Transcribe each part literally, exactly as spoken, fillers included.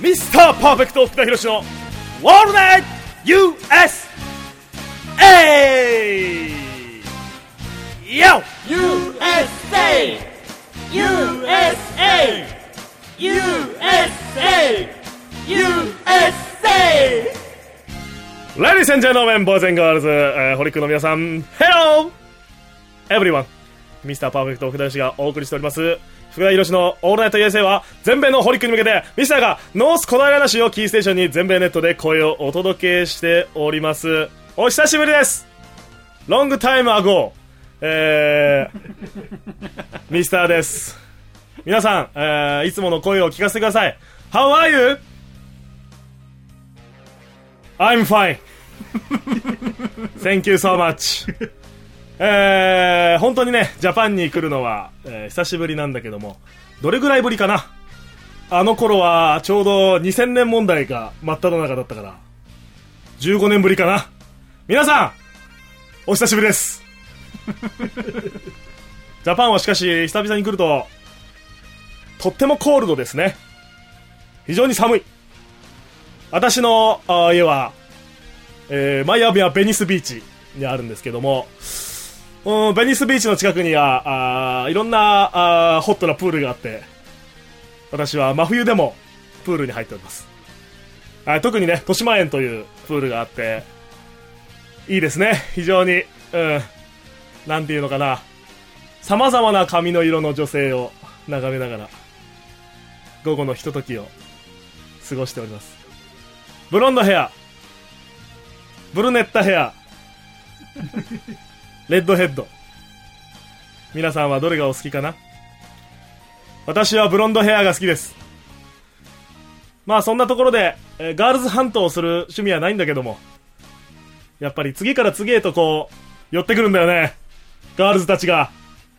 ミスターパーフェクト福田博のワールドナイト ユーエスエー YO! ユーエスエー ユーエスエー ユーエスエー ユーエスエー Ladies and gentlemen, boys and girls、えー、ホリックの皆さん Hello! Everyone! ミスターパーフェクト福田博がお送りしております福田博のオールナイト ユーエスエー は全米のホリックに向けてミスターがノース小平梨をキーステーションに全米ネットで声をお届けしております。お久しぶりです。ロングタイムアゴー、えー、ミスターです。皆さん、えー、いつもの声を聞かせてください。 How are you? I'm fine Thank you so much えー、本当にねジャパンに来るのは、えー、久しぶりなんだけども、どれぐらいぶりかな。あの頃はちょうどにせんねん問題が真っ只中だったからじゅうごねんぶりかな。皆さんお久しぶりですジャパンはしかし久々に来るととってもコールドですね。非常に寒い。私の家は、えー、マイアミはベニスビーチにあるんですけども、うん、ベニスビーチの近くにはあいろんなあホットなプールがあって、私は真冬でもプールに入っております。あ、特にね豊島園というプールがあっていいですね。非常に、うん、なんていうのかな、様々な髪の色の女性を眺めながら午後のひとときを過ごしております。ブロンドヘア、ブルネッタヘアレッドヘッド、皆さんはどれがお好きかな。私はブロンドヘアが好きです。まあそんなところで、えー、ガールズハントをする趣味はないんだけども、やっぱり次から次へとこう寄ってくるんだよね、ガールズたちが。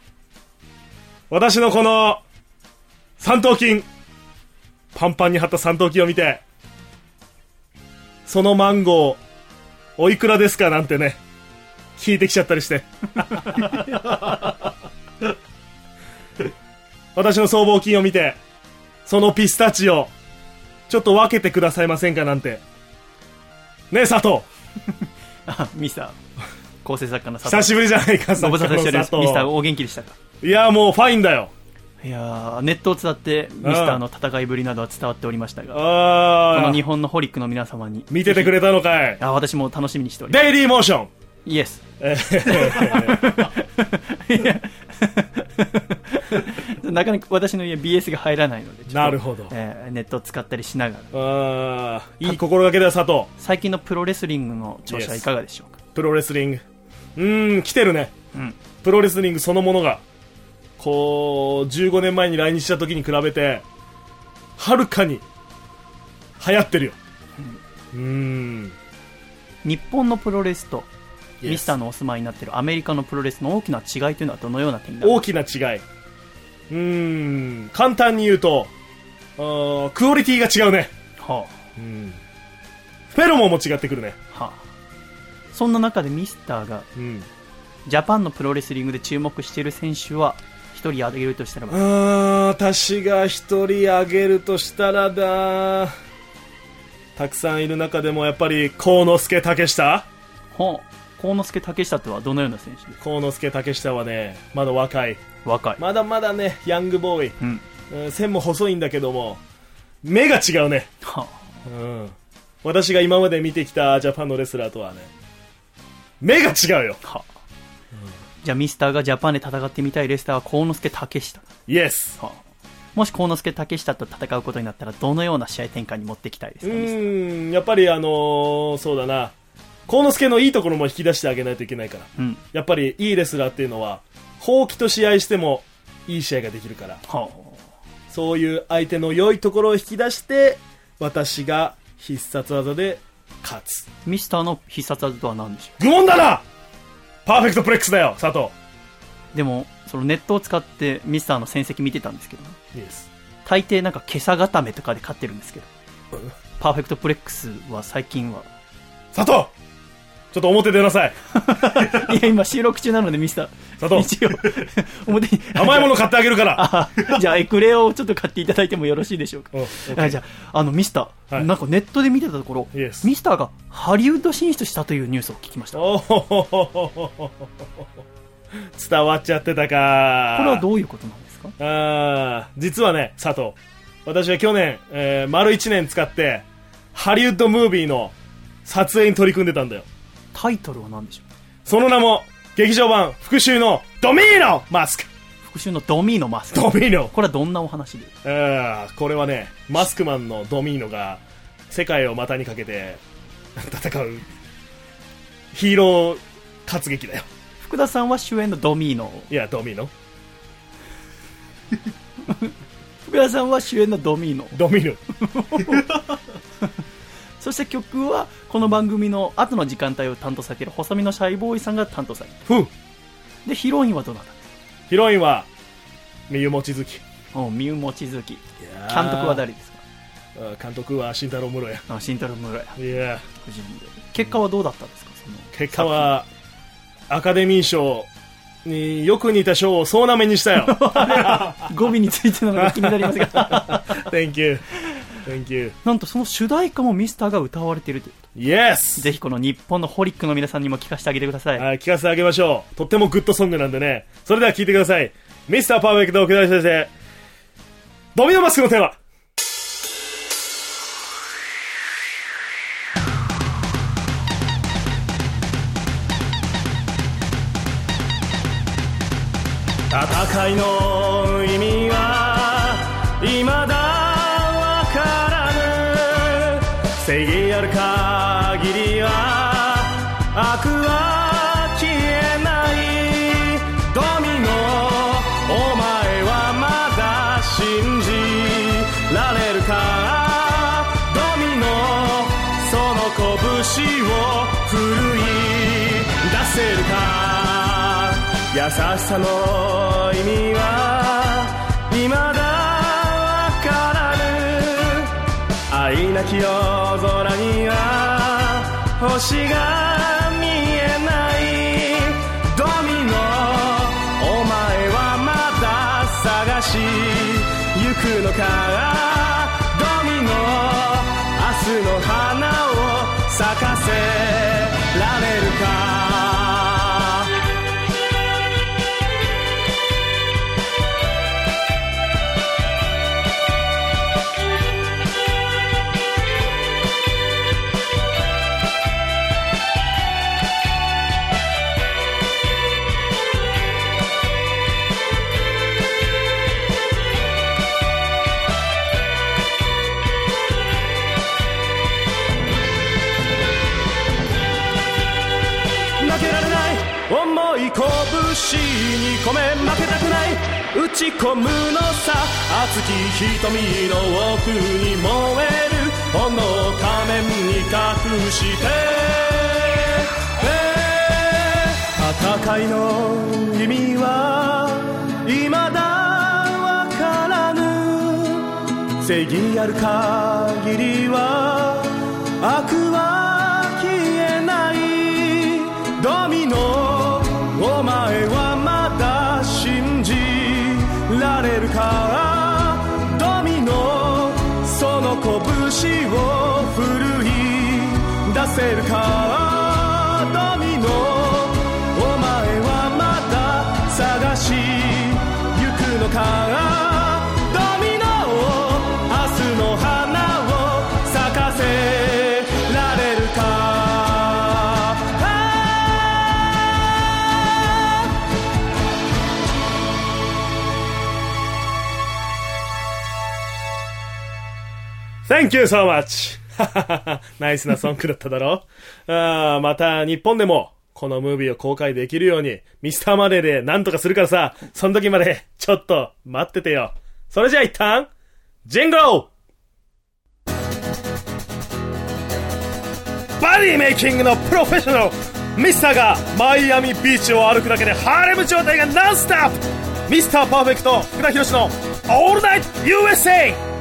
私のこの三頭筋、パンパンに張った三頭筋を見て、そのマンゴーおいくらですかなんてね聞いてきちゃったりして私の僧帽筋を見て、そのピスタチオちょっと分けてくださいませんかなんてねえ佐藤あ、ミスター構成作家の佐藤、 久しぶりじゃないか。 ご無沙汰しております。ミスターお元気でしたか。 いやもうファインだよ。 いやネットを伝ってミスターの戦いぶりなどは伝わっておりましたが、 あこの日本のホリックの皆様に見ててくれたのかい。 あ、私も楽しみにしております。 デイリーモーションイエスなかなか私の家 ビーエス が入らないので、 なるほど、 えー、ネットを使ったりしながら。 あ、いい心がけだよ佐藤。 最近のプロレスリングの調子はいかがでしょうか。 プロレスリング、うーん来てるね、 うん、 プロレスリングそのものがこうじゅうごねんまえに来日した時に比べてはるかに流行ってるよ。うーん、 日本のプロレスとミスターのお住まいになっているアメリカのプロレスの大きな違いというのはどのような点になる？ 大きな違い、うーん、簡単に言うとあクオリティが違うね、はあ、うん、フェロモンも違ってくるね、はあ、 そんな中でミスターが、うん、ジャパンのプロレスリングで注目している選手は一人挙げるとしたらば、 あ、私が一人挙げるとしたらだ、たくさんいる中でもやっぱり幸之助竹下。 ほう、幸之助竹下とはどのような選手ですか。 幸之助竹下はね、まだ若い若いまだまだねヤングボーイ、 うんうん、線も細いんだけども目が違うね、はあ、うん、私が今まで見てきたジャパンのレスラーとはね目が違うよ、はあ、 うん、じゃあミスターがジャパンで戦ってみたいレスラーは幸之助竹下。 イエス、はあ、 もし幸之助竹下と戦うことになったらどのような試合展開に持っていきたいですか。 うーん、やっぱりあのー、そうだな、幸之助のいいところも引き出してあげないといけないから、うん、やっぱりいいレスラーっていうのはほうきと試合してもいい試合ができるから、はあ、そういう相手の良いところを引き出して私が必殺技で勝つ。 ミスターの必殺技とは何でしょう。 愚問だな。パーフェクトプレックスだよ佐藤。 でもそのネットを使ってミスターの戦績見てたんですけど、 ね、yes. 大抵なんか袈裟固めとかで勝ってるんですけど、うん、パーフェクトプレックスは最近は。 佐藤ちょっと表出なさい。 いや、今収録中なのでミスター。 佐藤。 一応、表に。 甘いもの買ってあげるから。 じゃあ、エクレアをちょっと買っていただいてもよろしいでしょうか。 あじゃあ、あの、ミスター、はい、なんかネットで見てたところ、 yes. ミスターがハリウッド進出したというニュースを聞きました。 おほほほほ伝わっちゃってたか。 これはどういうことなんですか？ あ実はね、佐藤。私は去年、えー、丸いちねん使って、ハリウッドムービーの撮影に取り組んでたんだよ。 タイトルは何でしょう？ その名も、劇場版復讐のドミーノマスク。 復讐のドミーノマスク。 ドミーノ。 これはどんなお話で？ あこれはね、マスクマンのドミーノが世界を股にかけて戦うヒーロー活劇だよ。 福田さんは主演のドミーノ。 いや、ドミーノ。 福田さんは主演のドミーノ。 ドミーノ。 そして曲はこの番組の後の時間帯を担当されている細身のシャイボーイさんが担当されている。で、ヒロインはどなた？ ヒロインは三湯望月。 お三湯望月。監督は誰ですか？ 監督は慎太郎室谷。 あ、慎太郎室谷。 いや。 結果はどうだったんですか？その結果はアカデミー賞によく似た賞を総なめにしたよ。 語尾についてのが気になりますが。 Thank you. Thank you. なんとその主題歌もミスターが歌われているということ。 Yes! ぜひこの日本のホリックの皆さんにも聞かせてあげてください。 はい、聞かせてあげましょう。とってもグッドソングなんでね。それでは聞いてください。ミスターパーフェクト奥田先生、ドミノマスクのテーマ。戦いの意味は未だわからぬ。正義ある限りは悪は消えない。ドミノ、お前はまだ信じられるか。ドミノ、その拳を振るい出せるか。優しさの意味は未だわからぬ。愛なき夜空には星が見えない。ドミノ、お前はまだ探し行くのか。ドミノ、明日の花を咲かせられるか。重い拳に込め負けたくない。打ち込むのさ。熱き瞳の奥に燃える炎を仮面に隠して、戦いの意味は未だわからぬ。正義ある限りは悪は消えない。ドミノ、お前はまだ信じられるか。ドミノ、その拳を振るい出せるか。ドミノ、お前はまだ探し行くのか。ドミノ、明日の花を咲かせられるか。Thank you so much! ナイスなソングだっただろ。あまた日本でもこのムービーを公開できるようにミスターマネーでなんとかするからさ、その時までちょっと待っててよ。それじゃあ一旦ジングル。バディメイキングのプロフェッショナルミスターがマイアミビーチを歩くだけでハーレム状態がノンストップ。ミスターパーフェクト福田博のオールナイト ユーエスエー。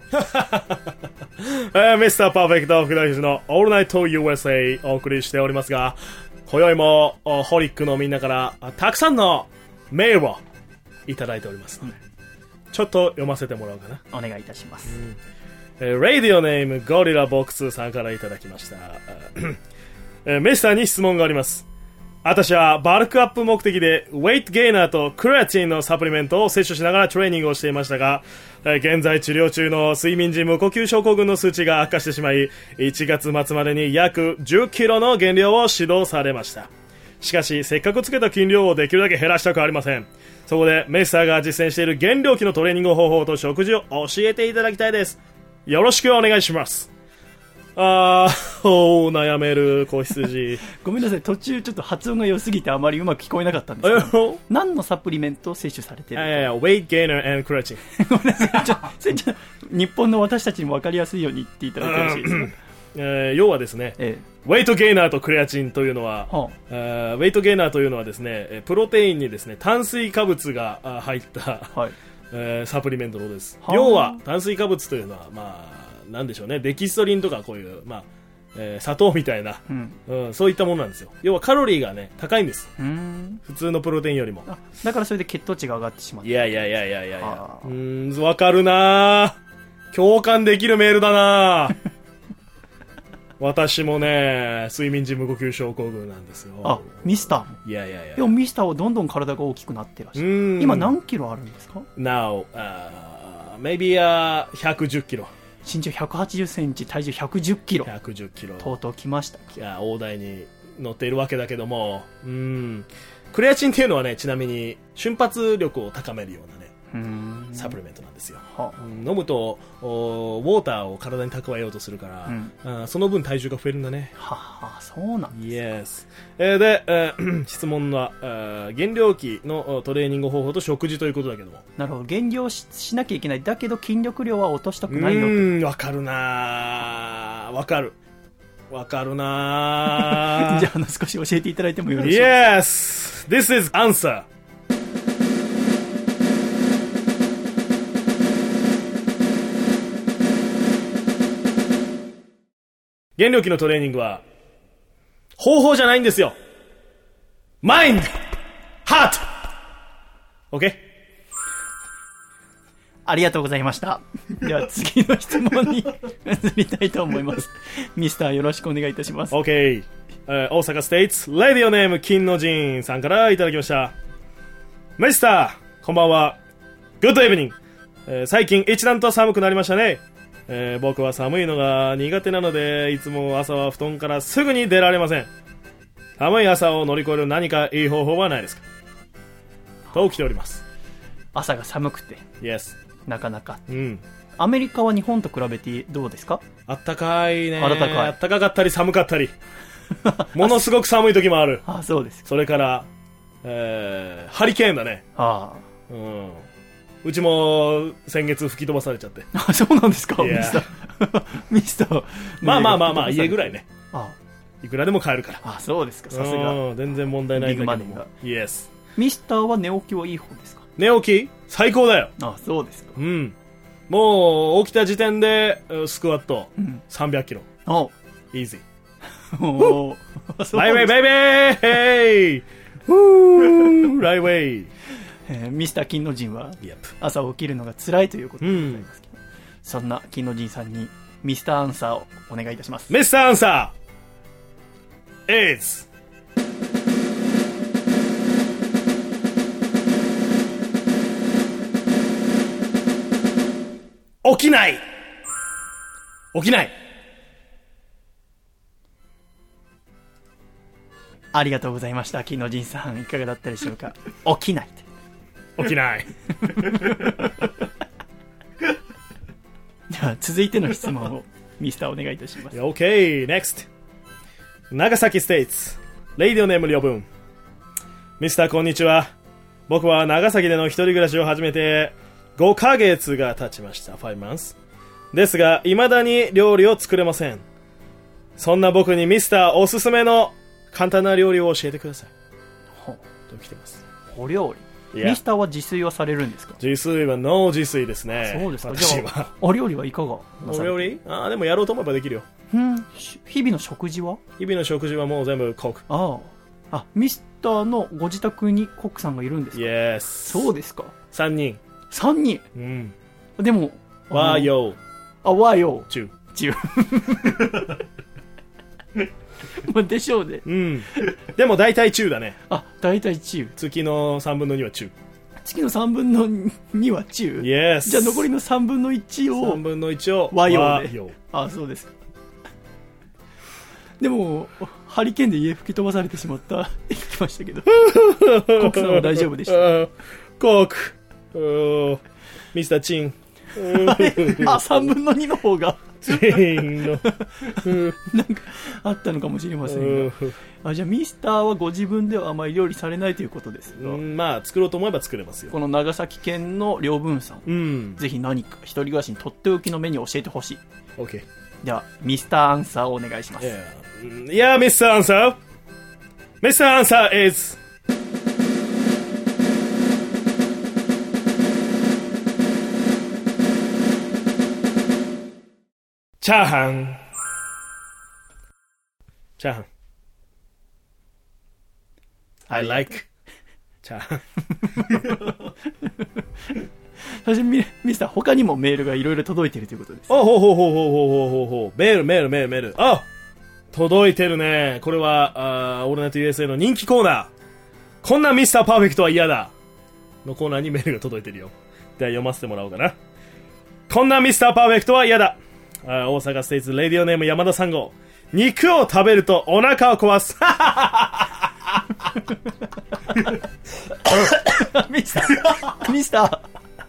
えー、ミスターパーフェクト福田裕のオールナイト ユーエスエー お送りしておりますが、今宵もホリックのみんなからたくさんのメールをいただいておりますので、ちょっと読ませてもらおうかな。 お願いいたします。 うん、えー、ラディオネームゴリラボックスさんからいただきました。えー、ミスターに質問があります。私はバルクアップ目的でウェイトゲイナーとクレアチンのサプリメントを摂取しながらトレーニングをしていましたが、現在治療中の睡眠時無呼吸症候群の数値が悪化してしまい、いちがつ末までに約じゅっキロの減量を指導されました。しかしせっかくつけた筋量をできるだけ減らしたくありません。そこでメッサーが実践している減量期のトレーニング方法と食事を教えていただきたいです。よろしくお願いします。あー、お悩める子羊。 ごめんなさい、途中ちょっと発音が良すぎてあまりうまく聞こえなかったんですけど、何のサプリメントを摂取されてる？ いやいや、ウェイトゲイナー and クレアチン。 ごめんなさい、ちょそれちょ日本の私たちにも分かりやすいように言っていただいてよろしいですか？ えー、要はですね、ええ、ウェイトゲイナーとクレアチンというのは、はあ、えー、ウェイトゲイナーというのはですね、プロテインにですね、炭水化物が入った、はい、えー、サプリメントのです。はあ、要は炭水化物というのは、まあなんでしょうね、デキストリンとかこういう、まあえー、砂糖みたいな、うんうん、そういったものなんですよ。要はカロリーがね高いんです。うーん、普通のプロテインよりも。 あ、だからそれで血糖値が上がってしまう。 いやいやいやいやいやいや、うーん、わかるなー、共感できるメールだな私もね、睡眠時無呼吸症候群なんですよ。 あ、ミスターも。 いやいやいや。 でもミスターはどんどん体が大きくなってらっしゃる。今何キロあるんですか？ Now、uh, maybe、uh, ひゃくじゅっキロ。 身長ひゃくはちじゅっセンチ、体重ひゃくじゅっキロ。 ひゃくじゅっキロ。 とうとう来ました。 いや、大台に乗っているわけだけども、うん。クレアチンっていうのはね、ちなみに瞬発力を高めるようなね、うーん、サプリメントなんですよ。はあ、うん、飲むとウォーターを体に蓄えようとするから、うん、あ、その分体重が増えるんだね。 はあ、そうなんですね。Yes。えー、で、えー、質問は、えー、減量期のトレーニング方法と食事ということだけども。 なるほど。減量 し, しなきゃいけない。だけど筋力量は落としたくないよと。うーん、わかるなー。わかる。わかるなー。 じゃあ、あの、少し教えていただいてもよろしいですか？ Yes! This is answer. 減量期のトレーニングは方法じゃないんですよ。マインド、ハート。 OK？ ありがとうございました。では次の質問に移りたいと思います。ミスターよろしくお願いいたします。 OK、uh, 大阪ステイツレディオネーム金の陣さんからいただきました。ミスターこんばんは。グッドイブニング、uh, 最近一段と寒くなりましたね。えー、僕は寒いのが苦手なので、いつも朝は布団からすぐに出られません。寒い朝を乗り越える何かいい方法はないですか？と来ております。 朝が寒くて、 Yes、 なかなか、 うん、 アメリカは日本と比べてどうですか？ あったかいね。 あったかい。 あったかかったり寒かったりものすごく寒い時もある。 あ、そうです。 それから、えー、ハリケーンだね。 ああ、 うん、うちも先月吹き飛ばされちゃって。 あ、そうなんですか？ Yeah. ミスターミスターまあまあまあまあ家ぐらいね。 ああ、いくらでも買えるから。 あ、そうですか。さすが全然問題ないんだけども。 ビッグマネーが Yes。 ミスターは寝起きはいい方ですか？ 寝起き最高だよ。 あ、そうですか。 うん、もう起きた時点でスクワットさんびゃっキロ。 お、 イージー。 おライウェイベイベーヘイウーライウェイ。 えー、ミスター金の陣は朝起きるのが辛いということでございますけど、うん、そんな金の陣さんにミスターアンサーをお願いいたします。 ミスターアンサー is 起きない起きない。 ありがとうございました。金の陣さんいかがだったでしょうか？起きない起きないでは続いての質問をミスターお願いいたします。 OK、 NEXT 長崎ステイツレイディオネームりょぶん。ミスターこんにちは。僕は長崎での一人暮らしを始めてごかげつが経ちました。ごマンスですが未だに料理を作れません。そんな僕にミスターおすすめの簡単な料理を教えてください。 ほと来てます。 お料理。 ミスターは自炊はされるんですか？ 自炊はノー自炊ですね。 そうですか。 私じゃあはお料理はいかがなされて？ お料理ああでもやろうと思えばできるよ。 うん日々の食事は？ 日々の食事はもう全部コック。 あああミスターのご自宅にコックさんがいるんですか？ Yes。 そうですか。 さんにん。 さんにん。 うんでもわーよあわーよチュチュまあでしょうね。 うんでも大体中だね。 あ大体チュ月のさんぶんのには中。 月のさんぶんのにはチュ Yes。 じゃあ残りのさんぶんのいちをさんぶんのいちを和洋で。 和洋。 あそうです。でもハリケーンで家吹き飛ばされてしまった言ってましたけどコックさんは大丈夫でした？ コックミスターチンあさんぶんのにの方がチンのなんかあったのかもしれませんが、あじゃあミスターはご自分ではあまり料理されないということですが、 うんまあ作ろうと思えば作れますよ。 この長崎県の両文さん、 うん、 ぜひ何か一人暮らしにとっておきのメニューを教えてほしい。 OK。 ではミスターアンサーをお願いします。 Yeah, yeah Mister Answer Mister Answer is チャーハン。チャーハン。I like チャーハン。 そしてミスター他にもメールがいろいろ届いているということです。 おほうほうほうほうほうほうほうほうメールメールメールメールあ届いてるね。これはあオールナイト ユーエスエー の人気コーナー、こんなミスターパーフェクトは嫌だのコーナーにメールが届いてるよ。では読ませてもらおうかな。こんなミスターパーフェクトは嫌だ。あ大阪ステイツレディオネーム山田さん号。肉を食べるとお腹を壊す。 ミスターミスタ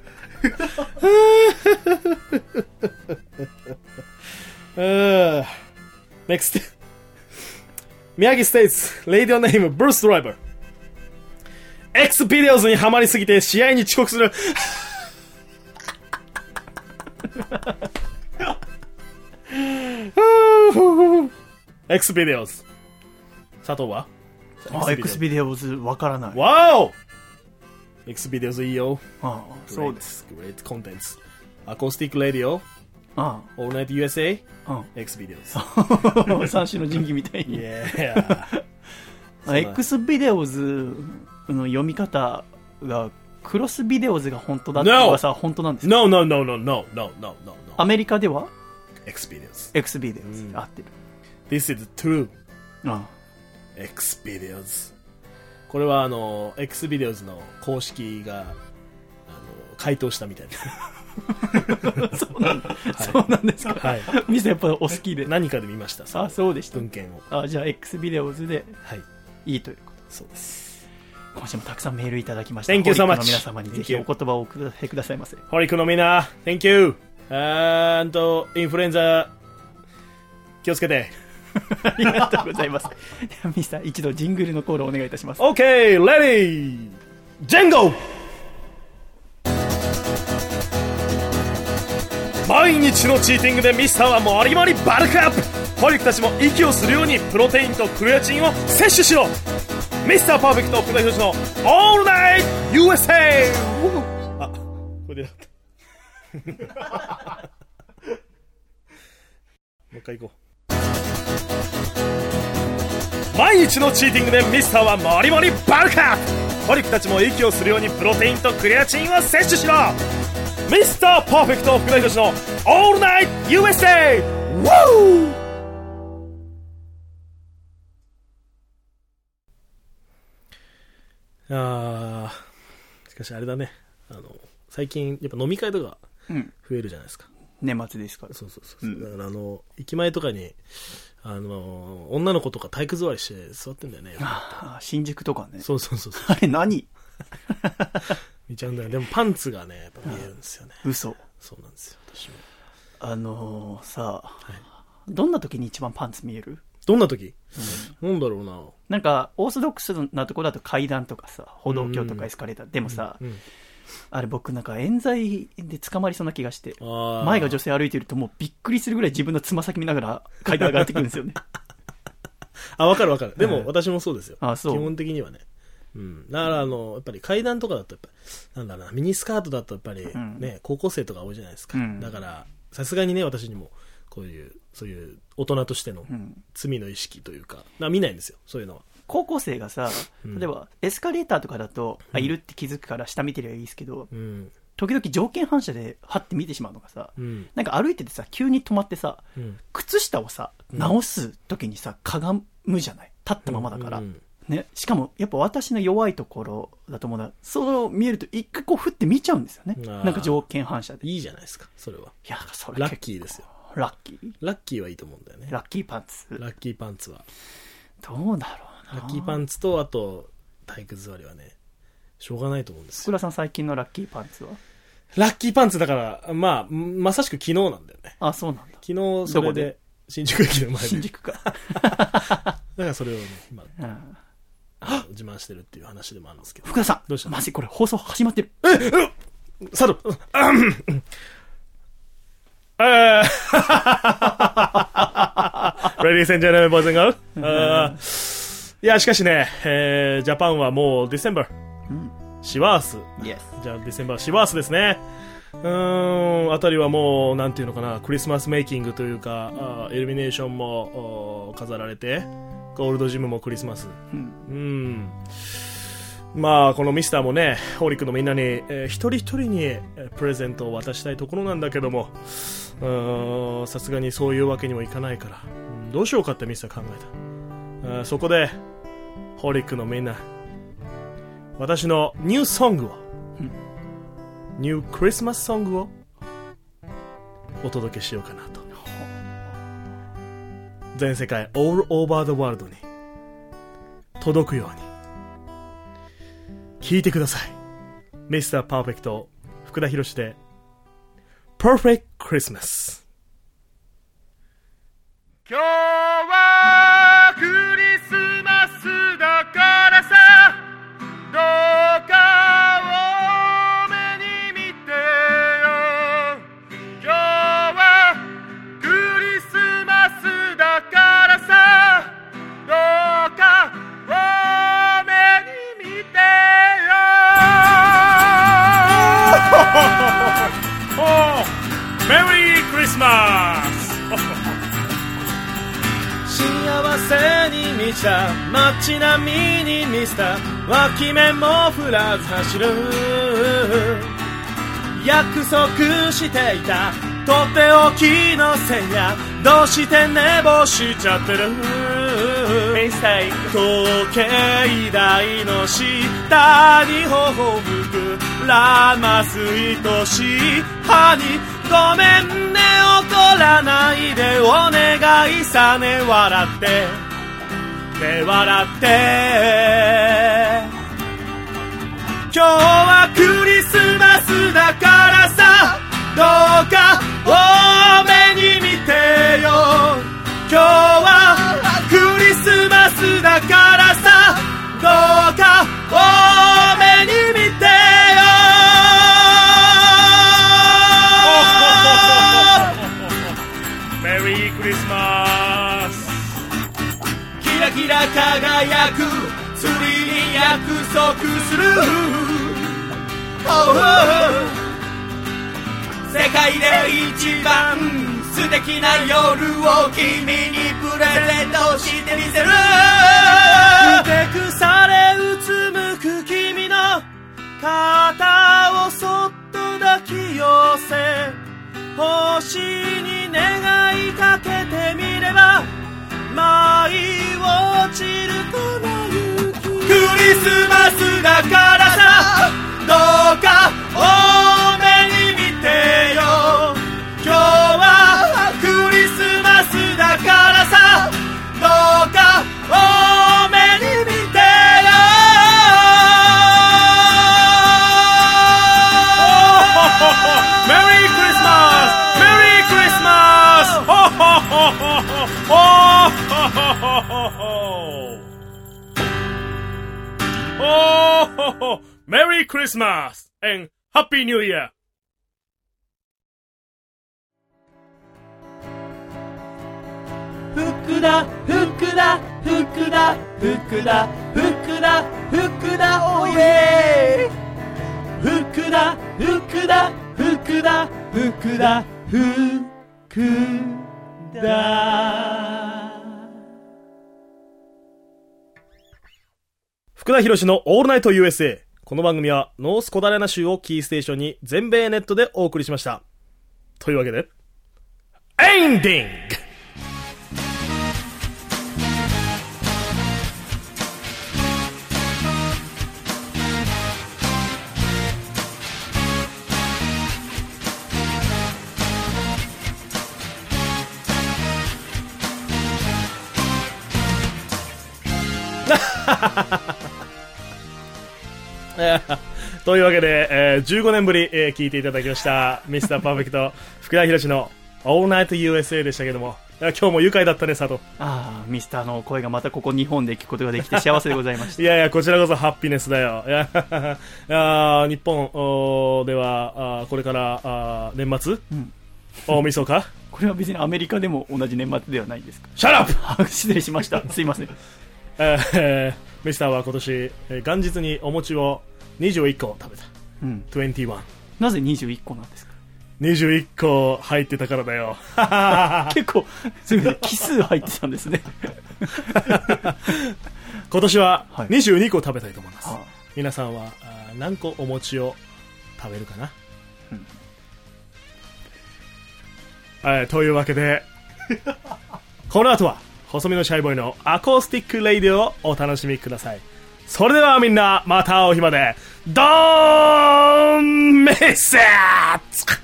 ーNEXT 宮城ステイツレディオネームブルースドライバー。 X ビデオズにハマりすぎて試合に遅刻する。X ビデオズ。佐藤はあ X ビデオズわからない。 わお X ビデオズいいよ。 ああそうです。 Great contents アコースティックレディオあオールナイト ユーエスエーあ X ビデオズ。 三種の神器みたいに。 Yeah あ X ビデオズの読み方がクロスビデオズが本当だって噂は本当なんですか？ No no no no no no no no アメリカでは X ビデオズ X ビデオズ、 うん、 合ってる。 This is true ああ X ビデオズ。これはあの X ビデオズの公式があの回答したみたいです。 そうなんだ、はい、そうなんですか。 はい。 ミスやっぱお好きで何かで見ました。 あそうでした。 文献を。 あじゃあ X ビデオズでいいということ。 そうです。 今週もたくさんメールいただきました。 Thank you so much。 ホリックの皆様にぜひお言葉をおくださいくださいませ。 ホリックのみんな Thank you。 あーとインフルエンザ気をつけて。 ありがとうございます。ではミスター一度ジングルのコールをお願いいたします。 OK Ready Django。 毎日のチーティングでミスターはもりもりバルクアップ。ホリックたちも息をするようにプロテインとクレアチンを摂取しろ。ミスターパーフェクト福田博のオールナイト ユーエスエー。 あこれでなかった。もう一回行こう。毎日のチーティングでミスターはもりもりバルクアップ。ホリックたちも息をするようにプロテインとクレアチンを摂取しろ。ミスターパーフェクト福田博のオールナイト ユーエスエー。 Woo！ あーしかしあれだね、あの最近やっぱ飲み会とか増えるじゃないですか、 うん、年末ですから。 そうそうそう、うん、だからあの駅前とかにあの女の子とか体育座りして座ってんだよね。 あ新宿とかね。 そうそうそうそう。 あれ何見ちゃうんだよ。でもパンツがねやっぱ見えるんですよね。 嘘。 そうなんですよ。私もあのー、さあ、 はい、 どんな時に一番パンツ見える？ どんな時、うん、なんだろうな。なんかオーソドックスなところだと階段とかさ、歩道橋とかエスカレーター、うん、でもさ、うんうん、あれ僕なんか冤罪で捕まりそうな気がして、前が女性歩いてるともうびっくりするぐらい自分のつま先見ながら階段上がってくるんですよね。 あ、わかるわかる。でも私もそうですよ。 あ、そう。 基本的にはね。 うん。だからあの、やっぱり階段とかだとやっぱ、なんだろうな、ミニスカートだとやっぱりね、うん、高校生とか多いじゃないですか。うん、だから、さすがにね、私にも、こういう、そういう大人としての罪の意識というか、うん、見ないんですよ、そういうのは。 高校生がさ、例えばエスカレーターとかだと、うん、あ、いるって気づくから下見てりゃいいですけど、うん、時々条件反射でハッて見てしまうのがさ、うん、なんか歩いててさ、急に止まってさ、うん、靴下をさ、直す時にさ、かがむじゃない、立ったままだから。うんうんね、しかもやっぱ私の弱いところだと思うな、そう見えると一回こう振って見ちゃうんですよね。なんか条件反射で。 いいじゃないですか、それは。 いや、それラッキーですよ。 ラッキーラッキーはいいと思うんだよね。 ラッキーパンツ。 ラッキーパンツは。 どうだろうな。 ラッキーパンツと、あと、体育座りはね、しょうがないと思うんですよ。 福田さん最近のラッキーパンツは？ ラッキーパンツだから、まあ、まさしく昨日なんだよね。 あ、そうなんだ。 昨日それで、新宿駅の前で。 新宿か。 だからそれをね、今。うん自慢してるっていう話でもあるんですけど。 福田さん、 どうした？ マジこれ放送始まってる。 えっ佐藤えー Ladies and gentlemen, boys and girls いや、しかしね、えー、ジャパンはもうディセンバー、うん、シワース、 yes. じゃあディセンバーシワースですね。うーん、あたりはもうなんていうのかな、クリスマスメイキングというか、あイルミネーションも飾られて、ゴールドジムもクリスマス、うん、うんまあこのミスターもね、ホーリックのみんなに、えー、一人一人に、えー、プレゼントを渡したいところなんだけども、さすがにそういうわけにもいかないから、うん、どうしようかってミスター考えた。あそこでホーリックのみんな、私のニューソングを、うん、ニュークリスマスソングをお届けしようかなと。全世界 all over the world に届くように聞いてください。ミスターパーフェクト福田博で Perfect Christmas。 今日はクリスマスだからさ、どうか多めに見てよ。今日はクリスマスだからさ、どうか多めに見てよ。 メリークリスマス。 幸せに満ちた街並みにミスター脇目も振らず走る。約束していたとっておきのせいや、どうして寝坊しちゃってる。時計台の下に頬膨らます愛しい歯に、ごめんね怒らないでお願いさね、笑ってね笑って。今日はクリスマスだからさ、どうか多めに見てよ。今日はクリスマスだからさ、どうか多めに見てよ。 メリークリスマス。 キラキラ輝くツリーに約束する、oh, oh. 世界で一番素敵な夜を君にプレゼントしてみせる。ふてくされうつむく君の肩をそっと抱き寄せ、星に願いかけてみれば舞い落ちる粉雪。クリスマスだからさ、どうか多めに見てよ。今日はクリスマスだからさ、どうか多めに見てよ。 メリークリスマス、メリークリスマス。ホホホホホホホホ。メリークリスマス and Happy New Year。 福田福田福田福田福福田福田おいえ福田福田福田福田福田福田博士のオールナイト ユーエスエー。この番組はノースコダレナ州をキーステーションに全米ネットでお送りしました。というわけでエンディングというわけで、えー、じゅうごねんぶり、えー、聞いていただきましたミスターパーフェクト福田博のオールナイト ユーエスエー でしたけども、今日も愉快だったね佐藤。 ああ、ミスターの声がまたここ日本で聞くことができて幸せでございました。 いやいや、こちらこそハッピネスだよ。いやいや日本ではあこれからあ年末、うん、大晦日これは別にアメリカでも同じ年末ではないんですか。 シャラップ失礼しました、すいません。 えー、ミスターは今年、えー、元日にお餅をにじゅういっこ食べた、うん、にじゅういち。 なぜにじゅういっこなんですか。 にじゅういっこ入ってたからだよ。 結構すみません、奇数入ってたんですね。 今年はにじゅうにこ食べたいと思います、はい、皆さんは何個お餅を食べるかな、うんはい、というわけでこの後は細身のシャイボーイのアコースティックレイディオをお楽しみください。それではみんなまた会う日までドーンメッセージ。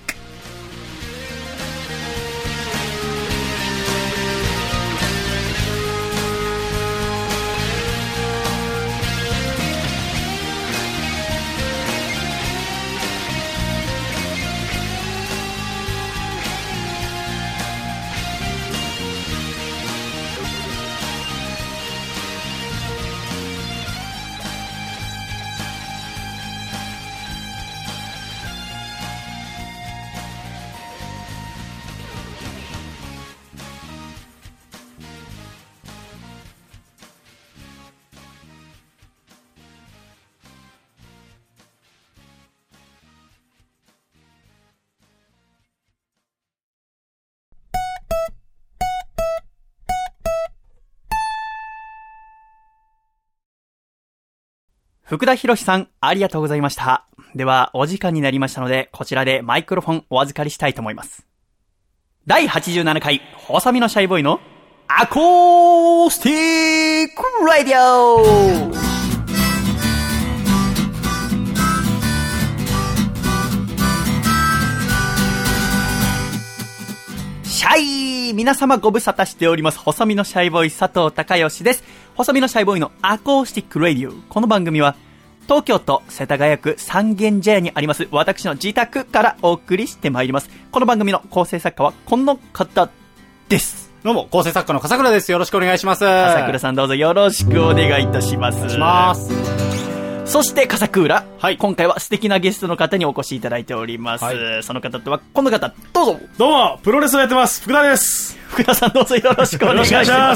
福田博さん、ありがとうございました。では、お時間になりましたので、こちらでマイクロフォンお預かりしたいと思います。だいはちじゅうななかい、細身のシャイボーイのアコースティックラディオ。シャイ皆様ご無沙汰しております。細身のシャイボーイ佐藤孝義です。細身のシャイボーイのアコースティックラディオ。この番組は東京都世田谷区三軒茶屋にあります私の自宅からお送りしてまいります。この番組の構成作家はこの方です。 どうも、構成作家の笠倉です。よろしくお願いします。 笠倉さん、どうぞよろしくお願いいたします。お願いします。そして笠倉、はい、今回は素敵なゲストの方にお越しいただいております、はい、その方とはこの方、どうぞ。 どうも、プロレスをやってます福田です。 福田さん、どうぞよろしくお願いします。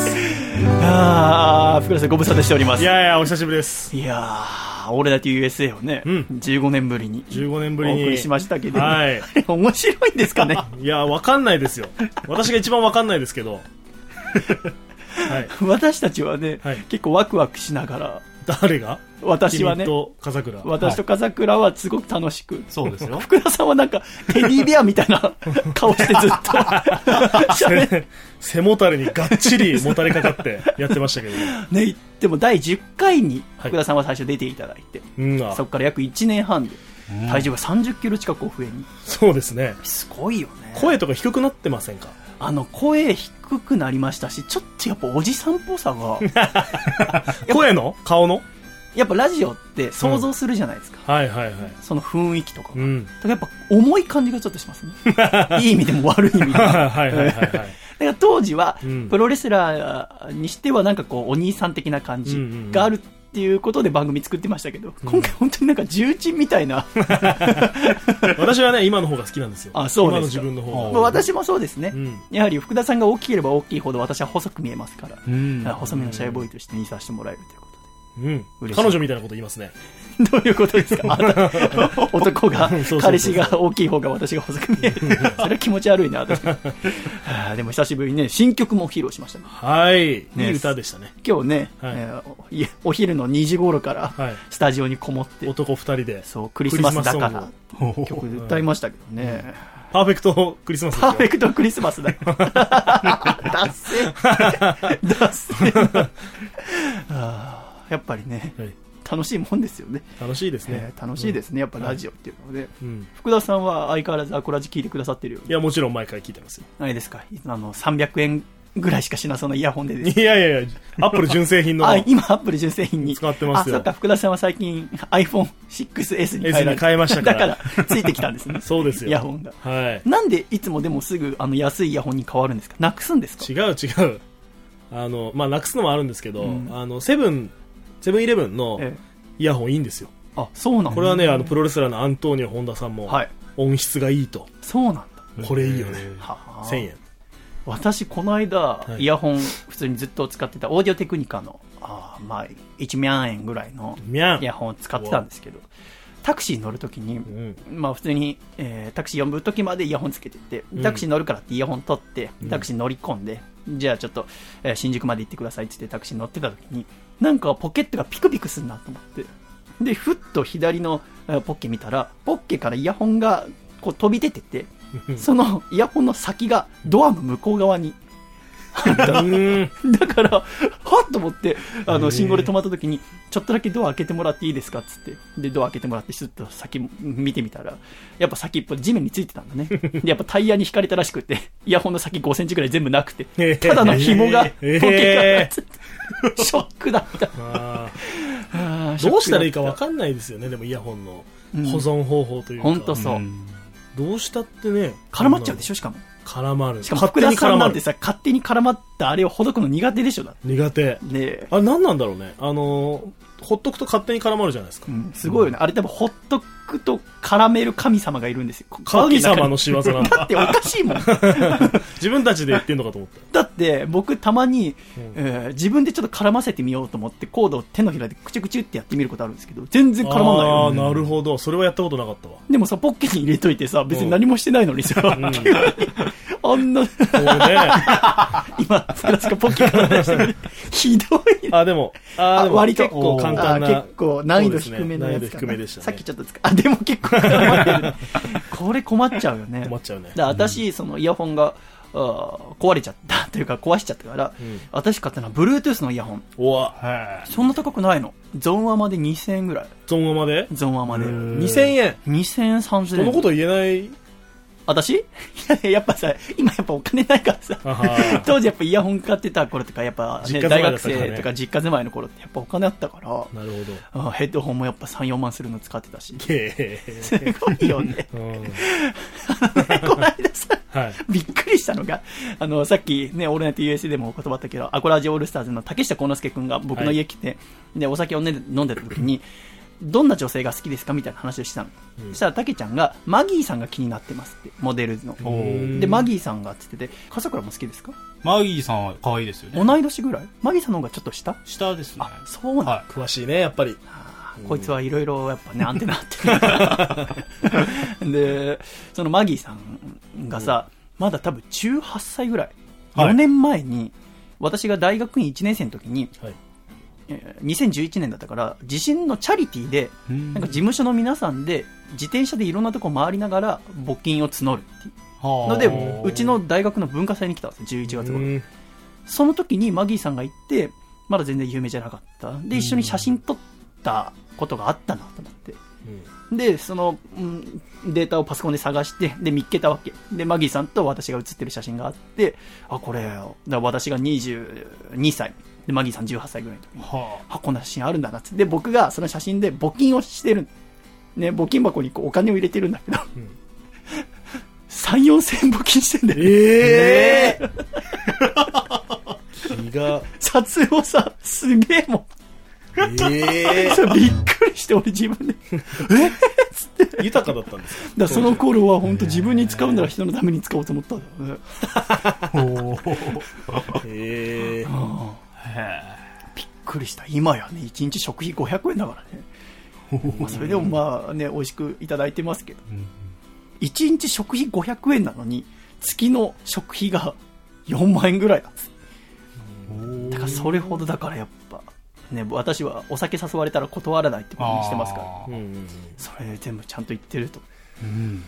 あー、福田さんご無沙汰しております。 いやいや、お久しぶりです。 いやー、オールナイト ユーエスエー をね、うん、じゅうごねんぶりにじゅうごねんぶりにお送りしましたけど、 はい、 面白いんですかね。 いや、わかんないですよ。私が一番わかんないですけど、 はい、私たちはね、はい、結構ワクワクしながら。 誰が？ 私はね、 と笠倉、 私と笠倉はすごく楽しく、はい、 そうですよ。 福田さんはなんかテディベアみたいな顔してずっと背もたれにがっちりもたれかかってやってましたけどね。 ね、でもだいじゅっかいに福田さんは最初出ていただいて、はい、そこから約いちねんはんで体重がさんじゅっキロ近くお増えに。 そうですね。 すごいよね。 声とか低くなってませんか？ あの声低くなりましたし、ちょっとやっぱおじさんっぽさが声の顔のやっぱラジオって想像するじゃないですか、 うん、はいはいはい、その雰囲気とかが、うん、だからやっぱ重い感じがちょっとしますね。いい意味でも悪い意味でもはいはいはい、はい、だから当時は、うん、プロレスラーにしてはなんかこうお兄さん的な感じがあるっていうことで番組作ってましたけど、うん、今回本当になんか重鎮みたいな私はね今の方が好きなんですよ。 あ、そうですか。今の自分の方が。私もそうですね、うん、やはり福田さんが大きければ大きいほど私は細く見えますから、うん、細身のシャイボーイとして見させてもらえるということで、 うん嬉しい。 彼女みたいなこと言いますね。 どういうことですか？男が、彼氏が大きい方が私が細く見える。それは気持ち悪いな、私。あでも久しぶりにね、新曲も披露しましたね。 はい。 ね、 いい歌でしたね。 今日ね、 はいえー、お昼のにじ頃からスタジオにこもって、はい、 男二人でそうクリスマスだから曲歌いましたけどね。 パーフェクトクリスマスですよ。 パーフェクトクリスマスだ。ダッセー。ダッセー。やっぱりね、はい、楽しいもんですよね。 楽しいですね。 えー、楽しいですね、うん、やっぱラジオっていうのはね、うん、福田さんは相変わらずアコラジ聞いてくださってるよ、ね。 いや、もちろん毎回聞いてますよ。 あれですか、あの、さんびゃくえんぐらいしかしなそうなイヤホンでです。 いやいやいや、アップル純正品の。 あ、今アップル純正品に。 使ってますよ。 あ、そっか、福田さんは最近 アイフォンシックスエス に変えられた。 変えましたから。 だから、ついてきたんですね。 そうですよ。 イヤホンが。 はい。 なんでいつもでもすぐあの安いイヤホンに変わるんですか？なくすんですか？ 違う違う。あの、まあ、なくすのもあるんですけど、うん、あの、セブン、セブンイレブンのイヤホンいいんですよ。 あ、そうなんだ、ね。 これはね、あの、プロレスラーのアントニオ本田さんも、はい、音質がいいと。 そうなんだ。 これいいよね。せんえん。 私、この間、はい、イヤホン普通にずっと使ってたオーディオテクニカの、あまあ、いちまんえんぐらいのイヤホンを使ってたんですけど、タクシー乗るときに、うん、まあ普通に、えー、タクシー呼ぶときまでイヤホンつけてて、タクシー乗るからってイヤホン取って、タクシー乗り込んで、うん、じゃあちょっと、えー、新宿まで行ってくださいって言ってタクシー乗ってたときに、なんかポケットがピクピクするなと思って、で、ふっと左の、えー、ポッケ見たら、ポッケからイヤホンがこう飛び出てて、そのイヤホンの先がドアの向こう側にあった。だから、はっと思って、あの、信号で止まった時に、ちょっとだけドア開けてもらっていいですかっつって、で、ドア開けてもらって、スッと先見てみたら、やっぱ先っぽ地面についてたんだね。で、やっぱタイヤに引かれたらしくて、イヤホンの先ごセンチぐらい全部なくて、ただの紐がポケからつって、ショックだった。 あどうしたらいいか分かんないですよね、でもイヤホンの保存方法というか。 ほんとそう。 どうしたってね、 絡まっちゃうでしょ、しかも。 絡まる。 しかも福田さんなんてさ、勝手に絡まったあれをほどくの苦手でしょ、だって。 苦手。 ねあれ何なんだろうね。あのー、ほっとくと勝手に絡まるじゃないですか。 うん、すごいよね。あれ多分ほっとくと絡める神様がいるんですよ。 神様の仕業なんだ。 だっておかしいもん。 自分たちで言ってんのかと思った。 だって僕たまに、うんえー、自分でちょっと絡ませてみようと思ってコードを手のひらでクチュクチュってやってみることあるんですけど、全然絡まないよ。 ああ、なるほど。それはやったことなかったわ。 でもさ、ポッケに入れといてさ、別に何もしてないのにさ、うん、あんな、ね、今、福田さんがポッケから出してる。ひどい。 あ、でも、あでも割と結構簡単な。 結構難易度低めのやつかな。 難易度低めでしたね。 さっきちょっとつか、あ、でも結構絡まってる。これ困っちゃうよね。 困っちゃうね。 だから私、うん、そのイヤホンが、あ壊れちゃったというか壊しちゃったから、うん、私買ったのは Bluetooth のイヤホン。 おわそんな高くないの。ゾンアマでにせんえんぐらい。 ゾンアマでゾンアマで。 にせんえん ? にせんえん、さんぜんえん。 そのこと言えない私いややっぱさ、今やっぱお金ないからさ、当時やっぱイヤホン買ってた頃とか、やっぱ、ね、大学生とか実家住まいの頃ってやっぱお金あったから、 なるほど。 ヘッドホンもやっぱさん、よんまんするの使ってたし。すごいよね。この間さ、はい、びっくりしたのが、あの、さっきね、オールナイト ユーエス でもお言葉あったけど、アコラジオールスターズの竹下幸之助くんが僕の家来て、はい、で、お酒を、ね、飲んでた時に、どんな女性が好きですかみたいな話をしたの。うん、そしたら、たけちゃんが、マギーさんが気になってますって、モデルの。で、マギーさんがって言ってて、笠倉も好きですか？ マギーさんは可愛いですよね。 同い年ぐらい？マギーさんの方がちょっと下？ 下ですね。 あ、そうなんだ。はい、 詳しいね、やっぱり。 こいつはいろいろやっぱね、アンテナあって。で、そのマギーさんがさ、まだ多分じゅうはっさいぐらい。よねんまえに、私が大学院いちねん生の時に、はいにせんじゅういちねんだったから地震のチャリティーでなんか事務所の皆さんで自転車でいろんなとこ回りながら募金を募るっていうのでうちの大学の文化祭に来たんですよじゅういちがつ頃。その時にマギーさんが行ってまだ全然有名じゃなかったで一緒に写真撮ったことがあったなと思ってでその、うん、データをパソコンで探してで見っけたわけでマギーさんと私が写ってる写真があってあこれだ私がにじゅうにさいでマギーさんじゅうはっさいぐらいの時に、はあ、あこんな写真あるんだなってで僕がその写真で募金をしてる、ね、募金箱にこうお金を入れてるんだけど、うん、さん、よんせんえん募金してんだよねええー、気が撮影をさすげえもんえー、そびっくりして俺自分でえー、っつって豊かだったんですか。 だその頃は本当自分に使うなら人のために使おうと思ったんだよね。おーへーびっくりした。今やね、いちにち食費ごひゃくえんだからね。まあそれでもまあね、美味しくいただいてますけど。いちにち食費ごひゃくえんなのに、月の食費がよんまんえんぐらいなんです。だからそれほどだからやっぱ、ね、私はお酒誘われたら断らないってことにしてますから。それで全部ちゃんと言ってると。うん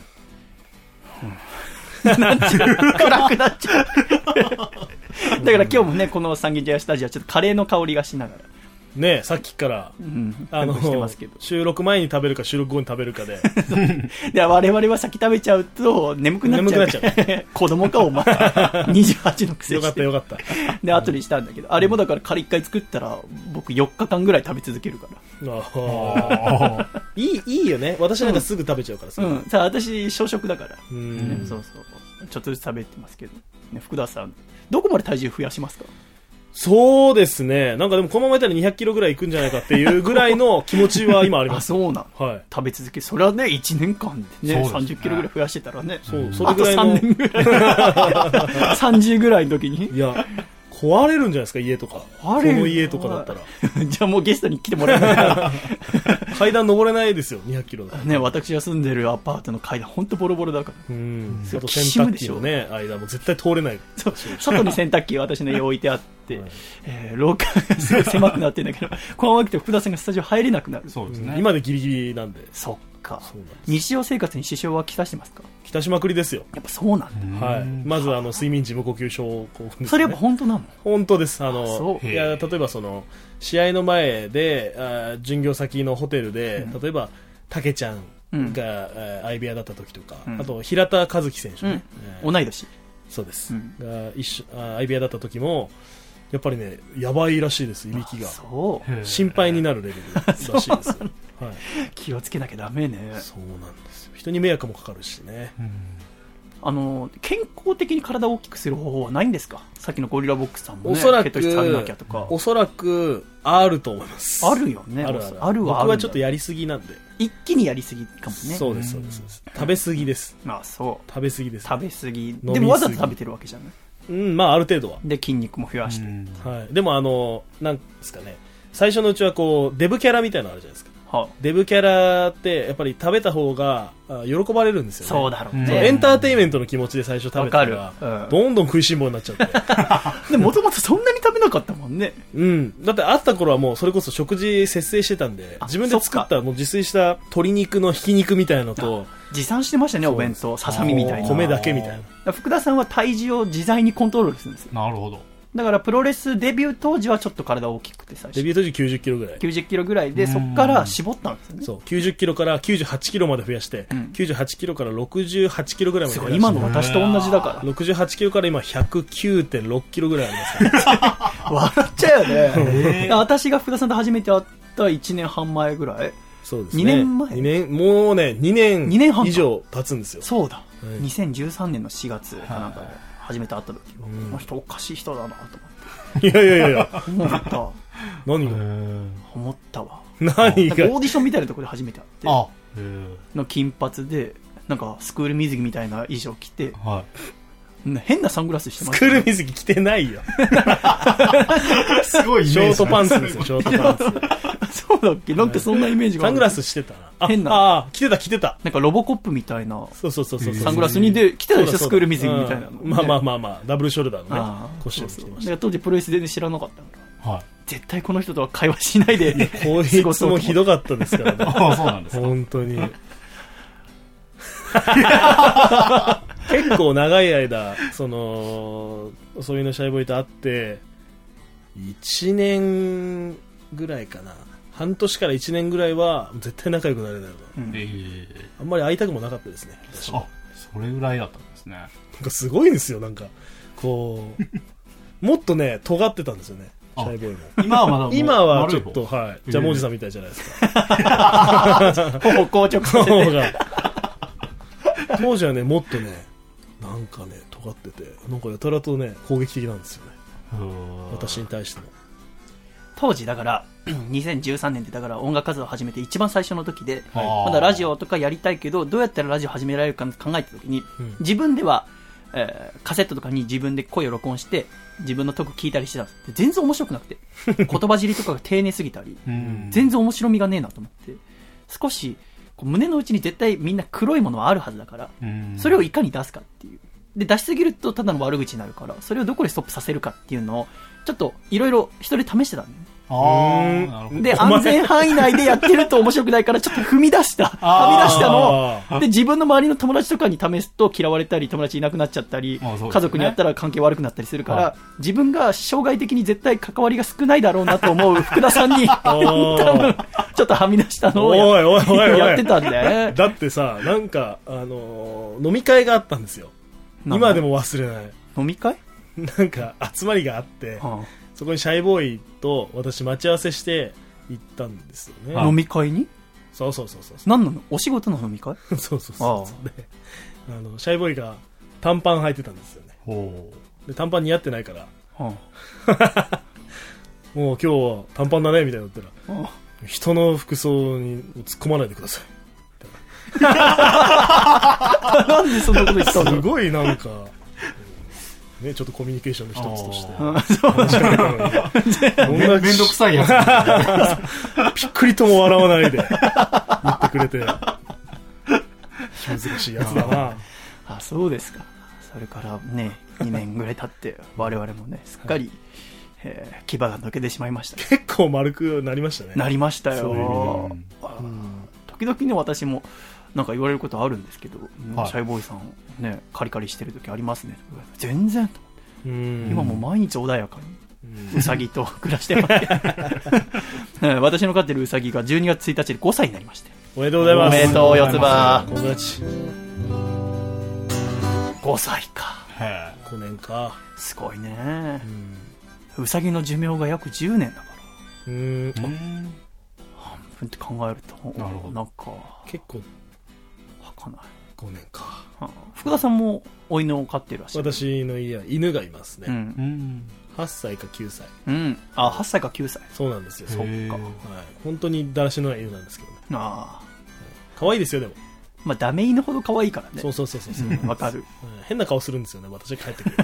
うん、なんちゅう暗くなっちゃうだから今日もねこの三軒茶屋スタジオはちょっとカレーの香りがしながらね、さっきから、うん、あのしてますけど、収録前に食べるか収録後に食べるかでで我々は先食べちゃうと眠くなっちゃう、ちゃう子供かお前にじゅうはちのくせしてよかったよかったで後にしたんだけど、あれもだからカレーいっかい作ったら僕よっかかんぐらい食べ続けるからあいいいいよね。私なんかすぐ食べちゃうからさ、 うんうん、さあ私小食だから、うん、ね、そうそうちょっとずつ食べてますけど、ね、福田さんどこまで体重増やしますか？ そうですね。なんかでもこのままいったらにひゃくキロぐらいいくんじゃないかっていうぐらいの気持ちは今あります。 あ、そうなん、はい、食べ続け、それはねいちねんかんでね、さんじゅっキロぐらい増やしてたらね、そう、それぐらいのあとさんねんぐらいさんじゅうぐらいの時にいや壊れるんじゃないですか、家とか。この家とかだったらじゃあもうゲストに来てもらえない階段登れないですよ、にひゃくキロだね。私が住んでるアパートの階段本当ボロボロだから。うん、 あと洗濯機のね間も絶対通れない。 そう外に洗濯機が私の家置いてあって、はい、えー、廊下がすごい狭くなってるんだけどこのまま来て福田さんがスタジオ入れなくなる。 そうですね、今でギリギリなんで。 そっか。日常生活に支障はきたしてますか？ きたしまくりですよ。 やっぱそうなんだ。はい。まずあの睡眠時無呼吸症候群ですね。 それやっぱ本当なの？ 本当です。あのいや例えばその試合の前であ巡業先のホテルで、うん、例えばたけちゃんが、うん、相部屋だった時とか、うん、あと平田和樹選手、ね、 うん、同い年。 そうです、うん、が一緒あ相部屋だった時もやっぱりねやばいらしいです。いびきがそう心配になるレベルらしいですよ。はい、 気をつけなきゃダメね。 そうなんですよ。人に迷惑もかかるしね、うん、 あの健康的に体を大きくする方法はないんですか？さっきのゴリラボックスさんもね、 おそらく血糖質下げなきゃとか、 おそらくあると思います。 あるよね。 あるある。 あるはある。 僕はちょっとやりすぎなんで。 一気にやりすぎかもね。 そうですそうですそうです。食べ過ぎです。 ああ、そう。 食べ過ぎです、ね。 食べ過ぎ。でもわざと食べてるわけじゃない。 うん、まあある程度は。 で筋肉も増やして。 はい。でもあのなんですかね。最初のうちはこうデブキャラみたいなのあるじゃないですか。はあ、デブキャラってやっぱり食べた方が喜ばれるんですよね。 そうだろうね。 そうエンターテインメントの気持ちで最初食べたら、うん、どんどん食いしん坊になっちゃってでもともとそんなに食べなかったもんね。 うんだって会った頃はもうそれこそ食事節制してたんで、自分で作ったもう自炊した鶏肉のひき肉みたいなのと持参してましたね。お弁当ささみみたいな米だけみたいな。福田さんは体重を自在にコントロールするんですよ。 なるほど。 だからプロレスデビュー当時はちょっと体大きくて最初デビュー当時きゅうじゅっキロぐらいきゅうじゅっキロぐらいで、そこから絞ったんですよね。 そうきゅうじゅっキロからきゅうじゅうはちキロまで増やして、うん、きゅうじゅうはちキロからろくじゅうはちキロぐらいまで増やして、 すごい今の私と同じだからろくじゅうはちキロから今 ひゃくきゅうてんろくキロぐらいありますから笑っちゃうよね私が福田さんと初めて会ったいちねんはん前ぐらい。 そうですね。 にねんまえにねんもうねにねん以上経つんですよ。 そうだ、はい、にせんじゅうさんねんのしがつかなんかで初めて会った時は、うん、この人おかしい人だなと思って。 いやいやいやいや思った何が思ったわ。 何がオーディションみたいなところで初めて会って、あの金髪でなんかスクール水着みたいな衣装着て、はい、変なサングラスしてます、 ね、スクール水着着てないよすごいイメージ。 ショートパンツですよ。ショートパンツそうだっけ。なんかそんなイメージがある。 サングラスしてたな。 変な。 ああ着てた着てた。 なんかロボコップみたいな。 そうそうそうそう。 サングラスにで着てたでしょ。スクール水着みたいなの、ね、 まあまあまあまあダブルショルダーのねコスチューム着てました。 当時プロレス全然知らなかったから、はい、絶対この人とは会話しないでこいつもひどかったですからねあそうなんですか。 本当に結構長い間そのそういうのシャイボーイと会っていちねんぐらいかな、半年からいちねんぐらいは絶対仲良くなれないわ、うん、あんまり会いたくもなかったですね。 あ、それぐらいだったんですね。 なんかすごいんですよ。なんかこうもっとね尖ってたんですよね、シャイボーイも。 今はまだ今はちょっとはいジャムおじさんみたいじゃないですかほぼ硬直させて当時はねもっとねなんかね尖っててなんかやたらとね攻撃的なんですよね、私に対しても。 当時だからにせんじゅうさんねんってだから音楽活動を始めて一番最初の時で、はい、まだラジオとかやりたいけどどうやったらラジオ始められるか考えた時に、うん、自分ではえー、カセットとかに自分で声を録音して自分のトーク聞いたりしてたんです。全然面白くなくて言葉尻とかが丁寧すぎたり全然面白みがねえなと思って、少しこう胸の内に絶対みんな黒いものはあるはずだから、それをいかに出すかっていう。で出しすぎるとただの悪口になるから、それをどこでストップさせるかっていうのをちょっといろいろ一人で試してたんだよね。 あーで安全範囲内でやってると面白くないからちょっと踏み出したはみ出したのをで自分の周りの友達とかに試すと嫌われたり友達いなくなっちゃったり、ね、家族にやったら関係悪くなったりするから、自分が生涯的に絶対関わりが少ないだろうなと思う福田さんに多分ちょっとはみ出したのを や, おいおいおいおいやってたんだよね。 だってさ、なんかあのー、飲み会があったんですよ。今でも忘れない。 飲み会なんか集まりがあって、はあ、そこにシャイボーイと私待ち合わせして行ったんですよね。 飲み会に？ そうそうそうそう。 何なの？お仕事の飲み会？ そうそうそうそう。で、あのシャイボーイが短パン履いてたんですよね。ほう。で短パン似合ってないから、はあ、もう今日は短パンだねみたいなの言ったら、はあ、人の服装に突っ込まないでください。 なんでそんなこと言ったの？ すごいなんか。ね、ちょっとコミュニケーションの一つとしてめんどくさいやつぴっくりとも笑わないで言ってくれて難しいやつだなあ。そうですか。それからねにねんぐらい経って我々もねすっかり、はい、えー、牙が抜けてしまいました、ね、 結構丸くなりましたね。 なりましたよ。う、うん、時々ね私もなんか言われることあるんですけど、はい、シャイボーイさんねカリカリしてる時ありますね。全然とうん今も毎日穏やかにウサギと暮らしてます私の飼ってるウサギがじゅうにがつついたちでごさいになりまして、 おめでとうございます。 おめでとう四つ葉。ごさいか。 ごねんか。 すごいね。ウサギの寿命が約じゅうねんだから。うーん半分って考えるとなるほど。なんか結構儚い。 ごねんか、 はあ、福田さんもお犬を飼ってるらしい。 私の家は犬がいますね、うん、はっさいかきゅうさい、 うん、あはっさいかきゅうさい。 そうなんですよ。 そっか、はい、 本当にだらしのない犬なんですけどね。 ああ可愛いですよ。でもまあダメ犬ほど可愛いからね。 そうそうそうそうそう、 うん、わかる変な顔するんですよね私が帰ってくる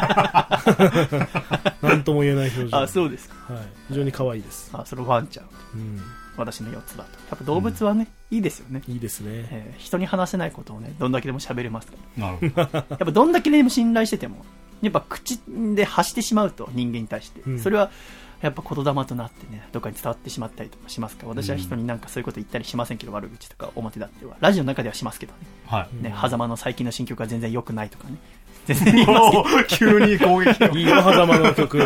なんとも言えない表情。 あそうですか、 はい、非常に可愛いです。 あそれワンちゃん、うん私のよっつだとやっぱ動物はね、うん、いいですよね。 いいですね、 えー、人に話せないことをねどんだけでも喋れますから。なるほどやっぱどんだけでも信頼しててもやっぱ口で発してしまうと人間に対して、うん、それはやっぱ言霊となってねどっかに伝わってしまったりとかしますから。私は人になんかそういうこと言ったりしませんけど、悪口とか表立ってはラジオの中ではしますけどね、はい、ね、狭間の最近の新曲は全然良くないとかね全然言いますけど急に攻撃いいよ狭間の曲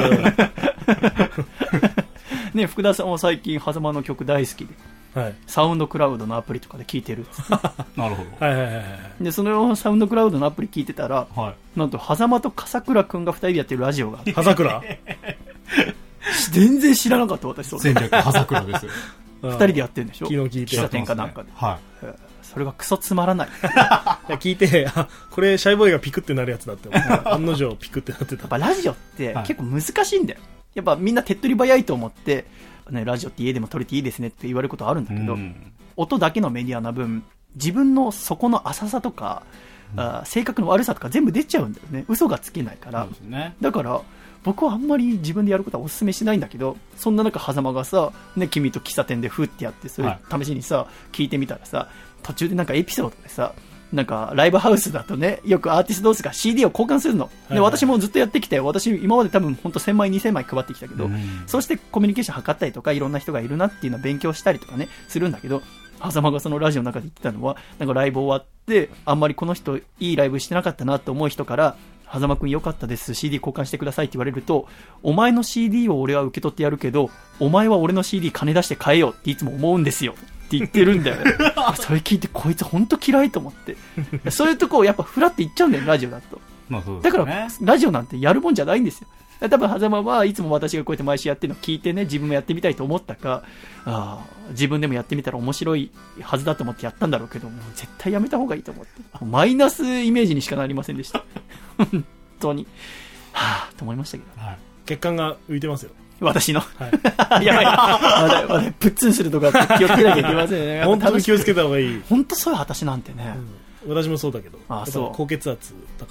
ね、福田さんは最近狭間の曲大好きで、はい、サウンドクラウドのアプリとかで聴いてるなるほど、 はいはいはい、 でそのサウンドクラウドのアプリ聴いてたら、はい、なんと狭間と笠倉くんがふたりでやってるラジオが笠倉全然知らなかった私。そう戦略笠倉ですよふたりでやってるんでしょ。 昨日聞いて喫茶店かなんかで、 ね、はい、 それがクソつまらないいや聞いてあこれシャイボーイがピクってなるやつだって案の定ピクってなってた。 やっぱラジオって結構難しいんだよ、はい、やっぱみんな手っ取り早いと思って、ね、ラジオって家でも撮れていいですねって言われることあるんだけど、うん、音だけのメディアな分自分の底の浅さとか、うん、あ性格の悪さとか全部出ちゃうんだよね。嘘がつけないから、ね、だから僕はあんまり自分でやることはお勧めしないんだけど、そんな中狭間がさ、ね、君と喫茶店でフーってやってそれ試しにさ、はい、聞いてみたらさ途中でなんかエピソードでさなんかライブハウスだとねよくアーティスト同士が シーディー を交換するの、で私もずっとやってきて私今まで多分本当せんまいにせんまい配ってきたけど、うん、そうしてコミュニケーション図ったりとかいろんな人がいるなっていうのを勉強したりとかねするんだけど、狭間がそのラジオの中で言ってたのはなんかライブ終わってあんまりこの人いいライブしてなかったなと思う人から狭間くん良かったです シーディー 交換してくださいって言われると、お前の シーディー を俺は受け取ってやるけどお前は俺の シーディー 金出して買えよっていつも思うんですよって言ってるんだよねそれ聞いてこいつ本当嫌いと思ってそういうとこをやっぱフラって言っちゃうんだよラジオだと、まあそうですね、だからラジオなんてやるもんじゃないんですよ。多分狭間はいつも私がこうやって毎週やってるのを聞いてね自分もやってみたいと思ったか、あ自分でもやってみたら面白いはずだと思ってやったんだろうけどもう絶対やめた方がいいと思ってマイナスイメージにしかなりませんでした本当にはぁと思いましたけど、はい、 血管が浮いてますよ私の、はい、やばいまだまだプッツンするとか気をつけなきゃいけませんね本当に気をつけた方がいい。 本当そういう私なんてね、 うん、私もそうだけどあそう高血圧だから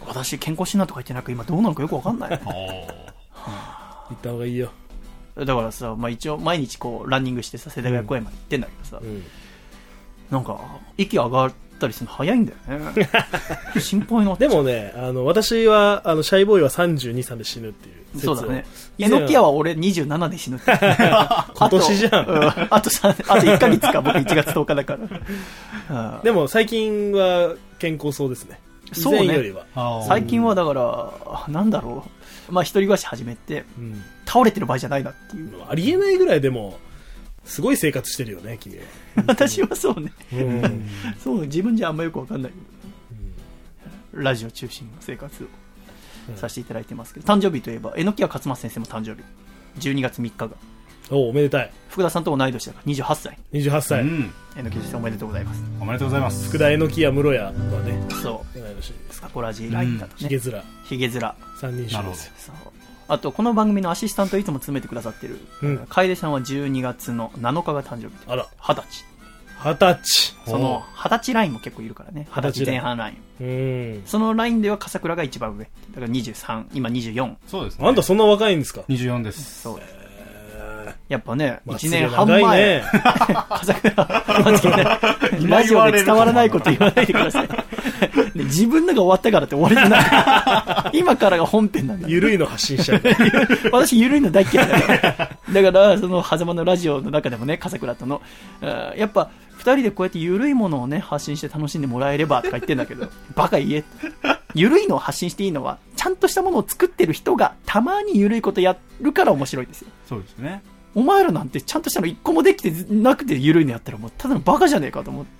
私健康診断とか言ってなんか今どうなのかよくわかんない。 行った方がいいよ。 だからさ、まあ、一応毎日こうランニングしてさ世田谷公園まで行ってんだけどさ、うん、なんか息上がったりするの早いんだよね。心配になっちゃう。 でもね、あの私はあのシャイボーイはさんじゅうに、さんで死ぬっていう説を。 そうだね。えのきやは俺にじゅうななで死ぬって。 今年じゃん。 あと、うん、あとさあといっかげつか。僕いちがつとおかだから。 でも最近は健康そうですね。以前よりは。 そうね。最近はだからなんだろう。まあ一人暮らし始めて、うん、倒れてる場合じゃないなっていう。 ありえないぐらいでもすごい生活してるよね君は。 私はそうね。うん、そう自分じゃあんまよくわかんない、うん。ラジオ中心の生活をさせていただいてますけど、誕生日といえば榎谷勝松先生も誕生日じゅうにがつみっかが。 おおめでたい。 福田さんと同い年だからにじゅうはっさい。 にじゅうはっさい。うん、 榎木先生おめでとうございます。 おめでとうございます。 福田榎谷室谷はね。 そう。 同い年ですか。 アコラジラインだとね。 ひげ面。 ひげ面。 三人称です。 そう。あとこの番組のアシスタントをいつも詰めてくださってる、うん、楓さんはじゅうにがつのなのかが誕生日。 あら。 はたち。 はたち。 そのはたちラインも結構いるからね。はたち前半ライン。うん。そのラインでは笠倉が一番上。だからにじゅうさん、今にじゅうよん。 そうですね。 あんたそんな若いんですか？ にじゅうよんです。 そう。やっぱね、いちねんはんまえ、ね、笠倉、ラジオで伝わらないこと言わないでください。自分のが終わったからって終わりじゃない。今からが本編なんだ。 ゆるいの発信しちゃう。 私ゆるいの大嫌いだから。だから、その狭間のラジオの中でもね、笠倉との、やっぱ二人でこうやってゆるいものをね、発信して楽しんでもらえればとか言ってんだけど、バカ言え。ゆるいのを発信していいのは、ちゃんとしたものを作ってる人がたまにゆるいことやるから面白いですよ。 そうですね。 お前らなんてちゃんとしたの一個もできてなくてゆるいのやったらもうただのバカじゃねえかと思って。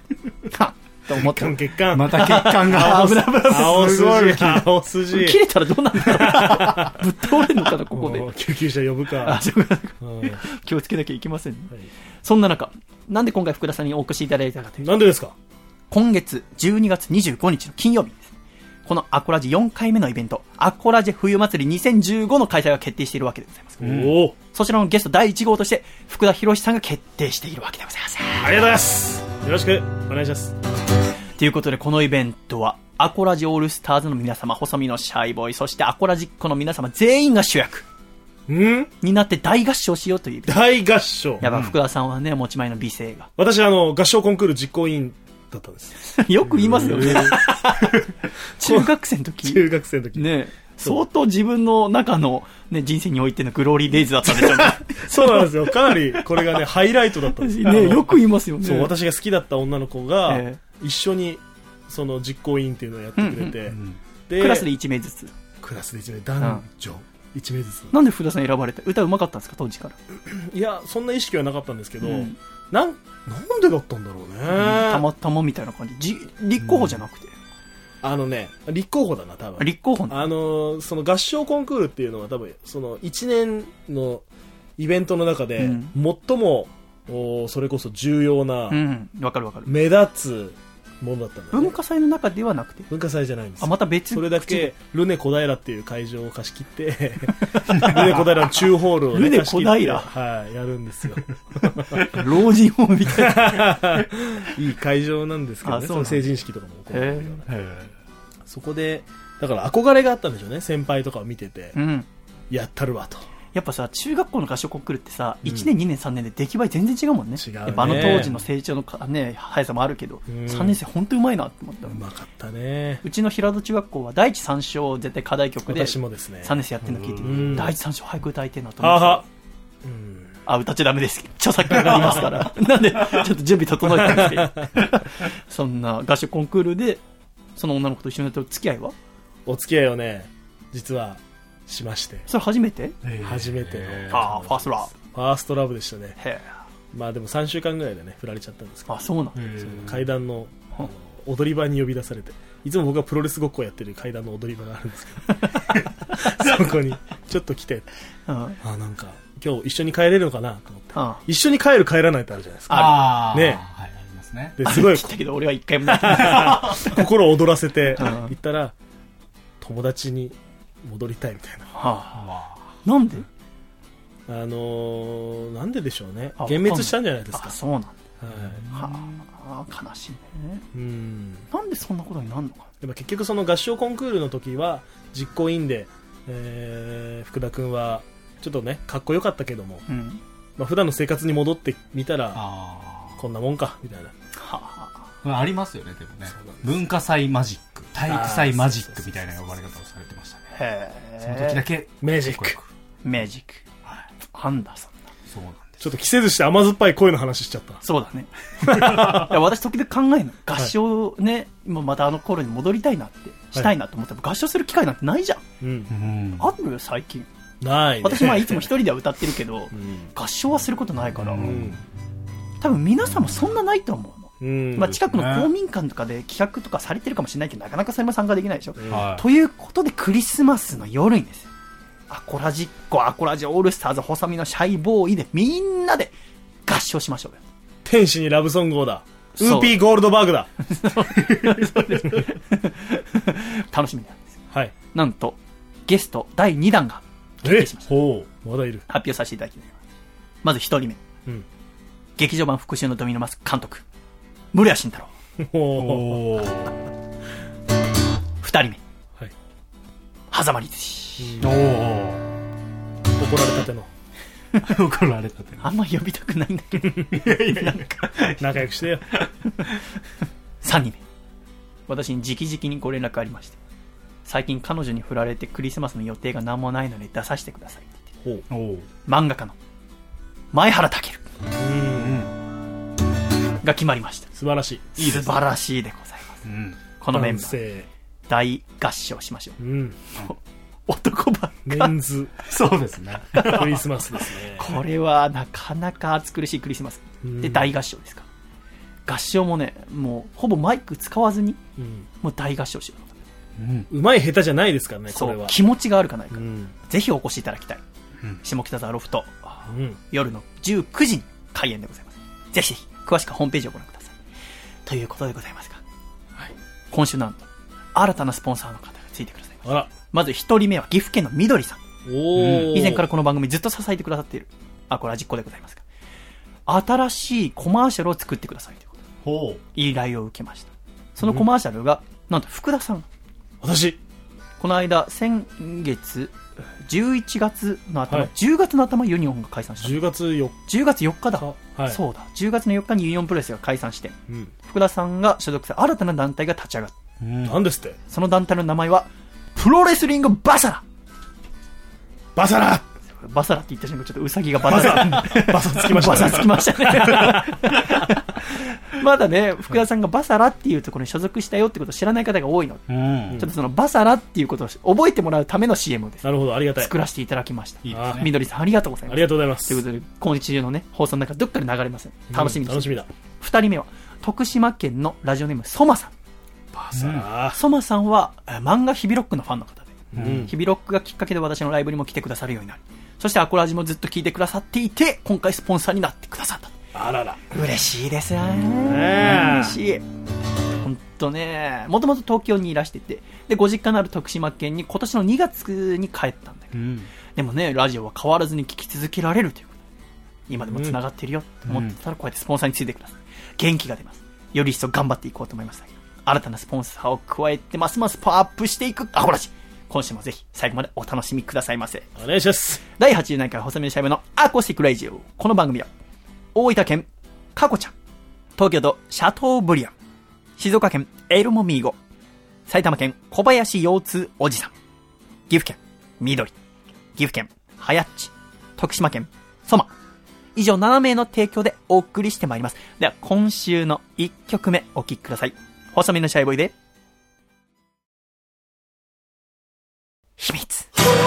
はっと思って。 血管。 また血管が。 危ない危ない。 青筋。青筋。 切れたらどうなんだろう。ぶっ倒れるのかな、ここで。 救急車呼ぶか。 あ、そうか。気をつけなきゃいけませんね。はい、そんな中、なんで今回福田さんにお越しいただいたかというと。 なんでですか？ 今月じゅうにがつにじゅうごにちの金曜日です。このアコラジよんかいめのイベント、アコラジ冬祭りにせんじゅうごの開催が決定しているわけでございます。 おそちらのゲストだいいち号として福田博さんが決定しているわけでございます。 ありがとうございます。よろしくお願いします。 ということでこのイベントはアコラジオールスターズの皆様、細身のシャイボーイ、そしてアコラジックの皆様全員が主役んになって大合唱しようという。 大合唱。 やっぱ福田さんはね、持ち前の美声が。 私あの合唱コンクール実行委員だったんです。 よく言いますよね。中学生の時。 中学生の時。 ね、相当自分の中の、ね、人生においてのグローリーデイズだったんでしょうね。 そうなんですよ。かなりこれがね、ハイライトだったんですよ。 ね、よく言いますよね。 そう、私が好きだった女の子が、えー、一緒にその実行委員っていうのをやってくれて、うんうん、でクラスでいちめいずつ。 クラスでいちめい、男女いちめいずつ。 なんで福田さん選ばれた？歌うまかったんですか、当時から？ いや、そんな意識はなかったんですけど、うん、なん、なんでだったんだろうね。うん、 たまたまみたいな感じ。じ立候補じゃなくて。 うん、あのね、立候補だな、多分。 立候補あの、その合唱コンクールっていうのは多分、そのいちねんのイベントの中で、最も、うん、それこそ重要な、 うん、わかるわかる。 目立つものだったんだ、ね、 文化祭の中ではなくて。 文化祭じゃないんです。 あ、また別。 それだけ、ルネ小平っていう会場を貸し切って、ルネ小平の中ホールをね、 ルネ小平はい、やるんですよ。 老人ホームみたいな。 いい会場なんですけどね、その成人式とかも行われるような。そこで、だから憧れがあったんでしょうね、先輩とかを見てて。うん、やったるわと。 やっぱさ、中学校の合唱コンクールってさ、うん、いちねんにねんさんねんで出来栄え全然違うもんね。 違うね。 やっぱあの当時の成長のか、ね、速さもあるけど、うん、さんねん生本当にうまいなって思った。 うまかったね。 うちの平戸中学校は第一三章絶対課題曲で、 私もですね、 さんねん生やってるの聞いて、うん、第一三章早く歌いてえなと思って。はは、うん、あ、歌っちゃダメです。著作権がありますから。なんで、ちょっと準備整えたんですけど。そんな合唱コンクールで、その女の子と一緒にやってる付き合いは？ お付き合いをね、実は、しまして。 それ初めて？ 初めての。ああ、ファーストラブ。 ファーストラブでしたね。へまあでもさんしゅうかんぐらいでね、振られちゃったんですけど。 あ、そうなんです。階段の踊り場に呼び出されて、いつも僕はプロレスごっこやってる階段の踊り場があるんですけど、そこにちょっと来て、ああ、なんか今日一緒に帰れるのかなと思って、ああ一緒に帰る帰らないってあるじゃないですか。 あね、 はい、ありますね。 ですごい来たけど俺は一回もない。 心を躍らせて行ったら、友達に戻りたいみたいな。はあ、なんで？ あのー、なんででしょうね。幻滅したんじゃないですか。 あ、そうなんだ。 はあ、悲しいね。 うん。 なんでそんなことになるのか。 でも結局その合唱コンクールの時は実行委員で、えー、福田君はちょっとねかっこよかったけども、うんまあ、普段の生活に戻ってみたらこんなもんかみたいな、 はあ、ありますよね。でもね文化祭マジック、体育祭マジックみたいな呼ばれ方をされてましたね。へその時だけメジックメジック、はい、アンダーさんだ。 そうなんです。ちょっと着せずして甘酸っぱい声の話しちゃった。 そうだね。いや私時々考えるの、合唱ね、はい、今またあの頃に戻りたいなってしたいなと思っても、はい、合唱する機会なんてないじゃん、うん、あるよ最近ない、ね、 私まあいつも一人では歌ってるけど、うん、合唱はすることないから、うん、多分皆さんもそんなないと思うの、うんまあ、近くの公民館とかで企画とかされてるかもしれないけどなかなかそれも参加できないでしょ、うんはい、ということでクリスマスの夜にですよ、アコラジっ子、アコラジオールスターズ、細身のシャイボーイでみんなで合唱しましょうよ。 天使にラブソングをだ。ウーピーゴールドバーグだ。 そうです楽しみなんですよ。 はい。 なんとゲストだいにだんが決定しました。 ほう、まだいる。 発表させていただきます。まずひとりめ、うん、劇場版復讐のドミノマス監督室谷慎太郎。おふたりめ、はい、狭間律師。おお怒られたての怒られたてのあんま呼びたくないんだけどいやいやなんか仲良くしてよ。 さんにんめ、私に直々にご連絡ありまして、最近彼女に振られてクリスマスの予定が何もないので出させてくださいって言って、お漫画家の前原健が決まりました。 素晴らしい。 いいですね、素晴らしいでございます、うん、このメンバー大合唱しましょう、うん、男ばっかメンズそうですねクリスマスですね。 これはなかなか暑苦しいクリスマス、うん、で大合唱ですか。合唱もねもうほぼマイク使わずに、うん、もう大合唱しよう、うん、うまい下手じゃないですからね。これは気持ちがあるかないか、うん、ぜひお越しいただきたい、うん、下北沢ロフト、うん、夜のじゅうくじに開演でございます。ぜひぜひ詳しくホームページをご覧くださいということでございますが、はい、今週なんと新たなスポンサーの方がついてくださいます。あら、まず一人目は岐阜県のみどりさん。お以前からこの番組ずっと支えてくださっているアコラジっ子でございますが、新しいコマーシャルを作ってくださいということで依頼を受けました。そのコマーシャルが、うん、なんと福田さん、 私この間先月じゅういちがつの頭、はい、じゅうがつの頭ユニオンが解散した。 じゅうがつよっかじゅうがつよっかだ、はい、そうだじゅうがつのよっかにユニオンプロレスが解散して、うん、福田さんが所属する新たな団体が立ち上がった、 うん、なんですって。 その団体の名前はプロレスリングバサラ。 バサラバサラって言った瞬間ちょっとウサギがバサラバサつきましたね。 バサつきましたねまだね福田さんがバサラっていうところに所属したよってことを知らない方が多いので、うん、ちょっとそのバサラっていうことを覚えてもらうための シーエム です。 なるほど、ありがたい。 作らせていただきました。いいですね。 みどりさんありがとうございます。 ありがとうございます。 ということで今週のね放送の中どっかで流れます、ね、楽しみに、 うん、楽しみだ。 ふたりめは徳島県のラジオネームソマさん。 バサラ、 うん、ソマさんは漫画ヒビロックのファンの方で、うん、ヒビロックがきっかけで私のライブにも来てくださるようになり、そしてアコラジもずっと聞いてくださっていて今回スポンサーになってくださった。 あらら嬉しいですよね。嬉しい本当ね。もともと東京にいらしてて、でご実家のある徳島県に今年のにがつに帰ったんだけど、うん、でもねラジオは変わらずに聞き続けられるということで今でもつながってるよと思ってたら、こうやってスポンサーについてください。元気が出ます。より一層頑張っていこうと思いましたけど、新たなスポンサーを加えてますますパワーアップしていくアコラジ、今週もぜひ最後までお楽しみくださいませ。 お願いします。 だいはちじゅうななかい細身のシャイボのアコースティックラジオ。この番組は大分県かこちゃん、東京都シャトーブリアン、静岡県エルモミーゴ、埼玉県小林腰痛おじさん、岐阜県緑、岐阜県はやっち、徳島県ソマ、以上ななめいの提供でお送りしてまいります。では今週のいっきょくめお聴きください。細身のシャイボーイで秘密。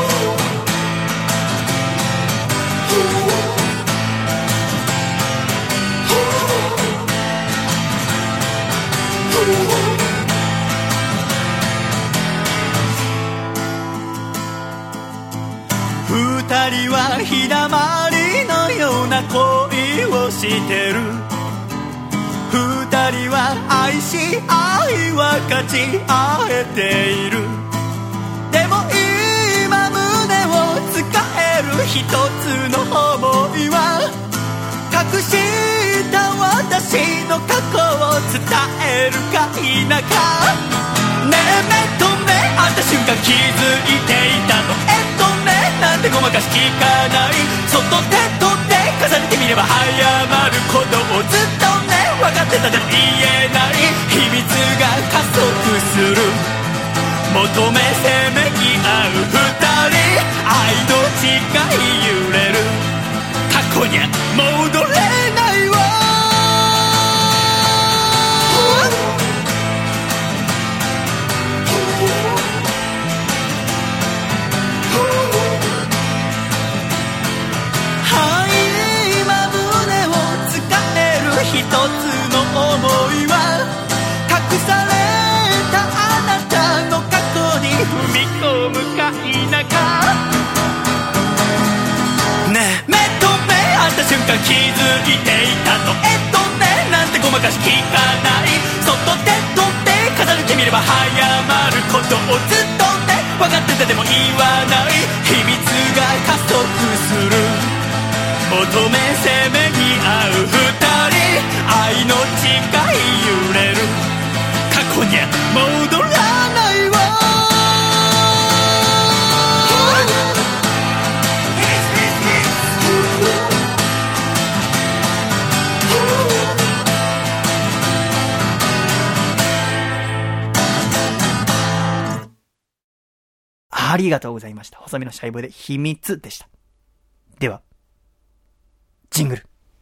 二人は日だまりのような恋をしてる。二人は愛し愛は勝ち合えている。でも今胸を使える一つの想いは、隠した私私の過去を伝えるか否か。ねえ目と目あった瞬間気づいていたの。えっとねなんてごまかし聞かない。そっと手と手重ねてみれば早まることをずっとね分かってたでも言えない秘密が加速する。求めせめぎ合う二人愛の誓い揺れる。過去には戻れないわ。はい今胸をつかめる一つの想いは隠されたあなたの過去に踏み込むか否か。ねえ目と目あった瞬間気づいていたの。えっとねなんてごまかし聞かない。そっと手と手重ねてみれば早まることをずっとね分かっててでも言わない秘密が加速する。求めせめぎ合う二人愛の誓い揺れる。過去には戻らないわ。 ありがとうございました。細身のシャイボーイで秘密でした。ではジングル。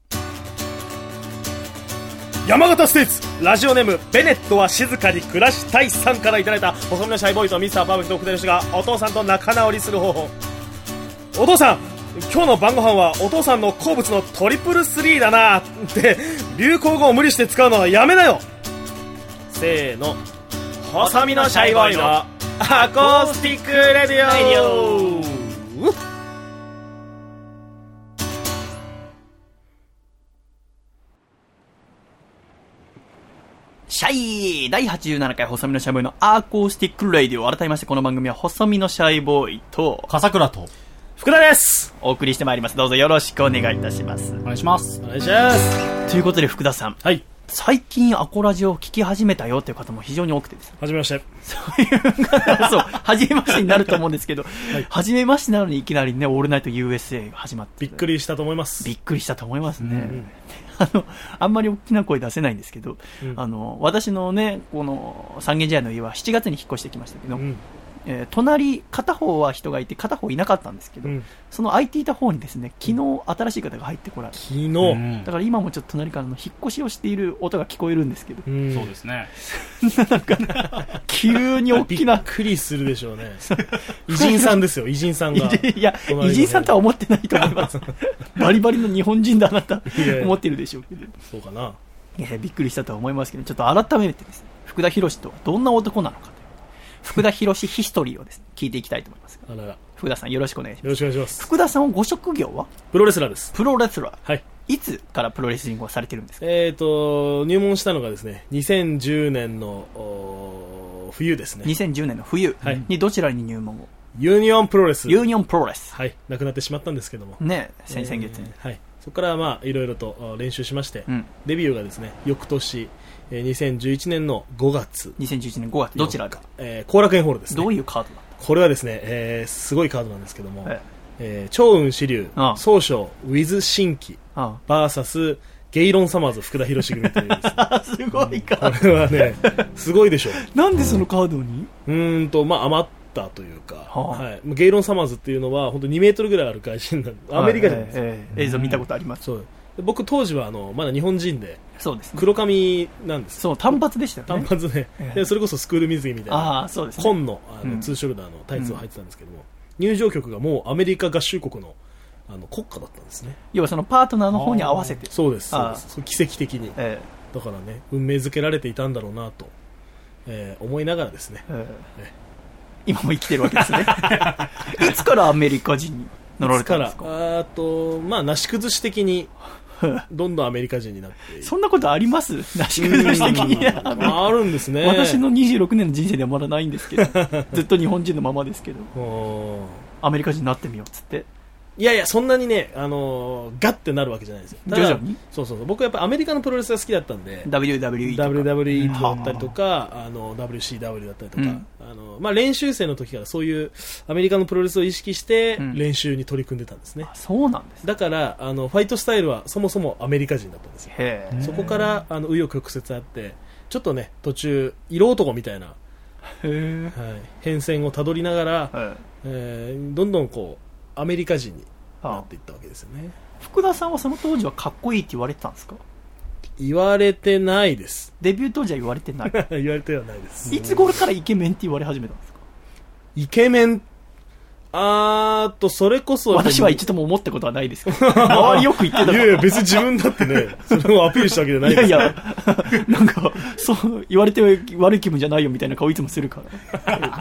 山形ステーツラジオネームベネットは静かに暮らしたいさんからいただいた細身のシャイボーイとミスターパーフェクト福田義がお父さんと仲直りする方法。お父さん今日の晩ご飯はお父さんの好物のトリプルスリーだなって流行語を無理して使うのはやめなよ。せーの細身のシャイボーイのアコースティックレディオ。 シャイだいはちじゅうななかい細身のシャイボーイのアコースティックレディオ。改めましてこの番組は細身のシャイボーイと笠倉と福田ですお送りしてまいります。どうぞよろしくお願いいたします。 お願いします。 お願いします。 ということで福田さん、 はい、 最近アコラジオを聞き始めたよという方も非常に多くてですね。 はじめまして。 そういう方そう初めましてになると思うんですけど、はい、初めましてなのにいきなりねオールナイト ユーエスエー が始まってびっくりしたと思います。 びっくりしたと思いますね、 うんうん、 あのあんまり大きな声出せないんですけど、 うん、 あの私のねこの三軒茶屋の家はしちがつに引っ越してきましたけど、うんえー、隣片方は人がいて片方いなかったんですけど、うん、その空いていた方にですね昨日新しい方が入ってこられて、 昨日だから今もちょっと隣からの引っ越しをしている音が聞こえるんですけど、 うん、そうですねなんか急に大きなびっくりするでしょうね偉人さんですよ。偉人さんがいや偉人さんとは思ってないと思いますバリバリの日本人だあなた思ってるでしょうけど。 そうかな。 いやびっくりしたとは思いますけど、ちょっと改めてですね福田博とはどんな男なのか福田博ヒストリーをですね聞いていきたいと思います。 あらら福田さんよろしくお願いします。 よろしくお願いします。 福田さんはご職業はプロレスラーです。 プロレスラー、 はい。 いつからプロレスリングをされてるんですか？ えーと入門したのがですねにせんじゅうねんの冬ですね。 にせんじゅうねんの冬にどちらに入門を？ ユニオンプロレス。 ユニオンプロレス、 はい、亡くなってしまったんですけどもね、先々月に、 えー、はい、そこからまあいろいろと練習しまして、うん、デビューがですね翌年にせんじゅういちねんのごがつ。 にせんじゅういちねんごがつどちらか？ えー、後楽園ホールですね。 どういうカードだった？ これはですね、えー、すごいカードなんですけども、ええー、趙雲支流総称ウィズ新規バーサスゲイロンサマーズ福田博組というです、ね、 すごいカード。 これはねすごいでしょう。 なんでそのカードにうーんと、まあ、余ったというか、はあはい、ゲイロンサマーズっていうのは本当にメートルぐらいある外人なんでアメリカ人です、 えーえー、映像見たことあります。 そうで僕当時はあのまだ日本人で、 そうですね、 黒髪なんです。 そう単発でしたよね。 単発で、えー、でそれこそスクール水着みたいなあそうです、ね、 紺のあの、うん、ツーショルダーのタイツを履いてたんですけども、うん、入場曲がもうアメリカ合衆国のあの国歌だったんですね。 要はそのパートナーの方に合わせて。 そうですそうです。奇跡的に、えー、だからね運命づけられていたんだろうなと、えー、思いながらですね、えーえー今も生きてるわけですねいつからアメリカ人になられたんですか？ あと、まあ、なし崩し的にどんどんアメリカ人になってそんなことあります？なし崩し的にあるんですね。 私のにじゅうろくねんの人生ではまだないんですけどずっと日本人のままですけどアメリカ人になってみようっつっていやいや、そんなにね、あのー、ガッてなるわけじゃないですよ。 徐々にそうそうそう。僕はやっぱアメリカのプロレスが好きだったんで、 ダブリューダブリューイー とか。 ダブリューダブリューイー だったりとか、あの、ダブリューシーダブリュー だったりとか、うん、あの、まあ、練習生の時からそういうアメリカのプロレスを意識して練習に取り組んでたんですね。うん、 あ、そうなんです、ね、 だから、あの、ファイトスタイルはそもそもアメリカ人だったんですよ。へー。そこから、あの、紆余曲折あって、ちょっとね、途中、色男みたいな、へー、はい、変遷をたどりながら、えー、どんどんこう、アメリカ人になっていったわけですよね。 福田さんはその当時はかっこいいって言われてたんですか？ 言われてないです。 デビュー当時は言われてない言われてはないです。 いつ頃からイケメンって言われ始めたんですか？ イケメン、あーっと、それこそ。 私は一度も思ったことはないですけど。周りよく言ってたから。 いやいや、別に自分だってね、それをアピールしたわけじゃないです。 いやいや、なんか、そう、言われて悪い気分じゃないよみたいな顔いつもするから。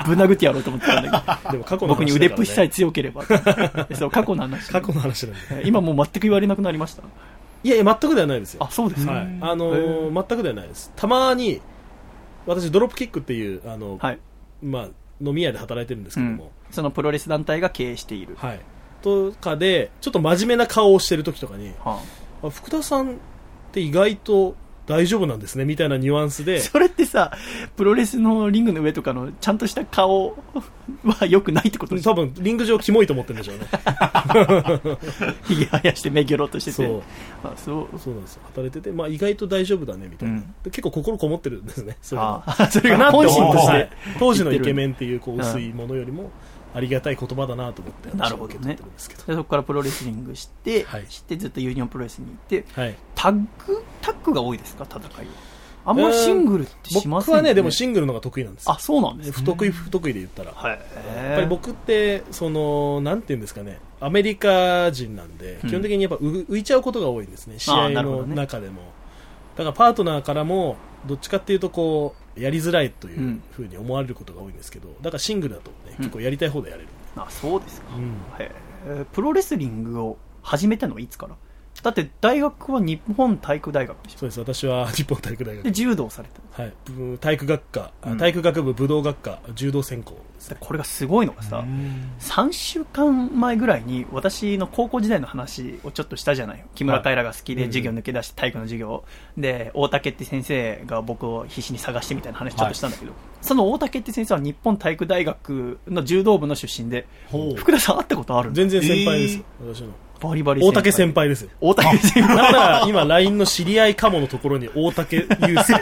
ぶん殴ってやろうと思ってたんだけど。でも過去の話だからね、僕に腕っぷしさえ強ければ。そう、過去の話。 過去の話なんで。 今もう全く言われなくなりました。 いやいや、全くではないですよ。 あ、そうですか。 はい。あのー、全くではないです。たまに、私、ドロップキックっていう、あの、はい、まあ、飲み屋で働いてるんですけども、 うん、そのプロレス団体が経営している、 はい、とかでちょっと真面目な顔をしてる時とかに、はあ、あ福田さんって意外と大丈夫なんですねみたいなニュアンスで、 それってさ、プロレスのリングの上とかのちゃんとした顔は良くないってことですか？ 多分リング上キモいと思ってるんでしょうね。 ひげ生やして目ギョロっとしてて、 そう、 あ、そう、 そうなんですよ。働いてて、まあ、意外と大丈夫だねみたいな、うん、で結構心こもってるんですね。それがあそれが本心として当時のイケメンっていうこう薄いものよりもありがたい言葉だなと思って私は受け取ってるんですけど、なるほどね。でそこからプロレスリングして、はい、してずっとユニオンプロレスに行って、はい、タッグタッグが多いですか、戦いは？あんまりシングルってしませんね。 僕はね、でもシングルの方が得意なんです。 あ、そうなんですね。 不得意不得意で言ったら、はい、やっぱり僕ってそのなんていうんですかね、アメリカ人なんで、うん、基本的にやっぱ浮いちゃうことが多いんですね、試合の中でも、ね、だからパートナーからもどっちかっていうとこうやりづらいというふうに思われることが多いんですけど、だからシングルだと、ね、うん、結構やりたい方でやれる。 あ、そうですか、うん、へー。プロレスリングを始めたのはいつから？だって大学は日本体育大学でしょ？ そうです。私は日本体育大学で柔道された。 はい。体育学科、うん、体育学部武道学科柔道専攻ですね。 これがすごいのがさ、さんしゅうかんまえぐらいに私の高校時代の話をちょっとしたじゃないよ。木村カエラが好きで授業抜け出して体育の授業で、大竹って先生が僕を必死に探してみたいな話ちょっとしたんだけど、はい、その大竹って先生は日本体育大学の柔道部の出身で、福田さん会ったことあるんですか？全然先輩ですよ、えー、私のバリバリ大竹先輩ですよ。 大竹先輩。 だから今 ライン の知り合いかものところに大竹祐介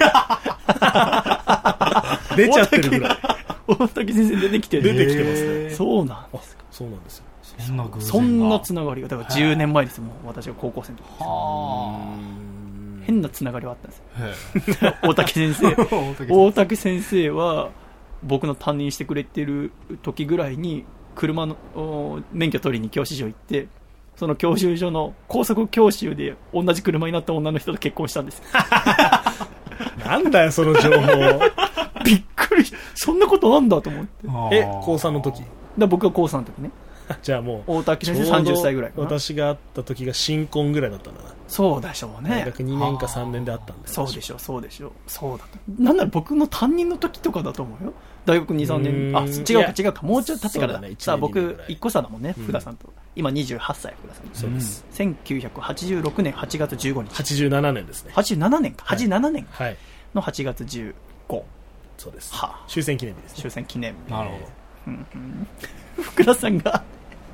出ちゃってるぐらい。 大竹先生出てきてる。 出てきてますね。 そうなんですか。 そうなんですよ。 そんな偶然が。そんなつながりがだからじゅうねんまえですもん。私が高校生の時です。はあ。変なつながりはあったんですよ。大竹先生。大竹先生は僕の担任してくれてる時ぐらいに。車の免許取りに教習所行って、その教習所の高速教習で同じ車になった女の人と結婚したんですよ。 なんだよその情報。 びっくり、そんなことあんだと思って。 え、高さんの時？ だ僕が高さんの時ね。 じゃあもう大竹先生さんじゅっさいぐらいかな。 私が会った時が新婚ぐらいだったんだな。 そうでしょうね。 大学にねんかさんねんで会ったんだ。 そうでしょう、そうでしょう。そうだ。なんなら僕の担任の時とかだと思うよ。大学に、さんねん。あ、違うか違うか。もうちょっと経ってからだね。さあ僕いっこ差だもんね、福田さんと。今にじゅうはっさい、福田さん。 そうです。 せんきゅうひゃくはちじゅうろくねんはちがつじゅうごにち。 はちじゅうななねんですね。 はちじゅうななねんか。はちじゅうななねんのはちがつじゅうご。 そうです。はあ、終戦記念日です、ね。 終戦記念日。 なるほど。 うんうん、福田さんが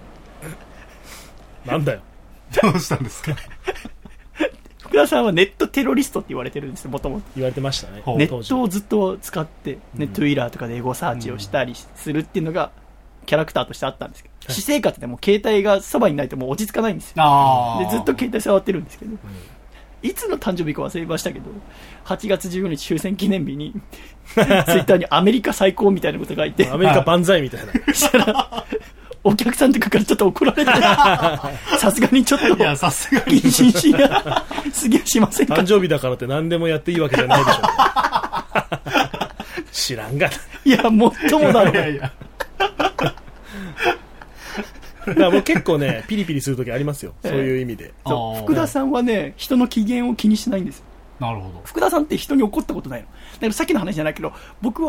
なんだよ。 どうしたんですか？ 福田さんはネットテロリストって言われてるんですよ、もともと。 言われてましたね。 ネットをずっと使って、うん、ネットウィーラーとかでエゴサーチをしたりするっていうのがキャラクターとしてあったんですけど、うん、私生活でも携帯がそばにないともう落ち着かないんですよ。 あでずっと携帯触ってるんですけど、うん、いつの誕生日か忘れましたけど、はちがつじゅうごにち終戦記念日にツイッターにアメリカ最高みたいなことが書いて、 アメリカ万歳みたいな。 したらお客さんとかからちょっと怒られて、さすがにちょっといやさすがに謹慎しがすげえしませんか。 誕生日だからって何でもやっていいわけじゃないでしょう。知らんがな。 いやもっともだろう。いやいやだからもう結構ねピリピリする時ありますよ、そういう意味で。 そう福田さんはね人の機嫌を気にしないんですよ。 なるほど。 福田さんって人に怒ったことないの。だからさっきの話じゃないけど、僕は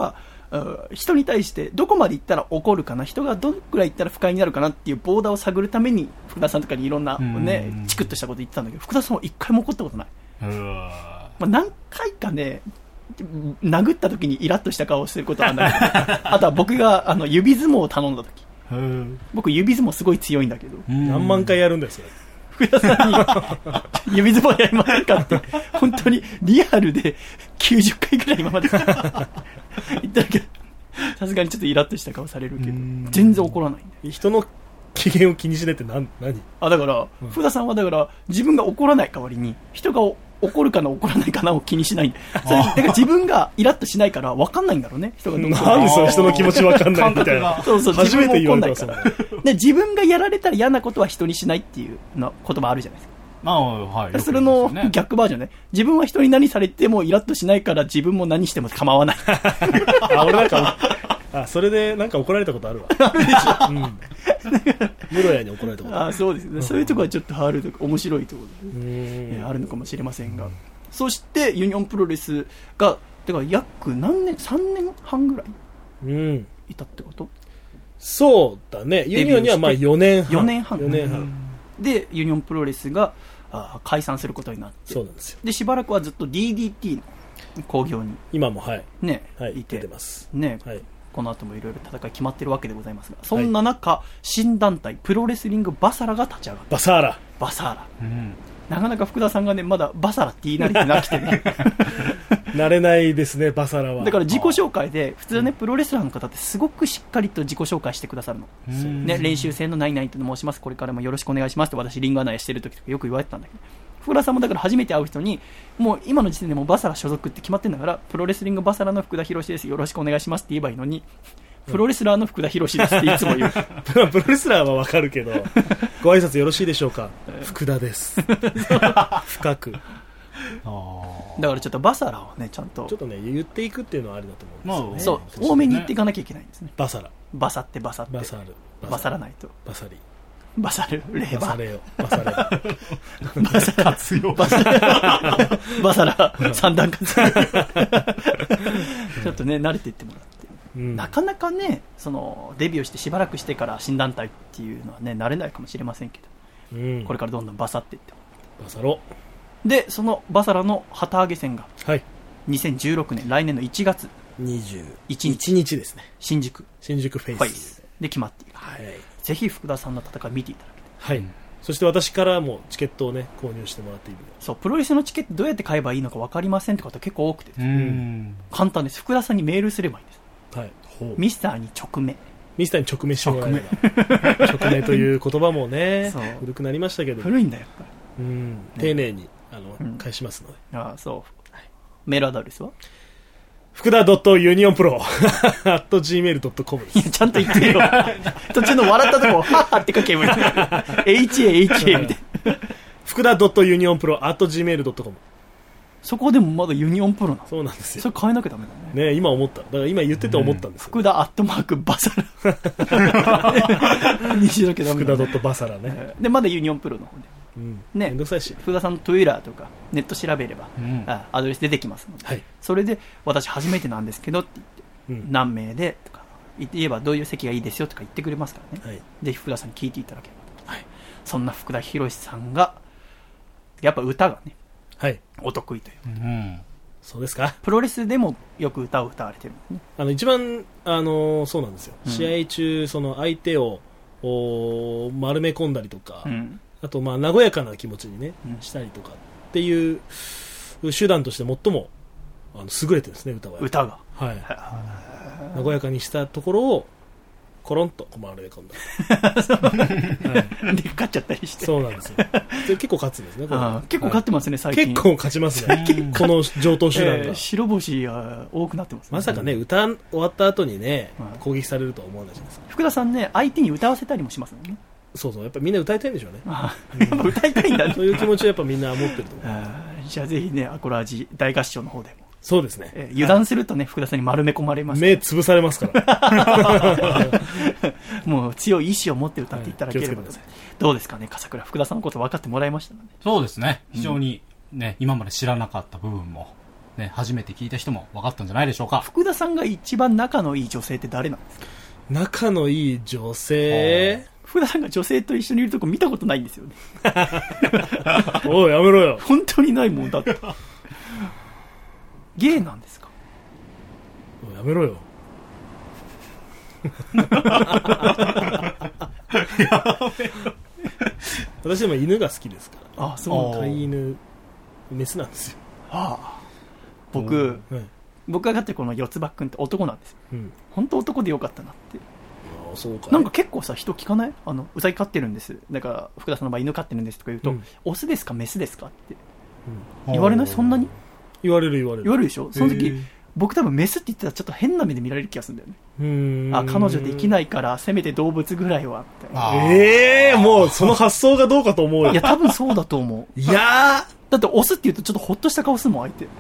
人に対してどこまで行ったら怒るかな、人がどのくらい行ったら不快になるかなっていうボーダーを探るために福田さんとかにいろんなねチクッとしたこと言ってたんだけど、福田さんは一回も怒ったことない。うわ、まあ、何回かね殴った時にイラッとした顔をすることはないあとは僕があの指相撲を頼んだ時、僕指相撲すごい強いんだけど、 何万回やるんですよ福田さんに指相撲やりませんかって本当にリアルできゅうじゅっかいくらい今まで言ったけど、さすがにちょっとイラッとした顔されるけど全然怒らないんで。 人の機嫌を気にしないって何何あだから、うん、福田さんはだから自分が怒らない代わりに人が怒るかな怒らないかなを気にしないんで、それだから自分がイラッとしないから分かんないんだろうね、人がどうなんでその人の気持ち分かんないみたいなそうそう、 初めて言われたわ。 で自分がやられたら嫌なことは人にしないっていうの言葉あるじゃないですか。 まあはい、 それの逆バージョンね。自分は人に何されてもイラッとしないから自分も何しても構わないあ俺なんかあそれでなんか怒られたことあるわあるでしょ、うん、室谷に怒られたことある。 あそうですね、そういうところはちょっとハードとか面白いところで、えー、あるのかもしれませんが、うん、そしてユニオンプロレスがだから約何年さんねんはんぐらいいたってこと、うん、 そうだね。ユニオンにはまあよねんはんよねんはんよねんはんでユニオンプロレスがあ解散することになって、 そうなんですよ。 でしばらくはずっと ディーディーティー の興行に今もはいね、 はい、 いて出てますね、 はい、 この後もいろいろ戦い決まってるわけでございますが、そんな中、はい、新団体プロレスリングバサラが立ち上がった。 バサーラバサーラ、うん、なかなか福田さんがねまだバサラって言い慣れてなくてね慣れないですねバサラは。 だから自己紹介で普通ねプロレスラーの方ってすごくしっかりと自己紹介してくださるの、ね、練習生の何々と申します、これからもよろしくお願いしますって私リングアナやしてる時とかよく言われてたんだけど、福田さんもだから初めて会う人にもう今の時点でもうバサラ所属って決まってんだから、プロレスリングバサラの福田博ですよろしくお願いしますって言えばいいのに、プロレスラーの福田博ですっていつも言うプロレスラーはわかるけどご挨拶よろしいでしょうか福田です深くあだからちょっとバサラをねちゃんとちょっとね言っていくっていうのはありだと思うんですよね、まあ、そう、多めに言っていかなきゃいけないんですね。 バサラバサってバサってバサルバサらないとバサリバサルレーバーバサレよバサレバサラ活用バサラバサラ三段活用ちょっとね慣れていってもらって、うん、なかなかねそのデビューしてしばらくしてから新団体っていうのはね慣れないかもしれませんけど、うん、これからどんどんバサっていってバサロでそのバサラの旗揚げ戦が、 はい、 にせんじゅうろくねん来年のいちがつにじゅういちにちですね。 新宿新宿フェイス、 フェイスで決まっている、 はい、 ぜひ福田さんの戦い見ていただきたい。 はい、うん、そして私からもチケットをね購入してもらっている。 そうプロレスのチケットどうやって買えばいいのか分かりませんって方結構多くて、うん、簡単です。福田さんにメールすればいいんです、はい、ミスターに直メミスターに直メしてもらえば直メという言葉もね古くなりましたけど古いんだよやっぱり、うん、丁寧にあの、うん、返しますので。 ああそう、はい、メールアドレスは福田ユニオンプロアットジーメールドットコム です。 いやちゃんと言ってよ途中の笑ったとこはっはって書けばいいエイチエーエイチエー みたいな福田ユニオンプロアットジーメールドットコム。 そこでもまだユニオンプロなの。 そうなんですよ。 それ変えなきゃダメだね。 ね今思った。だから今言ってて思ったんですよ、 うん、福田アットマークバサラにしなきゃダメだ、ね、 福田バサラね。 でまだユニオンプロの方で、 うんね、 めんどくさいし福田さんのトゥイラーとかネット調べれば、うん、あアドレス出てきますので、はい、それで私初めてなんですけどって言って、うん、何名でとか言えばどういう席がいいですよとか言ってくれますからね、はい、ぜひ福田さんに聞いていただければと、はい、そんな福田博さんがやっぱ歌がね、はい、お得意という、うん、 そうですか。 プロレスでもよく歌を歌われてるんですね。 あの一番、あのー、そうなんですよ、うん、試合中その相手を丸め込んだりとか、うん、あとまあ和やかな気持ちに、ねうん、したりとかっていう手段として最もあの優れてるんですね歌は。 歌が、 はい、和やかにしたところをコロンと丸め込んだはい、で勝っちゃったりしてそうなんですよ。で結構勝つんですねこれ。 あ結構勝ってますね、はい、最近結構勝ちますねこの上等手段が、えー、 白星が多くなってます、ね、 まさかね歌終わった後にね、はい、攻撃されるとは思わないじゃないですか。 福田さんね相手に歌わせたりもしますもんね。 そうそうやっぱみんな歌いたいんでしょうね。 あやっぱ歌いたいんだねそういう気持ちはやっぱみんな持ってると思う。 あじゃあぜひねアコラージ大合唱の方でも。 そうですね、 えー、油断するとね、はい、福田さんに丸め込まれます。 目潰されますからもう強い意志を持って歌っていただければ、はい、どうですかね笠倉、福田さんのこと分かってもらいましたね。 そうですね、非常に、ね、うん、今まで知らなかった部分もね、初めて聞いた人も分かったんじゃないでしょうか。 福田さんが一番仲のいい女性って誰なんですか？ 仲のいい女性？ 福田さんが女性と一緒にいるとこ見たことないんですよね。 おい、やめろよ。 本当にないもんだって。ゲイなんですか？ おい、やめろよ。私でも犬が好きですから。 ああ、そう。 飼い犬、メスなんですよ。 ああ、僕、はい、僕が飼ってるこの四つ葉くんって男なんですよ。うん、本当男でよかったなって。 ああ、そうか。 なんか結構さ、人聞かない？あの、うさぎ飼ってるんです。だから福田さんの場合犬飼ってるんですとか言うと、うん、オスですかメスですかって、うん、言われない？そんなに言われる言われる言われるでしょ。その時僕多分メスって言ってたらちょっと変な目で見られる気がするんだよね。うーん、あ、彼女できないからせめて動物ぐらいはみたいな。 ええー、もうその発想がどうかと思うよ。 いや多分そうだと思う。 いやー、だってオスって言うとちょっとホッとした顔するもん相手。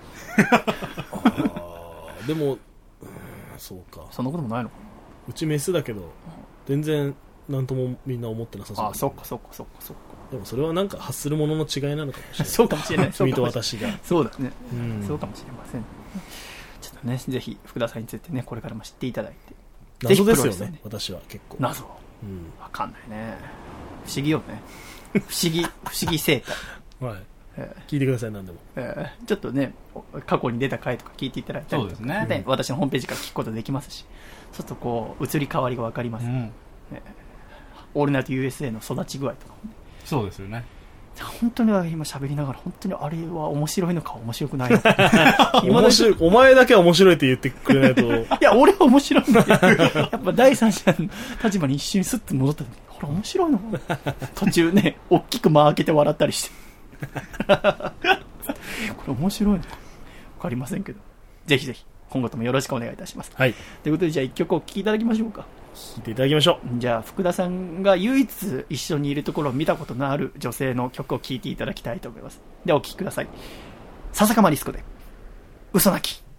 あでも、うん、そうか。 そんなこともないのかな。 うちメスだけど全然なんともみんな思ってなさそう。 あ、そっかそっかそっかそっか。 でもそれはなんか発するものの違いなのかもしれない。 そうかもしれない。 君と私が。 そうだね、うん。そうかもしれません。ちょっとね、ぜひ福田さんについてね、これからも知っていただいて。 謎ですよね、私は結構。 謎。うん。わかんないね。不思議よね。不思議、不思議生態。 はい。えー、聞いてください、何でも。 えー、ちょっとね、過去に出た回とか聞いていただいたりとか、そうですね。で、私のホームページから聞くことできますし、ちょっとこう、移り変わりがわかります、ね。うん、えー、オールナイト ユーエスエー の育ち具合とかもね。 そうですよね。 本当に今喋りながら本当にあれは面白いのか面白くないのか面白い、お前だけは面白いって言ってくれないと。 いや俺は面白いんだけど、やっぱ第三者の立場に一瞬スッと戻った時にこれ面白いのか途中ね大きく間開けて笑ったりしてこれ面白いのか分かりませんけど、ぜひぜひ今後ともよろしくお願いいたします。 はい。 ということでじゃあ一曲お聴きいただきましょうか。 聴いていただきましょう。じゃあ福田さんが唯一一緒にいるところを見たことのある女性の曲を聴いていただきたいと思います。ではお聴きください。笹かまりすこで嘘なき。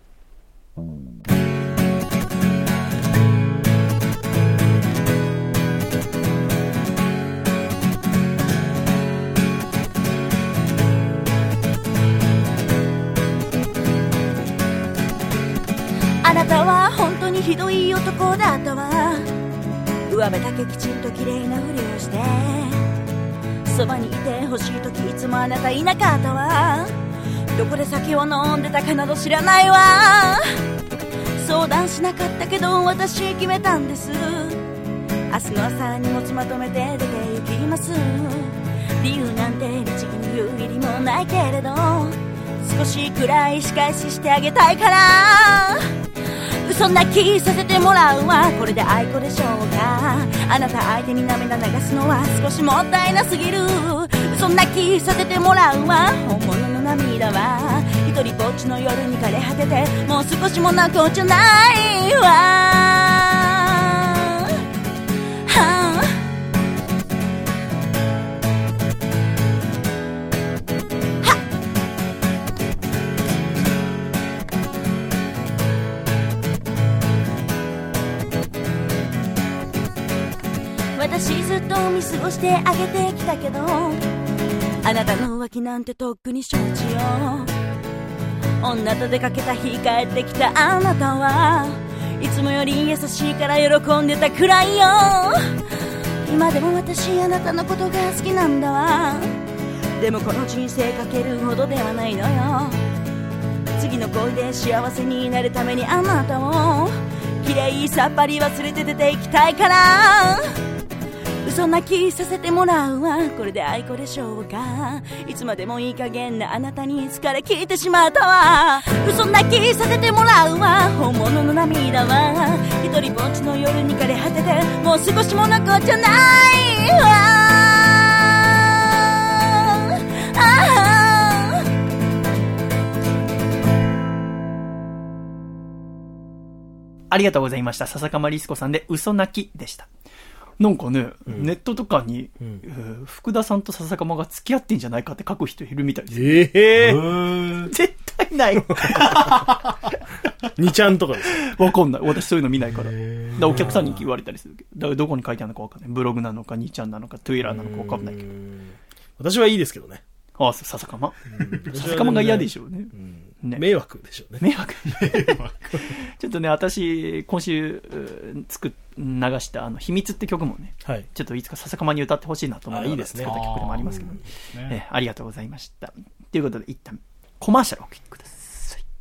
あなたは本当にひどい男だったわ。上辺だけきちんと綺麗なふりをしてそばにいてほしい時いつもあなたいなかったわ。どこで酒を飲んでたかなど知らないわ。相談しなかったけど私決めたんです。明日の朝荷物まとめて出て行きます。理由なんて律儀に言う義理もないけれど少しくらい仕返ししてあげたいから嘘泣きさせてもらうわ。これで愛子でしょうか。あなた相手に涙流すのは少しもったいなすぎる。嘘泣きさせてもらうわ。本物の涙は一人ぼっちの夜に枯れ果ててもう少しも泣こうじゃないわ、はあ。私ずっと見過ごしてあげてきたけどあなたの浮気なんてとっくに承知よ。女と出かけた日帰ってきたあなたはいつもより優しいから喜んでたくらいよ。今でも私あなたのことが好きなんだわ。でもこの人生かけるほどではないのよ。次の恋で幸せになるためにあなたをきれいさっぱり忘れて出ていきたいから嘘泣きさせてもらうわ。これで愛子でしょうか。いつまでもいい加減なあなたに疲れ切ってしまったわ。嘘泣きさせてもらうわ。本物の涙は一人ぼっちの夜に枯れ果ててもう少しも泣こうじゃないわ、あありがとうございました。笹かまりすこさんで嘘泣きでした。なんかね、うん、ネットとかに、うんえー、福田さんと笹かまが付き合ってんじゃないかって書く人いるみたいです。 ええー、 絶対ない。 にちゃんとかですか？わかんない。私そういうの見ないから。だからお客さんに言われたりするけど、だからどこに書いてあるのかわかんない。ブログなのかにちゃんなのかトゥイラーなのかわかんないけど。 私はいいですけどね。 ああ、笹かま。笹かまが嫌でしょうね。 うんね、迷惑でしょうね。 迷惑ちょっとね、私、今週、作っ、流したあの、秘密って曲もね、はい、ちょっといつか笹かまに歌ってほしいなと思って作った曲でもありますけど、ねね、ありがとうございました。ということで、一旦、コマーシャルをお聴きください。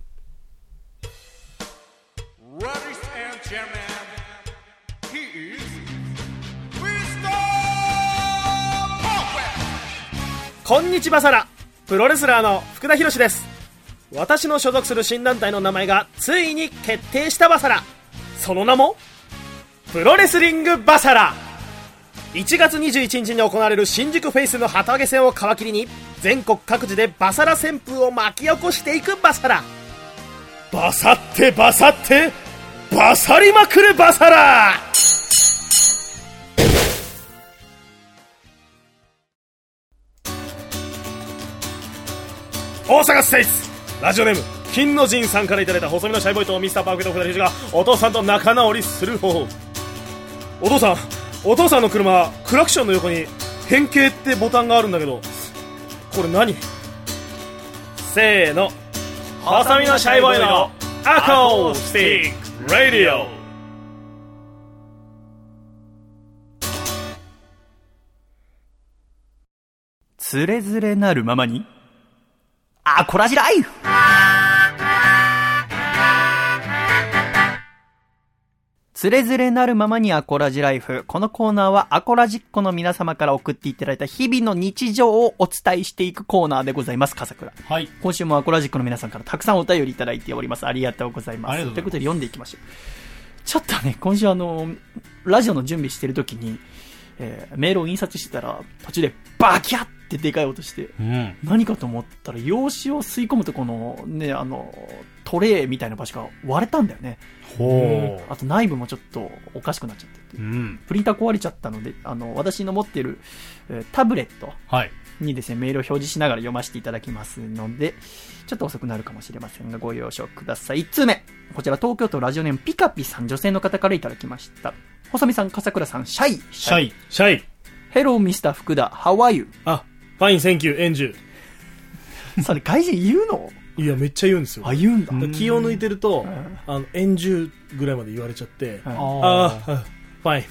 こんにちはサラ、プロレスラーの福田博です。私の所属する新団体の名前がついに決定したバサラ。その名もプロレスリングバサラ。いちがつにじゅういちにちに行われる新宿フェイスの旗揚げ戦を皮切りに、全国各地でバサラ旋風を巻き起こしていくバサラ。バサってバサってバサりまくるバサラ。大阪ステイツラジオネーム金の神さんからいただいた細身のシャイボーイとミスターパーフェクト福田博がお父さんと仲直りする方法。お父さんお父さんの車クラクションの横に変形ってボタンがあるんだけど、これ何？せーの、細身のシャイボーイのアコースティックラディオ。 つれづれなるままにアコラジライフ。つれづれなるままにアコラジライフ。このコーナーはアコラジッコの皆様から送っていただいた日々の日常をお伝えしていくコーナーでございます。笠倉。 はい。 今週もアコラジッコの皆さんからたくさんお便りいただいております。ありがとうございます。ということで読んでいきましょう。ちょっとね、今週あの、ラジオの準備してるときに、えー、メールを印刷してたら、途中でバキャッってでかい音して、うん、何かと思ったら、用紙を吸い込むとこの、ね、あの、トレイみたいな場所が割れたんだよね。ほう。あと内部もちょっとおかしくなっちゃってて、うん、プリンター壊れちゃったので、あの、私の持っている、えー、タブレットにですね、メールを表示しながら読ませていただきますので、ちょっと遅くなるかもしれませんが、ご了承ください。いちつうめ。こちら東京都ラジオネームピカピさん、女性の方からいただきました。細見さん、笠倉さん、シャイ。 シャイ。シャイ。 ヘローミスター福田、How are you? あ、ファイン、センキュー、エンジュ。 それ外人言うの？ いや、めっちゃ言うんですよ。 あ、言うんだ。 気を抜いてると、あの、エンジュぐらいまで言われちゃって、ああ、ファイン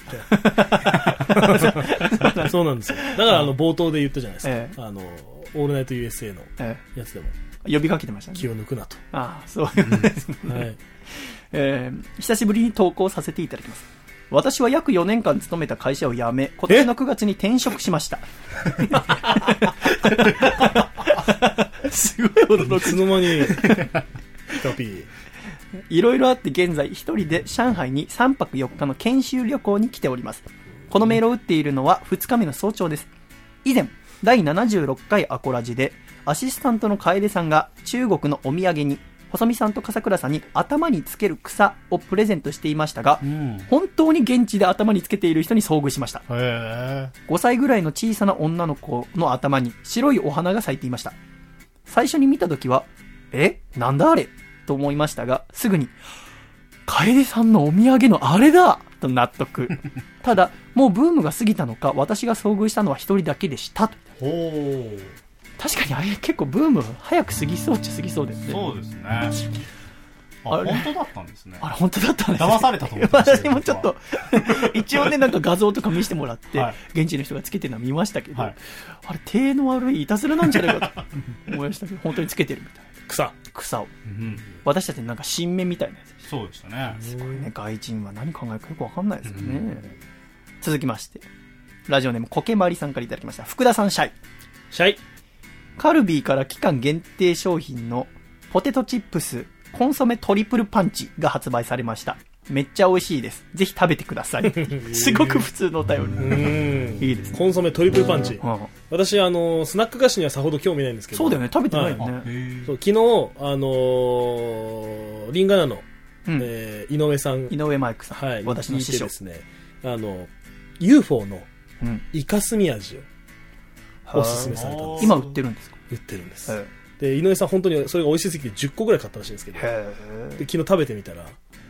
みたいな。そうなんですよ。だから、あの、冒頭で言ったじゃないですか。あの、オールナイト ユーエスエー のやつでも。 呼びかけてましたね。 気を抜くなと。 ああ、そういうことですね。はい。えー、久しぶりに投稿させていただきます。私は約よねんかん勤めた会社を辞め、今年のくがつに転職しました。すごい驚く。 いつの間にカピー。 いろいろあって現在一人で上海にさんぱくよっかの研修旅行に来ております。このメールを打っているのはふつかめの早朝です。以前だいななじゅうろっかいアコラジでアシスタントの楓さんが中国のお土産に細見さんと笠倉さんに頭につける草をプレゼントしていましたが、うん、本当に現地で頭につけている人に遭遇しました。へごさいぐらいの小さな女の子の頭に白いお花が咲いていました。最初に見た時はえなんだあれと思いましたが、すぐに楓さんのお土産のあれだと納得。ただもうブームが過ぎたのか、私が遭遇したのは一人だけでしたと。ほう、確かにあれ結構ブーム早く過ぎそうっちゃ過ぎそうですね。 そうですね。あ、あれ本当だったんですね。 あれ本当だったんですね。 騙されたと思ってました。 私もちょっと一応ね、なんか画像とか見せてもらって、はい、現地の人がつけてるのは見ましたけど、はい、あれ手の悪いいたずらなんじゃないかと思いましたけど、本当につけてるみたいな。 草草を、うん、私たちなんか新芽みたいなやつでした。 そうでしたね。 すごいね。外人は何考えるかよくわかんないですよね、うん、続きましてラジオネームコケマリさんからいただきました。福田さん、シャイ。 シャイ。 カルビーから期間限定商品のポテトチップスコンソメトリプルパンチが発売されました。めっちゃ美味しいです。ぜひ食べてください。すごく普通のお便り。うんいいですね。 コンソメトリプルパンチ。うん、私あのスナック菓子にはさほど興味ないんですけど。 そうだよね。食べてないよね。はい、 そう昨日あのー、リンガナの、うんえー、井上さん、 井上マイクさん、 はい、 私の師匠ですね。あの ユーフォー のイカスミ味を。おすすめされたんです。 今売ってるんですか？ 売ってるんです。で井上さん本当にそれが美味しすぎてじゅっこぐらい買ったらしいんですけど、で昨日食べてみたら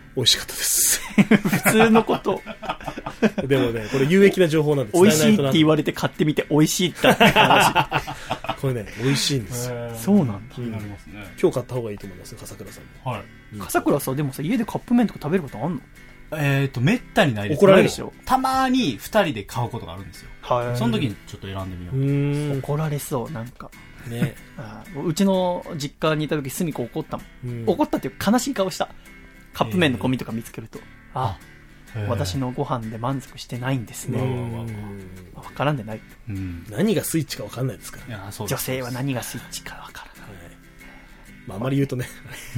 美味しかったです普通のことでもねこれ有益な情報なんで美味しいって言われて買ってみて美味しいって話これね美味しいんですよ。 そうなんだ。 気になりますね。 今日買った方がいいと思いますよ笠倉さんも。 はい、 うん、 笠倉さでもさ家でカップ麺とか食べることあんの？ えっ、ー、とめったにないです。 怒られるでしょ。 たまに二人で買うことがあるんですよ。はい。その時にちょっと選んでみよう。うーん怒られそうなんかね。 あうちの実家にいた時すみこ怒ったもん、うん、怒ったっていう悲しい顔した。カップ麺のゴミとか見つけると、あ私のご飯で満足してないんですね。わからんでない、 うん、何がスイッチかわかんないですから、ね、 いやそうです。女性は何がスイッチかわからない、はいまあ、あまり言うとね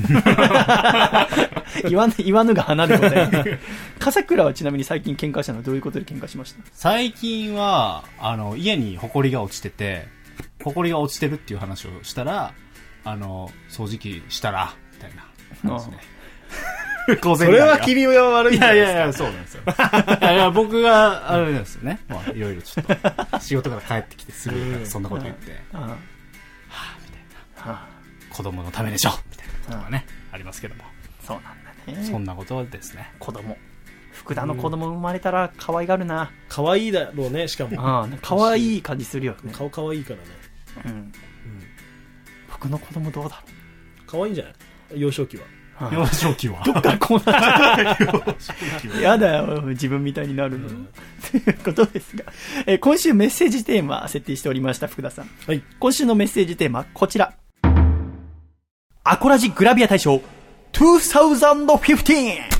言わぬ言わぬが離れることない笠倉はちなみに最近喧嘩したのはどういうことで喧嘩しました？ 最近はあの家に埃が落ちてて埃が落ちてるっていう話をしたらあの掃除機したらみたいな感じでそれは君は悪いんじゃないですか。 いやいやいやそうなんですよいやいや僕があれなんですよね、まあ、いろいろちょっと仕事から帰ってきてすぐそんなこと言ってはぁ、あ、みたいな、はあ、子供のためでしょみたいなことがね、ありますけども。 そうなんだね。 そんなことですね。 子供福田の子供生まれたら可愛がるな。 可愛いだろうね。しかもああ可愛い感じするよね。 顔可愛いからね。 うん、うん、僕の子供どうだろう。可愛いんじゃない？幼少期は。 幼少期はどっからこうなっちゃうやだよ自分みたいになるの、うん、ということですが、えー、今週メッセージテーマ設定しておりました福田さん、はい、今週のメッセージテーマこちら。アコラジグラビア大賞にせんじゅうご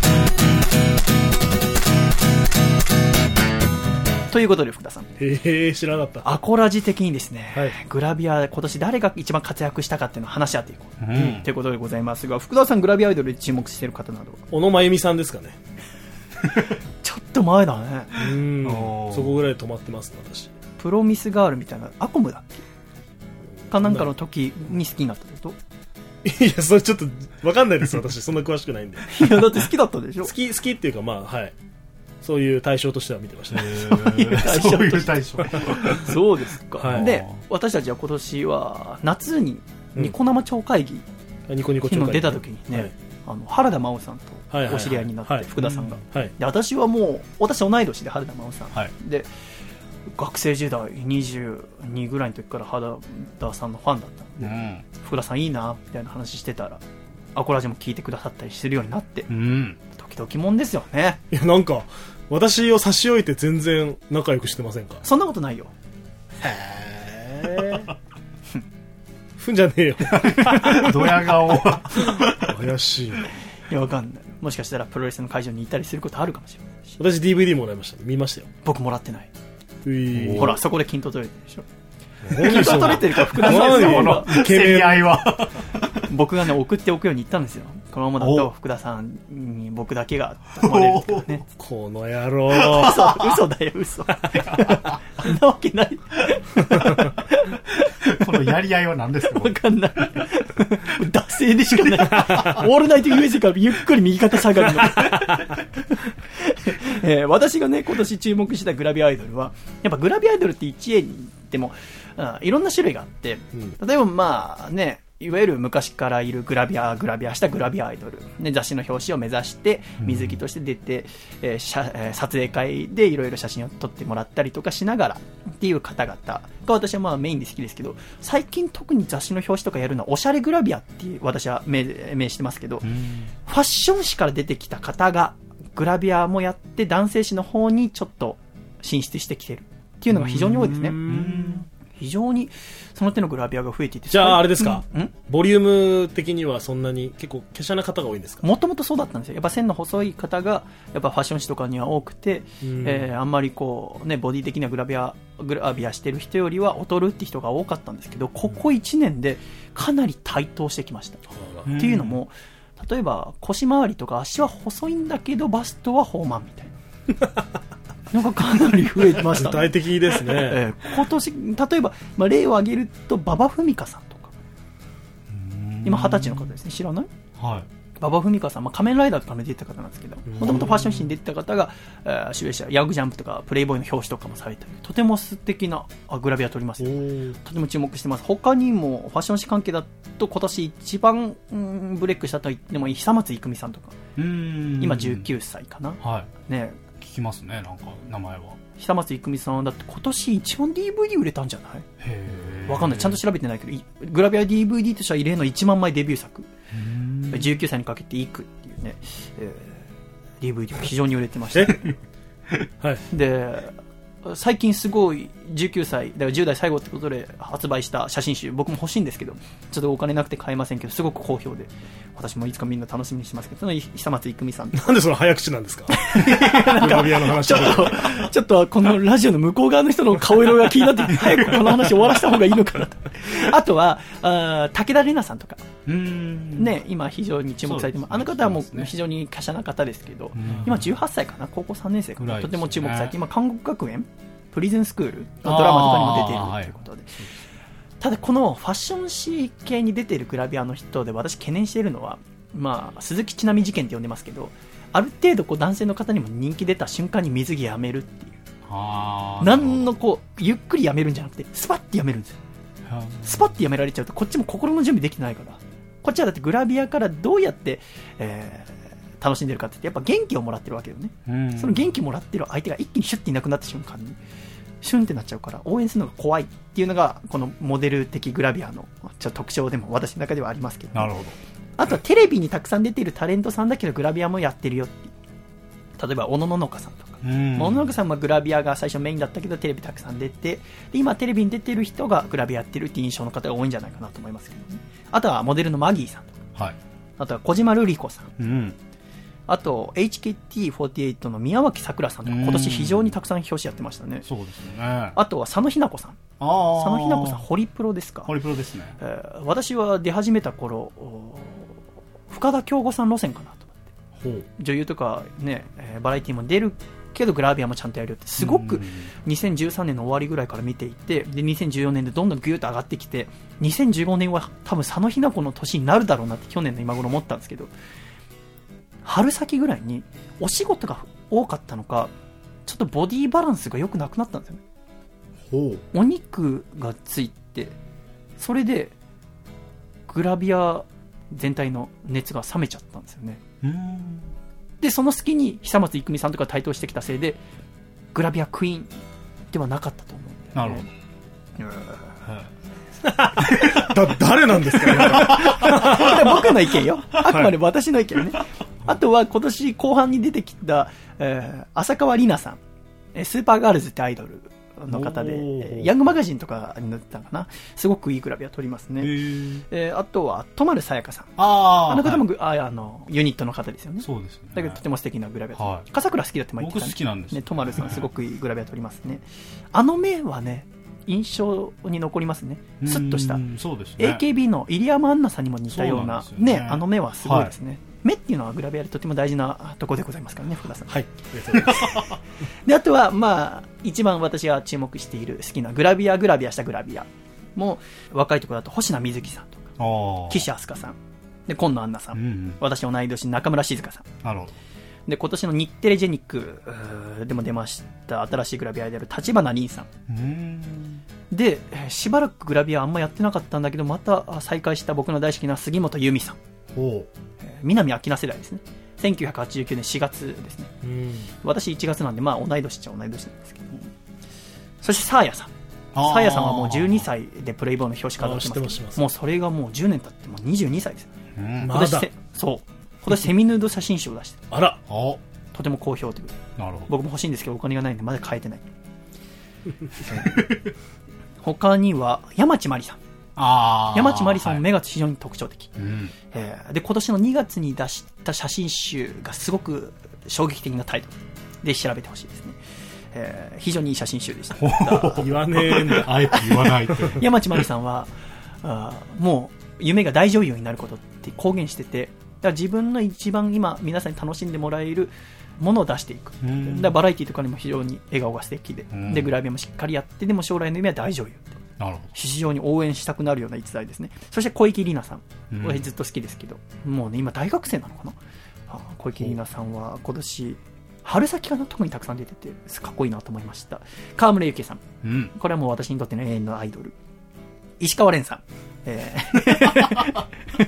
ということで福田さん、 へえ知らなかった。 アコラジ的にですね、はい、グラビア今年誰が一番活躍したかっていうのを話し合っていこう、うん、ということでございますが、福田さんグラビアアイドルで注目している方など小野真由美さんですかねちょっと前だね。 うんそこぐらいで止まってます私。 プロミスガールみたいなアコムだっけかなんかの時に好きになったってこと？ いやそれちょっと分かんないです私そんな詳しくないんでいやだって好きだったでしょ。 好き好きっていうかまあはいそういう対象としては見てましたね。 そういう対象そうですか、はい、で私たちは今年は夏にニコ生超会議ニコニコ超会議出た時にね、はい、あの原田真央さんとお知り合いになって、はいはいはい、福田さんが、はい、で私はもう私同い年で原田真央さん、はい、で学生時代にじゅうにぐらいの時から原田さんのファンだったので、うん、福田さんいいなみたいな話してたらアコラジも聞いてくださったりするようになって、うん、時々もんですよね。 いやなんか私を差し置いて全然仲良くしてませんか？ そんなことないよ。 へーふんじゃねえよドヤ顔怪しいな。いやわかんない。もしかしたらプロレスの会場にいたりすることあるかもしれないし。 私 ディーブイディー もらいました、ね、見ましたよ。 僕もらってない。 うほらそこで筋トレ取れてるでしょ。筋トレ取れてるから福田さんの競り合いは僕がね送っておくように言ったんですよ。このままだと福田さんに僕だけが思われるからね。 この野郎嘘, 嘘だよ嘘なわけないこのやり合いは何ですか？ 分かんない惰性でしかないオールナイト ユーエスエー からゆっくり右肩下がるの、えー、私がね今年注目したグラビアアイドルはやっぱグラビアアイドルって一円に言ってもいろんな種類があって、うん、例えばまあねいわゆる昔からいるグラビアグラビアしたグラビアアイドル、ね、雑誌の表紙を目指して水着として出て、うんえーしゃえー、撮影会でいろいろ写真を撮ってもらったりとかしながらっていう方々が私はまあメインで好きですけど、最近特に雑誌の表紙とかやるのはおしゃれグラビアっていう私は名名してますけど、うん、ファッション誌から出てきた方がグラビアもやって男性誌の方にちょっと進出してきてるっていうのが非常に多いですね。うん非常にその手のグラビアが増えていて、 じゃああれですか、うん、ボリューム的にはそんなに結構華奢な方が多いんですか？ もともとそうだったんですよ。やっぱ線の細い方がやっぱファッション誌とかには多くて、えー、あんまりこうねボディ的なグラビアグラビアしてる人よりは劣るって人が多かったんですけど、ここいちねんでかなり台頭してきました、うん、っていうのも例えば腰回りとか足は細いんだけどバストは豊満みたいななんかかなり増えました、ね、 具体的ですね、 えー、今年例えば、まあ、例を挙げると馬場ふみかさんとか今はたちの方ですね。知らない？ はい馬場ふみかさん、まあ、仮面ライダーとかも出てた方なんですけど、もともとファッション誌に出てた方が、えー、主演者ヤングジャンプとかプレイボーイの表紙とかもされたり、とても素敵なあグラビア撮りますよ。とても注目してます。他にもファッション誌関係だと今年一番、うん、ブレイクしたと言っても久松郁美さんとか、 うーん今じゅうきゅうさいかな、 はい、 ね、 聞きますね、なんか名前は。 久松郁美さんはだって今年一番 ディーブイディー 売れたんじゃない？ へー、 わかんない、ちゃんと調べてないけど、グラビア ディーブイディー としては異例のいちまんまいデビュー作、じゅうきゅうさいにかけていくっていうね、えー、ディーブイディー が非常に売れてましたはい、で最近すごいじゅうきゅうさいだからじゅう代最後ってことで発売した写真集、僕も欲しいんですけどちょっとお金なくて買えませんけどすごく好評で、私もいつかみんな楽しみにしますけど、その久松郁美さんなんでその早口なんですかグラビアの話ちょっとちょっとこのラジオの向こう側の人の顔色が気になって早くこの話終わらせた方がいいのかなとあとはあ武田玲奈さんとか、うーん、ね、今非常に注目されてます、ね、あの方はもう非常に華奢な方ですけど、今じゅうはっさいかな、高校さんねん生かな、とても注目されて、今韓国学園プリズンスクールのドラマとかにも出ているということで、はい、ただこのファッション誌系に出ているグラビアの人で私懸念しているのは、まあ、鈴木ちなみ事件って呼んでますけど、ある程度こう男性の方にも人気出た瞬間に水着やめるっていう、あなんのこうゆっくりやめるんじゃなくてスパッてやめるんですよ。スパッてやめられちゃうとこっちも心の準備できてないから、こっちはだってグラビアからどうやって、えー、楽しんでるかって言ってやっぱ元気をもらってるわけよね、うん、その元気もらってる相手が一気にシュッていなくなった瞬間にシュンってなっちゃうから応援するのが怖いっていうのがこのモデル的グラビアのちょっと特徴でも私の中ではありますけど、ね、 なるほど。 あとはテレビにたくさん出ているタレントさんだけどグラビアもやってるよっていう、例えば小野ののかさんとか、小野ののかさんはグラビアが最初メインだったけどテレビたくさん出て、で今テレビに出てる人がグラビアやってるっていう印象の方が多いんじゃないかなと思いますけどね。あとはモデルのマギーさんとか、はい、あとは小島瑠璃子さん、うん、あと エイチケーティーフォーティーエイト の宮脇さくらさんとか今年非常にたくさん表紙やってましたね。 そうですね。 あとは佐野日奈子さん、佐野日奈子さんホリプロですか。 ホリプロですね、 えー、私は出始めた頃深田恭吾さん路線かなと思って、女優とかね、えー、バラエティも出るけどグラビアもちゃんとやるってすごくにせんじゅうさんねんの終わりぐらいから見ていて、でにせんじゅうよねんでどんどんグーッと上がってきてにせんじゅうごねんは多分佐野日奈子の年になるだろうなって去年の今頃思ったんですけど、春先ぐらいにお仕事が多かったのかちょっとボディバランスが良くなくなったんですよね。ほう、お肉がついてそれでグラビア全体の熱が冷めちゃったんですよね。うーん、でその隙に久松郁美さんとか台頭してきたせいでグラビアクイーンではなかったと思うんだよね。なるほどだ誰なんですか僕の意見よ、あくまで私の意見ね、はい、あとは今年後半に出てきた、えー、浅川里奈さん、スーパーガールズってアイドルの方でヤングマガジンとかに載ってたかな、すごくいいグラビア撮りますね。えー、あとは戸丸さやかさん、ああの方も、はい、ああのユニットの方ですよね。そうですよね。だけどとても素敵なグラビア、はい、笠倉好きだって前言ってた、ね、 僕好きなんですね。 戸丸さんすごくいいグラビア撮りますね。あの目はね印象に残りますね。スッとした、そうですね、エーケービー の入山杏奈さんにも似たような、ね、ね、あの目はすごいですね、はい、目っていうのはグラビアでとても大事なところでございますからね、福田さん。はい、ありがとうございますであとは、まあ、一番私が注目している好きなグラビアグラビアしたグラビアも若いところだと星名瑞希さんとか岸飛鳥さんで今野杏奈さん、うんうん、私同い年中村静香さん、なるほど。で今年の日テレジェニックでも出ました新しいグラビアである立花凛さん、うーんでしばらくグラビアあんまやってなかったんだけどまた再開した僕の大好きな杉本由美さん、お南明菜世代ですね。せんきゅうひゃくはちじゅうきゅうねんしがつですね。うん、私いちがつなんで、まあ同い年っちゃ同い年なんですけど、そしてサーヤさん、サーヤさんはもうじゅうにさいでプレイボーイの表紙飾ってますけど、もうそれがもうじゅうねん経ってもうにじゅうにさいです、うん、今年まだそう今年セミヌード写真集を出してあらとても好評ということで、なるほど、僕も欲しいんですけどお金がないんでまだ買えてない他には山地真理さん、あ山地真理さんの目が非常に特徴的、はい、えー、で今年のにがつに出した写真集がすごく衝撃的なタイトルで調べてほしいですね、えー、非常にいい写真集でした言わねえんだあえて言わないと山地真理さんはあもう夢が大女優になることって公言してて、だから自分の一番今皆さんに楽しんでもらえるものを出していく、だからバラエティとかにも非常に笑顔が素敵で、でグラビアもしっかりやってでも将来の夢は大女優って、なるほど、非常に応援したくなるような逸材ですね。そして小池里奈さん、私ずっと好きですけど、もうね今大学生なのかな、あ小池里奈さんは今年春先かな特にたくさん出ててかっこいいなと思いました。川村ゆきさん、うん、これはもう私にとっての永遠のアイドル。石川蓮さん、 えー、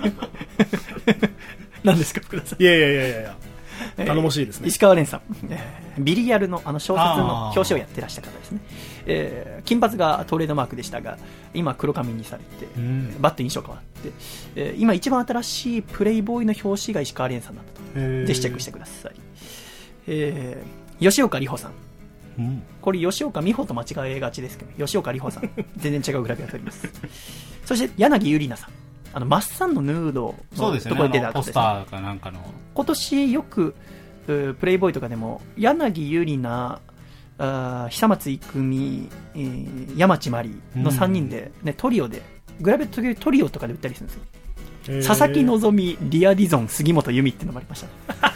何ですか福田さん。 いやいやいやいやいや、頼もしいですね。 石川蓮さん、えー、ビリヤルのあの小説の表紙をやってらした方ですね。えー、金髪がトレードマークでしたが今黒髪にされて、うん、バッと印象変わって、えー、今一番新しいプレイボーイの表紙が石川蓮さんだったと。ぜひチェックしてください。えー、吉岡里帆さん、うん、これ吉岡美穂と間違えがちですけど吉岡里帆さん全然違うグラビアを撮りますそして柳ゆりなさん、あのマッサンのヌードのところで出た後ですね、ポスターかなんかの今年よくプレイボーイとかでも柳ゆりな、あ久松郁美、えー、山地まりのさんにんで、ね、トリオでグラビア時々トリオとかで売ったりするんですよ。佐々木希、リア・ディゾン、杉本由美っていうのもありました、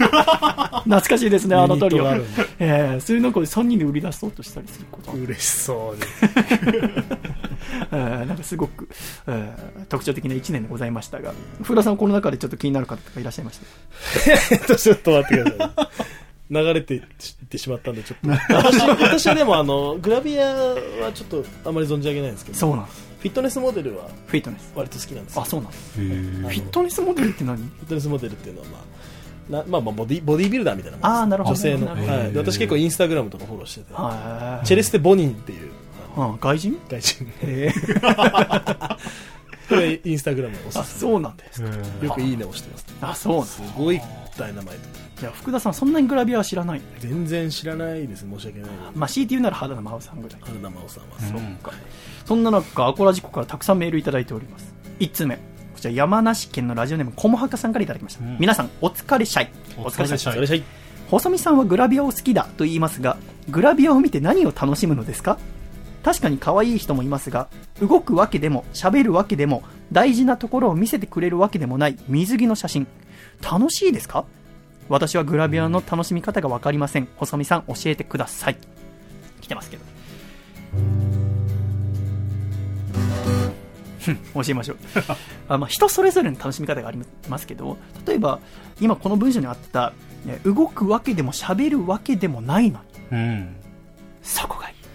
ね、懐かしいですね、あのトリオ、えー、そういうのをさんにんで売り出そうとしたりすること嬉しそうに、 えー、なんかすごく、えー、特徴的ないちねんでございましたが、福田さんこの中でちょっと気になる方とかいらっしゃいましたちょっと待ってください流れていってしまったんでちょっと私, 私はでもあのグラビアはちょっとあまり存じ上げないんですけど、 そうなんです。 フィットネスモデルはフィットネス割と好きなんですよ。 あ、そうなんです。フィットネスモデルって何？ フィットネスモデルっていうのは、まあなまあ、まあボディボディビルダーみたいなものです。あ、なるほど。 女性の、はい、で私結構インスタグラムとかフォローしてて、チェレステ・ボニンっていう、 ああ、外人外人へこれインスタグラムおすすめ。 あ、そうなんですか。 よくいいねをしてます。 あ、そうすごいダイナマイト。 じゃあ福田さんそんなにグラビアは知らない？ 全然知らないです。申し訳ない。 まあ 強いて言うなら原田真央さんぐらい。 原田真央さんは、 うん、そうか。そんな中アコラジコからたくさんメールいただいております。いっつうめ、こちら山梨県のラジオネームこもはかさんからいただきました、うん、皆さんお疲れシャイ。 お疲れシャイ。 細見さんはグラビアを好きだと言いますが、グラビアを見て何を楽しむのですか？確かに可愛い人もいますが、動くわけでも喋るわけでも大事なところを見せてくれるわけでもない水着の写真、楽しいですか？私はグラビアの楽しみ方が分かりません。細見さん教えてください。来てますけど教えましょうあ、まあ、人それぞれの楽しみ方がありますけど、例えば今この文章にあった動くわけでも喋るわけでもないのに、うん、そこがいい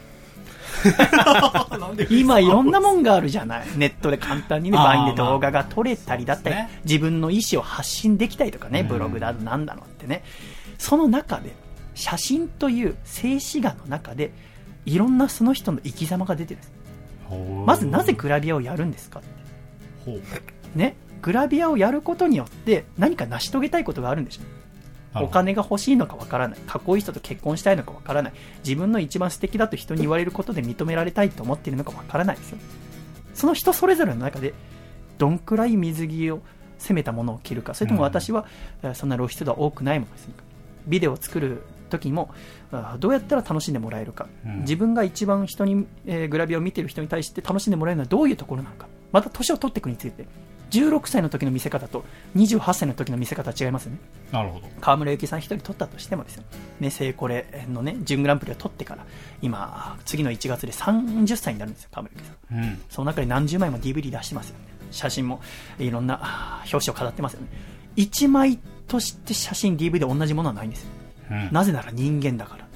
今いろんなもんがあるじゃない。ネットで簡単にね、バインで動画が撮れたりだったり、まあね、自分の意思を発信できたりとかね、うん、ブログだなんだのってね、その中で写真という静止画の中でいろんなその人の生き様が出てるんです。まずなぜグラビアをやるんですかって、ほう、ね、グラビアをやることによって何か成し遂げたいことがあるんでしょう。お金が欲しいのかわからない、かっこいい人と結婚したいのかわからない、自分の一番素敵だと人に言われることで認められたいと思っているのかわからないですよ。その人それぞれの中でどんくらい水着を攻めたものを着るか、それとも私はそんな露出度は多くないものですか。ビデオを作る時もどうやったら楽しんでもらえるか、うん、自分が一番人に、えー、グラビアを見ている人に対して楽しんでもらえるのはどういうところなのか、また年を取っていくについてじゅうろくさいの時の見せ方とにじゅうはっさいの時の見せ方は違いますよね。 なるほど。 川村ゆきさん一人取ったとしてもですよ、ね、セイコレのね準グランプリを取ってから今次のいちがつでさんじゅっさいになるんですよ、川村ゆきさん、うん、その中で何十枚も ディーブイディー 出してますよね。写真もいろんな表紙を飾ってますよね。いちまいとして写真 ディーブイディー 同じものはないんですよ、うん、なぜなら人間だから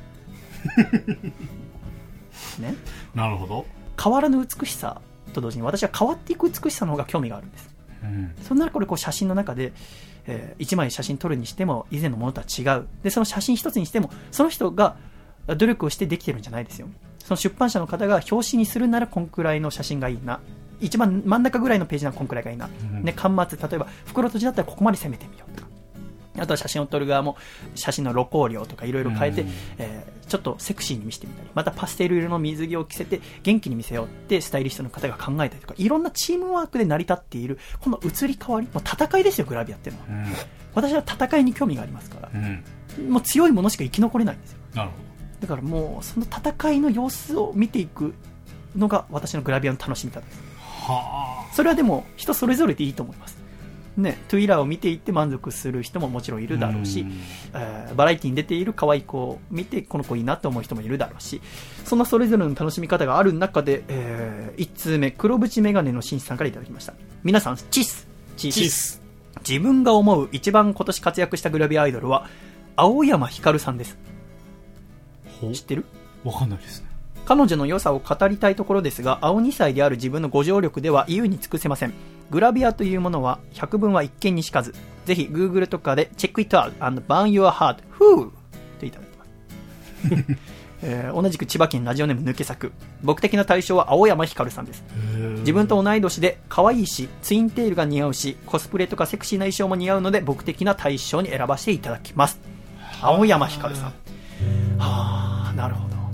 ね。なるほど。変わらぬ美しさと同時に私は変わっていく美しさの方が興味があるんです、うん、そんなこれこう写真の中で、えー、いちまい写真撮るにしても以前のものとは違うで、その写真一つにしてもその人が努力をしてできてるんじゃないですよ。その出版社の方が表紙にするならこんくらいの写真がいいな、一番真ん中ぐらいのページならこんくらいがいいな、うんね、巻末例えば袋閉じだったらここまで攻めてみようとか、あとは写真を撮る側も写真の露光量とかいろいろ変えて、うんえー、ちょっとセクシーに見せてみたり、またパステル色の水着を着せて元気に見せようってスタイリストの方が考えたりとか、いろんなチームワークで成り立っているこの移り変わり、もう戦いですよグラビアっていうのは、うん、私は戦いに興味がありますから、うん、もう強いものしか生き残れないんですよ。なるほど。だからもうその戦いの様子を見ていくのが私のグラビアの楽しみ方です。はあ。それはでも人それぞれでいいと思いますね。トゥイラーを見ていって満足する人ももちろんいるだろうし、う、えー、バラエティに出ている可愛い子を見てこの子いいなと思う人もいるだろうし、そんなそれぞれの楽しみ方がある中で、えー、いち通目黒縁メガネの紳士さんからいただきました。皆さんチスチスチス。自分が思う一番今年活躍したグラビアアイドルは青山ひかるさんです。知ってる？ わかんないですね。 彼女の良さを語りたいところですが、青にさいである自分のご条力では言うに尽くせません。グラビアというものは百聞は一見にしかず。ぜひ Google とかで Check it out and burn your heart. ふうといただきます、えー、同じく千葉県ラジオネーム抜け作。僕的な対象は青山ひかるさんです。自分と同い年で可愛いし、ツインテールが似合うし、コスプレとかセクシーな衣装も似合うので、僕的な対象に選ばせていただきます。青山ひかるさん。はあ、なるほど。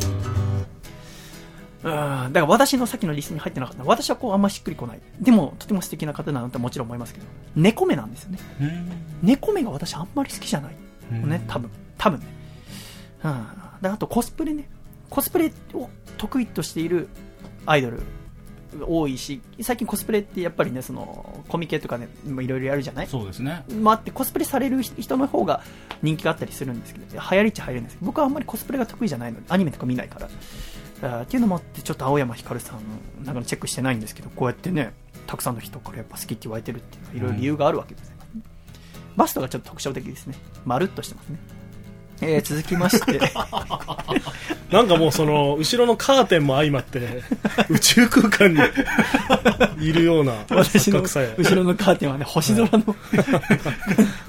うん、だから私のさっきのリストに入ってなかった。私はこうあんましっくりこない。でもとても素敵な方なのともちろん思いますけど、猫目なんですよね。猫目が私あんまり好きじゃない。ね、多分多分ね。うん。であとコスプレね。コスプレを得意としているアイドル多いし、最近コスプレってやっぱりね、そのコミケとかね、いろいろやるじゃない。 そうですね。 まあ、ってコスプレされる人の方が人気があったりするんですけど、流行りっちゃ流行るんですけど、僕はあんまりコスプレが得意じゃないので、アニメとか見ないから。あっていうのもあってちょっと青山ひかるさんなんかチェックしてないんですけど、こうやってねたくさんの人からやっぱ好きって言われてるっていうのはいろいろ理由があるわけですね、うん、バストがちょっと特徴的ですね。まるっとしてますね。えー、続きましてなんかもうその後ろのカーテンも相まって宇宙空間にいるような私の後ろのカーテンはね星空の、はい、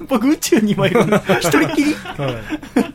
僕宇宙にいるの一人きり、はい、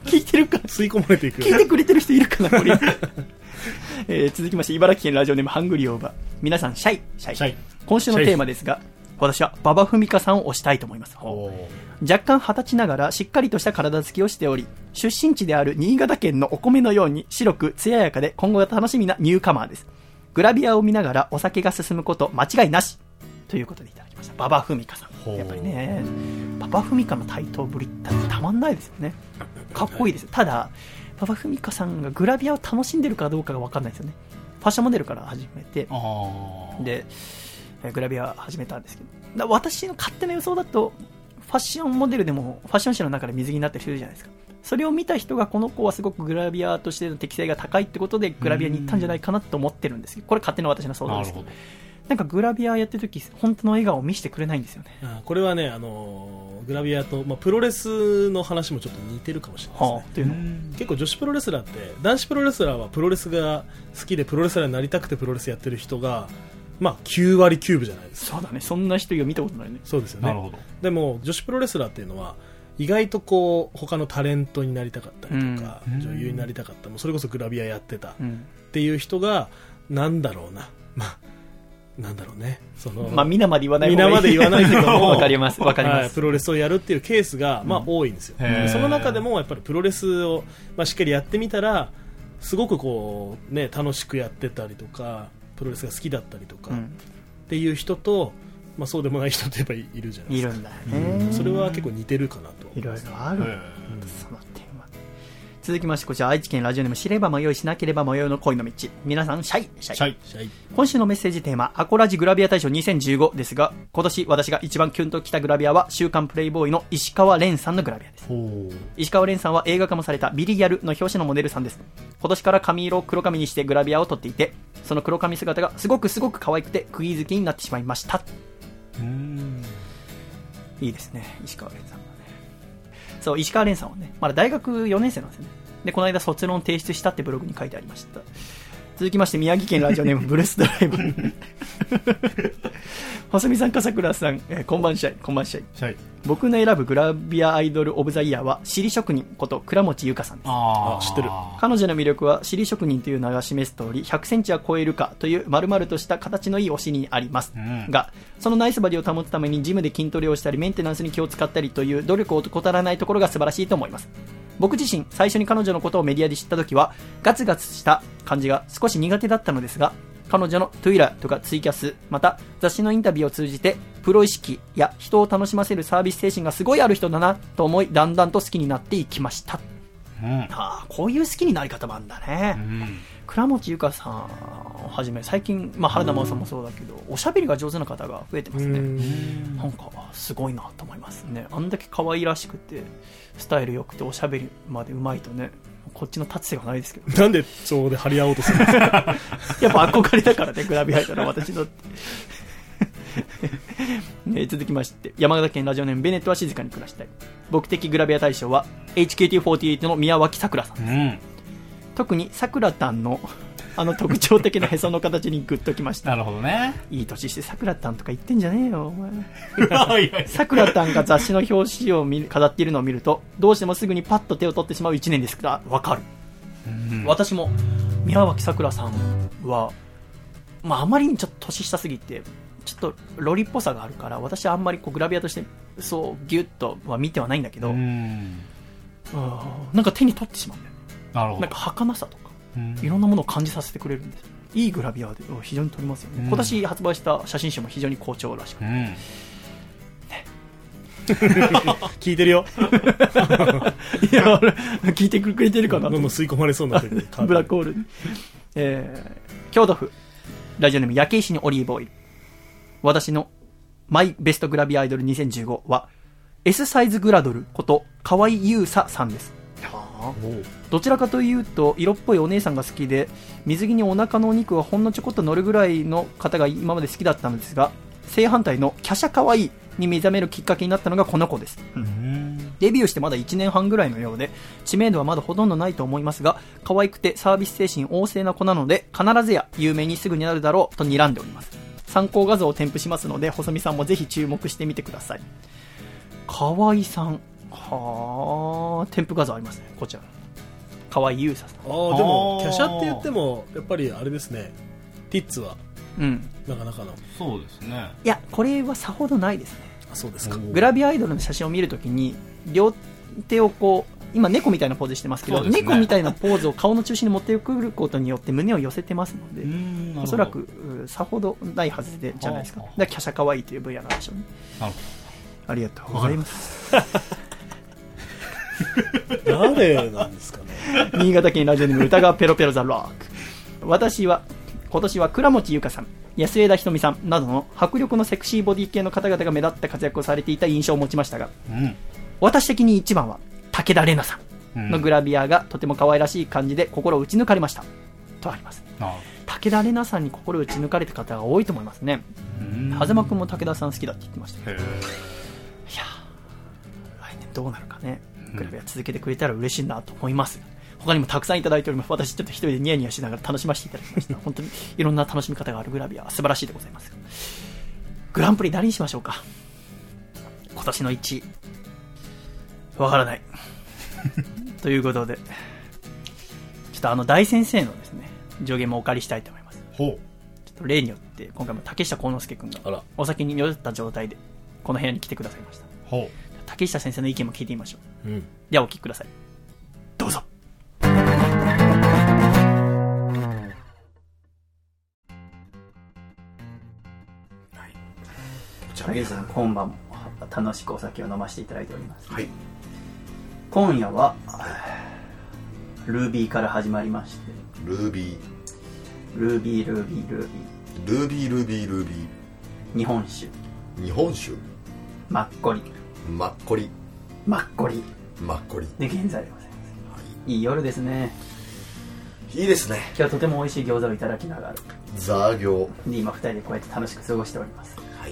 聞いてるか吸い込まれていく。 聞いてくれてる人いるかなこれ、えー、続きまして茨城県ラジオネームハングリーオーバー。皆さんシャイシャイ、シャイ。今週のテーマですが、私は馬場文香さんを推したいと思います。若干二十歳ながらしっかりとした体つきをしており、出身地である新潟県のお米のように白く艶やかで今後が楽しみなニューカマーです。グラビアを見ながらお酒が進むこと間違いなしということでいただきました。馬場文香さん、やっぱりね馬場文香の台頭ぶりってたまんないですよね。かっこいいです。ただ馬場文香さんがグラビアを楽しんでるかどうかが分かんないですよね。ファッションモデルから始めて、でグラビア始めたんですけど、だ私の勝手な予想だとファッションモデルでもファッション誌の中で水着になってる人いるじゃないですか。それを見た人がこの子はすごくグラビアとしての適性が高いってことでグラビアに行ったんじゃないかなと思ってるんですけど、これ勝手な私の想像ですけど、なんかグラビアやってる時本当の笑顔を見せてくれないんですよね。 あこれはね、あのグラビアと、まあ、プロレスの話もちょっと似てるかもしれないですね。はあ、っていうの結構女子プロレスラーって男子プロレスラーはプロレスが好きでプロレスラーになりたくてプロレスやってる人がまあ、きゅうわりきゅうぶじゃないですか。 そうだね。そんな人が見たことないね。 そうですよね。 なるほど。 でも女子プロレスラーっていうのは意外とこう他のタレントになりたかったりとか、うん、女優になりたかった、もうそれこそグラビアやってたっていう人が、なんだろうな、まあなんだろうね、そのまあ皆まで言わない方がいい。 皆まで言わないけどもわかりますわかります、はい、 プロレスをやるっていうケースがまあ多いんですよ、うん、その中でもやっぱりプロレスをまあしっかりやってみたらすごくこうね楽しくやってたりとかプロレスが好きだったりとか、うん、っていう人と、まあ、そうでもない人ってやっぱりいるじゃないですか。 いるんだね、 うん、それは結構似てるかなと。 いろいろある、うん、その点は。続きましてこちら愛知県ラジオネーム知れば迷いしなければ迷うの恋の道。皆さんシャイシャイ、シャイシャイ。今週のメッセージテーマアコラジグラビア大賞にせんじゅうごですが、今年私が一番キュンときたグラビアは週刊プレイボーイの石川蓮さんのグラビアです。石川蓮さんは映画化もされたビリギャルの表紙のモデルさんです。今年から髪色を黒髪にしてグラビアを撮っていて、その黒髪姿がすごくすごく可愛くて釘付けになってしまいました。うーん、いいですね、石川蓮さんはね。そう、石川蓮さんはねまだ大学よねん生なんですよね。でこの間卒論提出したってブログに書いてありました。続きまして宮城県ラジオネームブルースドライブ細見さん笠倉さん、えー、こんばんしゃいこんばんしゃい、しゃい。僕の選ぶグラビアアイドルオブザイヤーは尻職人こと倉持優香さんです。 ああ知ってる。 彼女の魅力は尻職人という名が示す通りひゃくセンチは超えるかという丸々とした形のいいお尻にあります、うん、がそのナイスバディを保つためにジムで筋トレをしたりメンテナンスに気を使ったりという努力を怠らないところが素晴らしいと思います。僕自身最初に彼女のことをメディアで知った時はガツガツした感じが少し苦手だったのですが、彼女のトゥイラとかツイキャス、また雑誌のインタビューを通じてプロ意識や人を楽しませるサービス精神がすごいある人だなと思い、だんだんと好きになっていきました、うん、はあ、こういう好きになり方もあるんだね、うん、倉持優香さんをはじめ最近、まあ、原田真央さんもそうだけど、うん、おしゃべりが上手な方が増えてますね。んなんかすごいなと思いますね。あんだけ可愛らしくてスタイル良くておしゃべりまで上手いとね、こっちの立つ瀬がないですけど、 なんでそこで張り合おうとするんですかやっぱ憧れだからねグラビアアイドル私だってね、続きまして山形県ラジオネームベネットは静かに暮らしたい。僕的グラビア大賞は エイチケーティーフォーティーエイト の宮脇さくらさんです、うん、 特にさくらたんのあの特徴的なへその形にグッときました。 なるほどね。 いい年してさくらたんとか言ってんじゃねえよお前。さくらたんが雑誌の表紙を見飾っているのを見るとどうしてもすぐにパッと手を取ってしまういちねんですが、わかる、うん、私も宮脇さくらさんは、まあ、あまりにちょっと年下すぎてちょっとロリっぽさがあるから、私はあんまりこうグラビアとしてそうギュッとは見てはないんだけど、うん、なんか手に取ってしまうんだよね。なるほど。なんか儚さとかいろんなものを感じさせてくれるんですよ。いいグラビアで非常に撮りますよね、うん、今年発売した写真集も非常に好調らしくて、うんね、 聞いてるよいや聞いてくれてるかなとどんどん吸い込まれそうになってくるブラックホールに、えー、京都府ラジオネーム焼け石にオリーブオイル。私のマイベストグラビアアイドルにせんじゅうごは S サイズグラドルこと河合優沙さんです。どちらかというと色っぽいお姉さんが好きで、水着にお腹のお肉がほんのちょこっと乗るぐらいの方が今まで好きだったのですが、正反対のキャシャ可愛いに目覚めるきっかけになったのがこの子です、うん、デビューしてまだいちねんはんぐらいのようで知名度はまだほとんどないと思いますが、可愛くてサービス精神旺盛な子なので必ずや有名にすぐになるだろうと睨んでおります。参考画像を添付しますので細見さんもぜひ注目してみてください。可愛さんは添付画像ありますね、こちら河合優沙さん。 ああ、でもキャシャって言ってもやっぱりあれですね、ティッツは、うん、なかなかの。 そうですね。 いやこれはさほどないですね。 あ、そうですか。 グラビアアイドルの写真を見るときに両手をこう今猫みたいなポーズしてますけど、ね、猫みたいなポーズを顔の中心に持ってくることによって胸を寄せてますので、おそらくさほどないはずでじゃないですか。だからキャシャ可愛いという分野なんでしょうね。ありがとうございます誰なんですかね。 新潟県ラジオネーム歌川ペロペロザロック。私は今年は倉持優香さん、安枝ひとみさんなどの迫力のセクシーボディ系の方々が目立った活躍をされていた印象を持ちましたが、うん、私的に一番は武田玲奈さんのグラビアがとても可愛らしい感じで心を打ち抜かれましたとあります。ああ、武田玲奈さんに心を打ち抜かれた方が多いと思いますね。狭間くんも武田さん好きだって言ってました。いや来年どうなるかね。グラビア続けてくれたら嬉しいなと思います。他にもたくさんいただいております。私ちょっと一人でニヤニヤしながら楽しませていただきました。本当にいろんな楽しみ方があるグラビア素晴らしいでございます。グランプリ誰にしましょうか。今年のいちいわからないということで、ちょっとあの大先生のですね助言もお借りしたいと思います。ほう。ちょっと例によって今回も竹下幸之助君がお酒に酔った状態でこの部屋に来てくださいました。ほう。竹下先生の意見も聞いてみましょう、うん、ではお聞きください。どうぞ。皆さん今晩も楽しくお酒を飲ませていただいております、はい、今夜はルービーから始まりまして、 ルービールービールービールービールービールービールービー日本酒日本酒マッコリマッコリマッコリマッコリで現在でございます、はい、いい夜ですね。 いいですね。 今日はとても美味しい餃子をいただきながらザー餃で今ふたりでこうやって楽しく過ごしております。はい。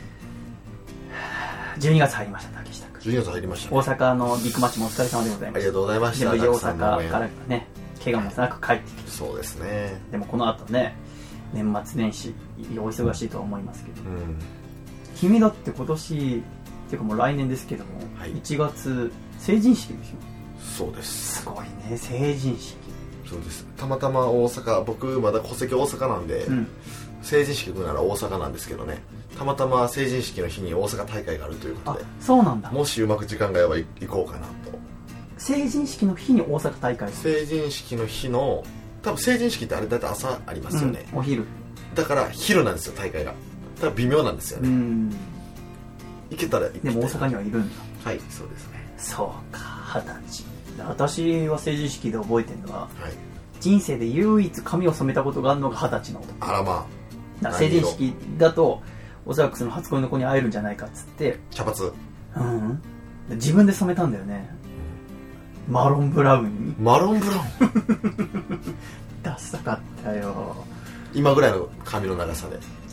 じゅうにがつ入りました。竹下君じゅうにがつ入りました、ね、 大阪のビッグマッチもお疲れ様でございました。 ありがとうございました。 で無事大阪からね怪我もなく帰ってきて、 そうですね。 でもこの後ね年末年始お忙しいとは思いますけど、うん、君だって今年っていうかもう来年ですけども、はい、いちがつ成人式でしょ。そうです。 すごいね、成人式。 そうです。たまたま大阪、僕まだ戸籍大阪なんで、うん、成人式行くなら大阪なんですけどね、たまたま成人式の日に大阪大会があるということで、 あ、そうなんだ。 もしうまく時間が合えば行こうかなと。 成人式の日に大阪大会。 成人式の日の多分成人式ってあれだいたい朝ありますよね、 うん、お昼だから昼なんですよ大会が。多分微妙なんですよね。うん、行けたら行きたい。 でも大阪にはいるんだ。 はい、そうですね。 そうか、二十歳。私は成人式で覚えてるのは、はい、人生で唯一髪を染めたことがあるのが二十歳の男。 あらまあ。 成人式だとおそらくその初恋の子に会えるんじゃないかっつって茶髪、 うん、自分で染めたんだよね、うん、マロンブラウンに。 マロンブラウンダサかったよ。 今ぐらいの髪の長さで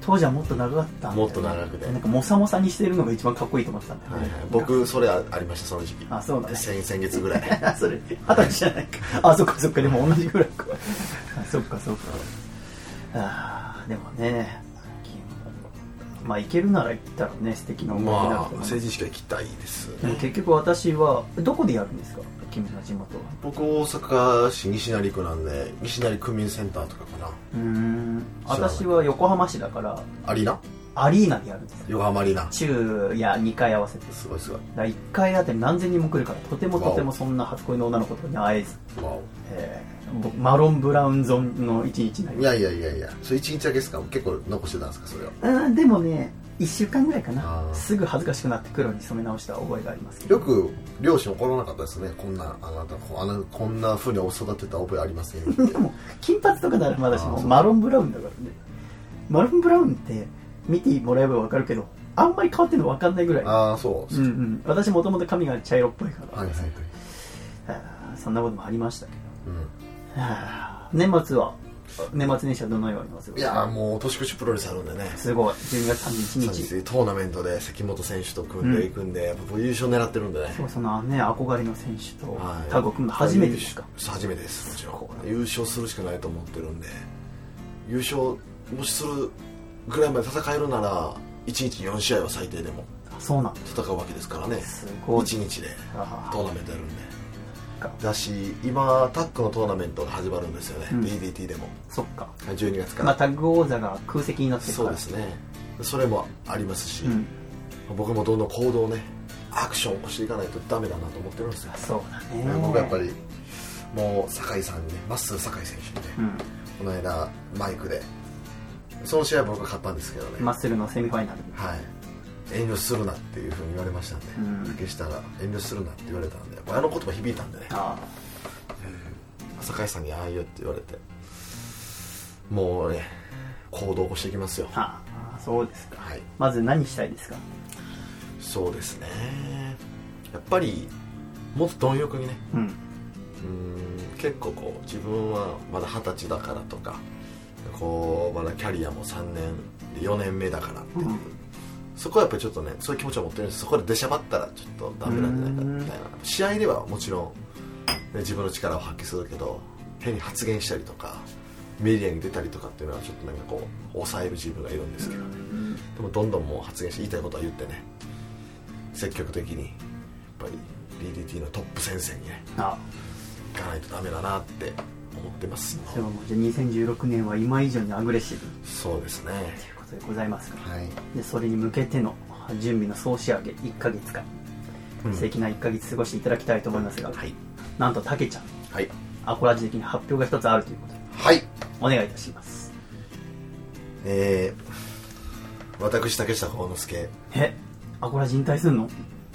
当時はもっと長かったんだよね。 もっと長くてなんかモサモサにしてるのが一番かっこいいと思ってたんだよね、 はいはい、僕それありましたその時期。 あ、そうだね。 先, 先月ぐらいそれ二十歳じゃないか。あ、そっかそっか、でも同じぐらいか。あ、そっかそっか。あ、でもね、まあ行けるなら行ったらね、素敵な思い出になると思う。 まあ成人式は行きたいですね。 でも結局私はどこでやるんですか、君の地元は。 僕大阪市西成区なんで西成区民センターとかかな。 うーん、私は横浜市だからアリーナアリーナでやるんですよ。 横浜アリーナ昼夜にかい合わせて。 すごいすごい。 だからいっかいあたり何千人も来るから、とてもとてもそんな初恋の女の子とかに会えず、 わえー、僕マロンブラウンゾーンの一日になりお。いましやいやいやいや、それ一日だけですか。結構残してたんですかそれは。 た。うんでもね、いっしゅうかんぐらいかな。 あーすぐ恥ずかしくなって黒に染め直した覚えがありますけど。 よく両親怒らなかったですね。こんなあなたこあのこんな風に育てた覚えありますねでも金髪とかならまだしもあーそうマロンブラウンだからね。マロンブラウンって見てもらえば分かるけど、あんまり変わってるの分かんないぐらい。 ああそうですか、 うんうん、私もともと髪が茶色っぽいから、 はいはいはい、 あーそんなこともありましたけうど、はあ年末は年末年始はどのようにお過ごしん、いやーもう年越しプロレスあるんでね。 すごい、じゅうにがつさんじゅういちにち、 そうですトーナメントで関本選手と組んでいくんで、やっぱ僕優勝狙ってるんでね。 そう、そのね憧れの選手とはいタッグを組むの初めてですか。 初めてです。もちろん優勝するしかないと思ってるんで、優勝もしするぐらいまで戦えるならいちにちよんしあいは最低でもそうなんで戦うわけですからね。 すごいいちにちであトーナメントやるんでかだし、今タッグのトーナメントが始まるんですよね、 うんディーディーティー でもそっか、 じゅうにがつから、 まあ、タッグ王座が空席になってるから。 そうですね、それもありますし、 うん、 僕もどんどん行動をねアクションを起こしていかないとダメだなと思ってるんですよ。 そうだね。 僕やっぱりもう酒井さんにね、まっすー酒井選手にね、 うん、 この間マイクでその試合は僕が勝ったんですけどね、 マッスルのセミファイナル。 はい、遠慮するなっていうふうに言われましたんで、 うん竹下が遠慮するなって言われたんで、やっぱあの言葉響いたんでね、 あ酒井さんにああ言うって言われて、もうね行動を起こしていきますよ。 あ、はあ、そうですか。 はい、 まず何したいですか。 そうですね、やっぱりもっと貪欲にね、 うん、 うーん結構こう自分はまだ二十歳だからとか、こうまだキャリアもさんねんでよねんめだからっていう、 うん、 そこはやっぱりちょっとねそういう気持ちを持ってるんです。そこで出しゃばったらちょっとダメなんじゃないかみたいな。試合ではもちろん、ね、自分の力を発揮するけど、変に発言したりとかメディアに出たりとかっていうのはちょっとなんかこう抑える自分がいるんですけど、ね、でもどんどんもう発言して言いたいことは言ってね、積極的にやっぱり ディーディーティー のトップ戦線にねあ行かないとダメだなって思ってます。 それはもうじゃあにせんじゅうろくねんは今以上にアグレッシブそうですね、 ということでございますが、 はい、 でそれに向けての準備の総仕上げいっかげつかん、 うん素敵ないっかげつ過ごしていただきたいと思いますが、 はいなんとたけちゃんはいアコラジ的に発表が一つあるということではいお願いいたします。 えー、私竹下幸之助、 えアコラジ引退すんの。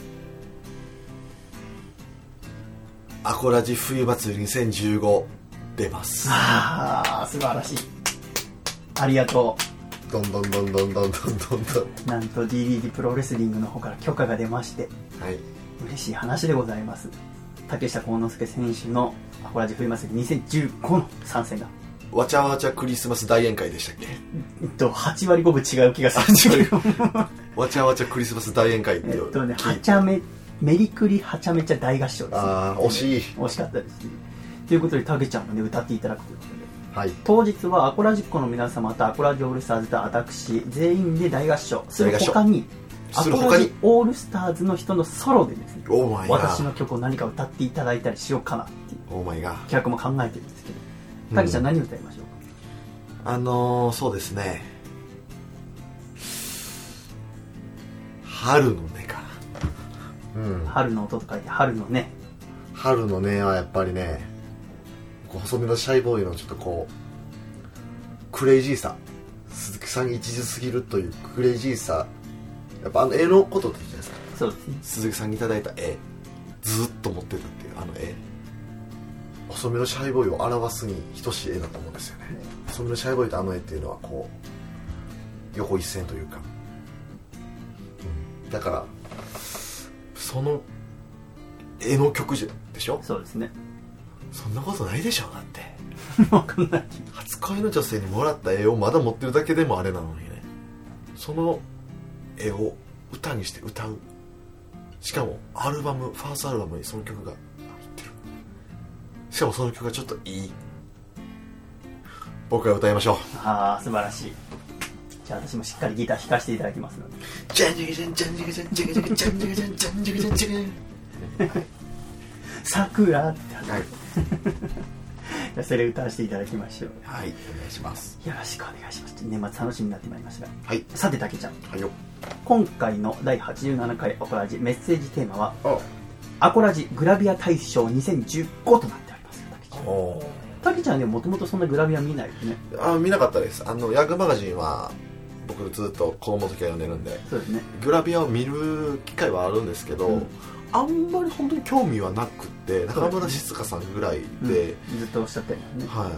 アコラジ冬祭りにせんじゅうご出ます。 ああ素晴らしい、ありがとどんどんどんどんどんどんどんどん。 う。なんと ディーディーティー プロレスリングの方から許可が出まして、 はい。 嬉しい話でございます。竹下幸之助選手のアコラジ冬祭りにせんじゅうごの参戦がわちゃわちゃクリスマス大宴会でしたっけ。 えっとはちわりごぶ違う気がするんですけどわちゃわちゃクリスマス大宴会っていうえっとねはちゃめメリクリはちゃめちゃ大合唱です、ね、 ああ惜しい。 惜しかったですね。ということでたけちゃんもね歌っていただくということで、 はい。 当日はアコラジッコの皆様とアコラジオールスターズと私全員で大合唱する他にアする他にコラジオールスターズの人のソロでですね、 オーマイガー。 私の曲を何か歌っていただいたりしようかなっていうオーマイガー。 企画も考えてるんですけど、たけちゃん何歌いましょうか。 あのー、そうですね。春の音かな。うん。 春の音と書いて春のね。 春の音はやっぱりね、こう細身のシャイボーイのちょっとこうクレイジーさ、鈴木さんに一途すぎるというクレイジーさ、やっぱあの絵のことって言うじゃないですか。 そうですね。 鈴木さんにいただいた絵、ずっと持ってたっていうあの絵、細身のシャイボーイを表すに等しい絵だと思うんですよね。細身のシャイボーイとあの絵っていうのはこう横一線というか、うん、だからその絵の曲じゃでしょ。 そうですね。 そんなことないでしょ。だって分かんない。 初恋の女性にもらった絵をまだ持ってるだけでもあれなのにね。 その絵を歌にして歌う、しかもアルバムファーストアルバムにその曲が入ってる、しかもその曲がちょっといい、僕が歌いましょう。 ああ素晴らしい。じゃあ私もしっかりギター弾かせていただきますので。 ジャンジャンジャンジャンジャンジャンジャンジャンジャンジャンジャンジャンジャンジャンジャン桜ってはいじゃあそれ歌わせていただきましょう。 はい、お願いします。 よろしくお願いします。年末楽しみになってまいりました。 はい。 さてたけちゃん、 はいよ。 今回のだいはちじゅうななかいアコラジメッセージテーマはあアコラジグラビア大賞にせんじゅうごとなっております。たけちゃん、 おたけちゃんね、もともとそんなグラビア見ないよね。 あ見なかったです。あのヤングマガジンは僕ずっと子供の時は読んでるんで、 そうですね。 グラビアを見る機会はあるんですけど、うん、あんまり本当に興味はなくて、中村静香さんぐらいで、 うん、ずっとおっしゃってるよね。 はい。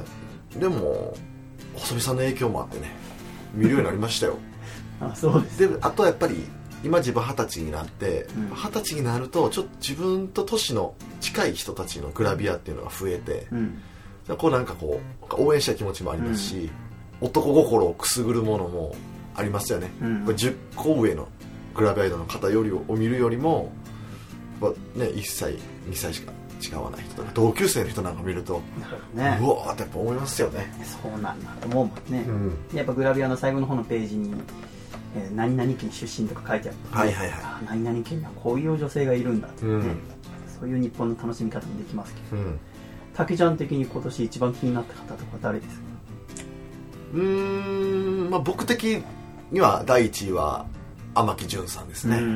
でも細見さんの影響もあってね、見るようになりましたよ。 あ、そうです。 で、あとはやっぱり今自分二十歳になって二十、うん、歳になるとちょっと自分と年の近い人たちのグラビアっていうのが増えて、うん、こうなんかこう応援したい気持ちもありますし、うん、男心をくすぐるものもありますよね、うん、これじゅっこ上のグラビアアイドルの方よりを見るよりも、ね、いっさいにさいしか違わない人とか同級生の人なんか見ると、ね、うわーってやっぱ思いますよね。 そうなんだと思うもんね、うん、やっぱグラビアの最後の方のページに、えー、何々県出身とか書いてある、ね、 はいはいはい、 あ、何々県にはこういう女性がいるんだってね、うん、そういう日本の楽しみ方もできますけど、うん、たけちゃん的に今年一番気になった方とか誰ですか？ うーん、まあ、僕的にはだいいちいは天城純さんですね。うん、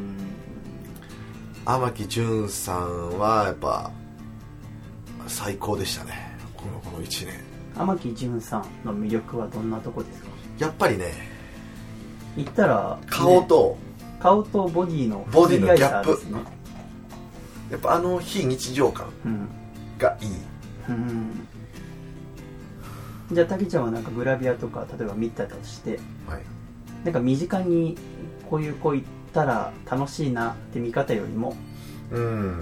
天城純さんはやっぱ最高でしたね、このこのいちねん。 天城純さんの魅力はどんなとこですか？ やっぱりね、 言ったら、ね、 顔と顔とボディのボディのギャップ、ね、やっぱあの非日常感がいい、うんうん、 じゃあたけちゃんはなんかグラビアとか例えば見たとして、はい、なんか身近にこういう子行ったら楽しいなって見方よりも、うん、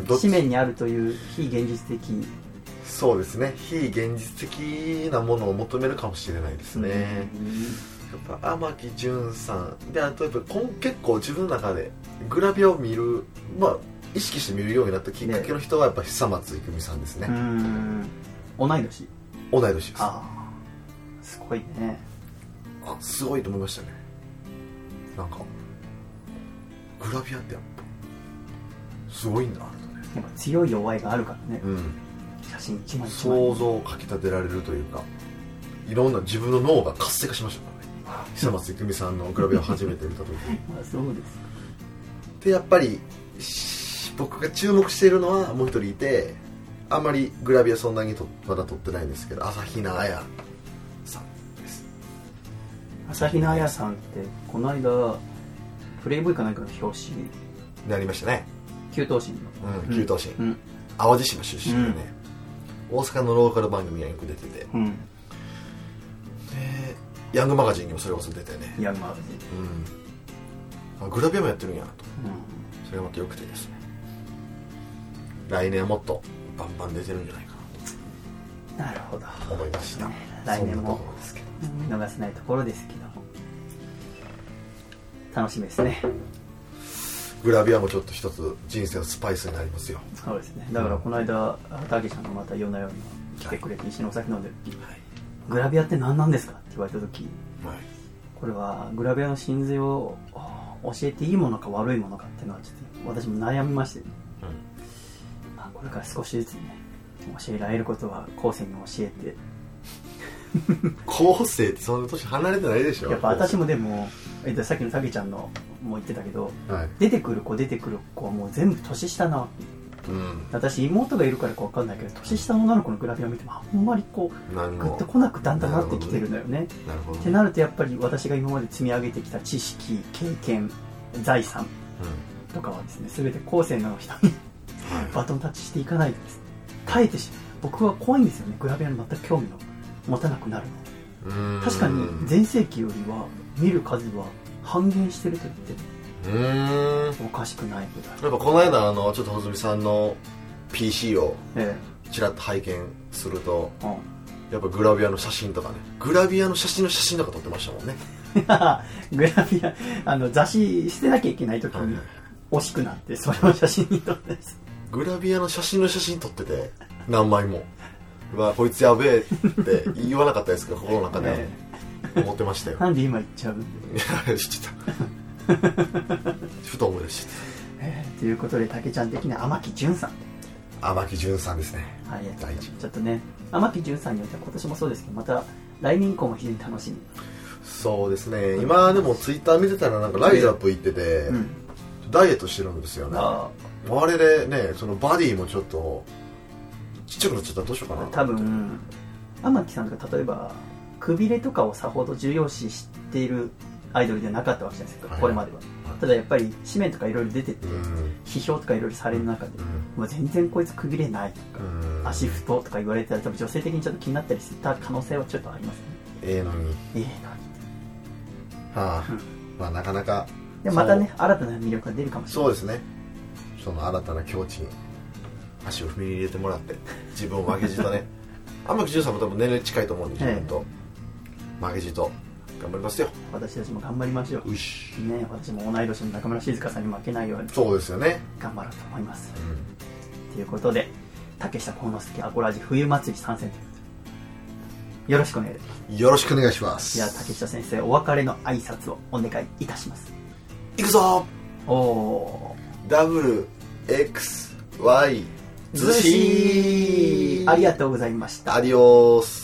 紙面にあるという非現実的、 そうですね、非現実的なものを求めるかもしれないですね、うん、やっぱ天城純さんで、あとやっぱ結構自分の中でグラビアを見る、まあ意識して見るようになったきっかけの人はやっぱ久松郁美さんですね。うん、 同い年同い年です。 あ、すごいね。 あ、すごいと思いましたね。なんかグラビアってやっぱすごいんだなとね。 やっぱ強い弱いがあるからね、うん、写真一枚一枚想像をかきたてられるというか、いろんな自分の脳が活性化しましたからね。久松郁美さんのグラビアを初めて見た時にあ、そうですか。 でやっぱり僕が注目しているのはもう一人いて、あんまりグラビアそんなにとまだ撮ってないんですけど、朝比奈彩さんです。 朝比奈彩さんってこの間プレイボーイかなんかの表紙になりましたね。 九頭身の、 うん、九頭身、うん、淡路島出身でね、うん、大阪のローカル番組がよく出てて、うん、でヤングマガジンにもそれこそ出てね、 ヤングマガジン、うん、あ、グラビアもやってるんやなと、うん、それがまた良くてですね、来年はもっとバンバン出てるんじゃないかなと、なるほど、 思いました、ね、 来年も見逃せないところですけど楽しみですね。 グラビアもちょっと一つ人生のスパイスになりますよ。 そうですね。だからこの間たけしさんがまた夜な夜な来てくれて、一緒にお酒飲んでる時、はい、グラビアって何なんですかって言われた時、はい、これはグラビアの真髄を教えていいものか悪いものかっていうのはちょっと私も悩みまして、ね、うん、まあ、これから少しずつね教えられることは後世に教えて後世ってそんな年離れてないでしょ。 やっぱ私もでもさっきのたけちゃんのも言ってたけど、はい、出てくる子出てくる子はもう全部年下なわけ、うん、私妹がいるからか分かんないけど年下の女の子のグラビアを見てもあんまりこうグッと来なくだんだんなってきてるのよね。なるほどね。ってなるとやっぱり私が今まで積み上げてきた知識経験財産とかはですね、全て後世の人にバトンタッチしていかないとですね、耐えてし僕は怖いんですよね、グラビアに全く興味を持たなくなるの。確かに前世紀よりは見る数は半減してると言ってうーんおかしくないぐらい。 やっぱこの間あのちょっと穂積さんの ピーシー をちらっと拝見すると、ええ、やっぱグラビアの写真とかね、グラビアの写真の写真とか撮ってましたもんねグラビア、あの、雑誌捨てなきゃいけない時に惜しくなって、それを写真に撮ってです。 グラビアの写真の写真撮ってて、何枚も。うわ、こいつやべえって言わなかったですけど、心の中で思ってましたよ。 なんで今言っちゃうんで。いや、知ってた。ふと思い出してた。 えー、ということで、たけちゃん的な天城淳さん。 天城淳さんですね。 はい、 大事。 ちょっとね、天城淳さんによっては今年もそうですけど、また来年以降も非常に楽しみ。 そうですね。今でもツイッター見てたらなんかライズアップ行ってて、うん、ダイエットしてるんですよね。あ, あれでね、そのバディもちょっとちっちゃくなっちゃったらどうしようかな。 多分天城さんとか例えばくびれとかをさほど重要視しているアイドルではなかったわけじゃないですか、はい、これまでは。ただやっぱり紙面とかいろいろ出てて、うん、批評とかいろいろされる中で、うん、もう全然こいつくびれないとか、うん、足太とか言われたら多分女性的にちょっと気になったりした可能性はちょっとありますね。 ええのにええのにはあ、うん、まあなかなかでまたね新たな魅力が出るかもしれない。 そうですね。その新たな境地に足を踏み入れてもらって自分を負けじとね天城淳さんも多分年齢近いと思うんで自分と、ええ、負けじと頑張りますよ。 私たちも頑張りましょう。うしね、私も同い年の中村静香さんに負けないようにそうですよね頑張ろうと思います、うん、ということで竹下幸之助アコラジ冬祭り参戦というよろしくお願いします。 よろしくお願いします。 じゃあ竹下先生お別れの挨拶をお願いいたします。 いくぞおおダブル エックスワイ 寿司ありがとうございました。 アディオース。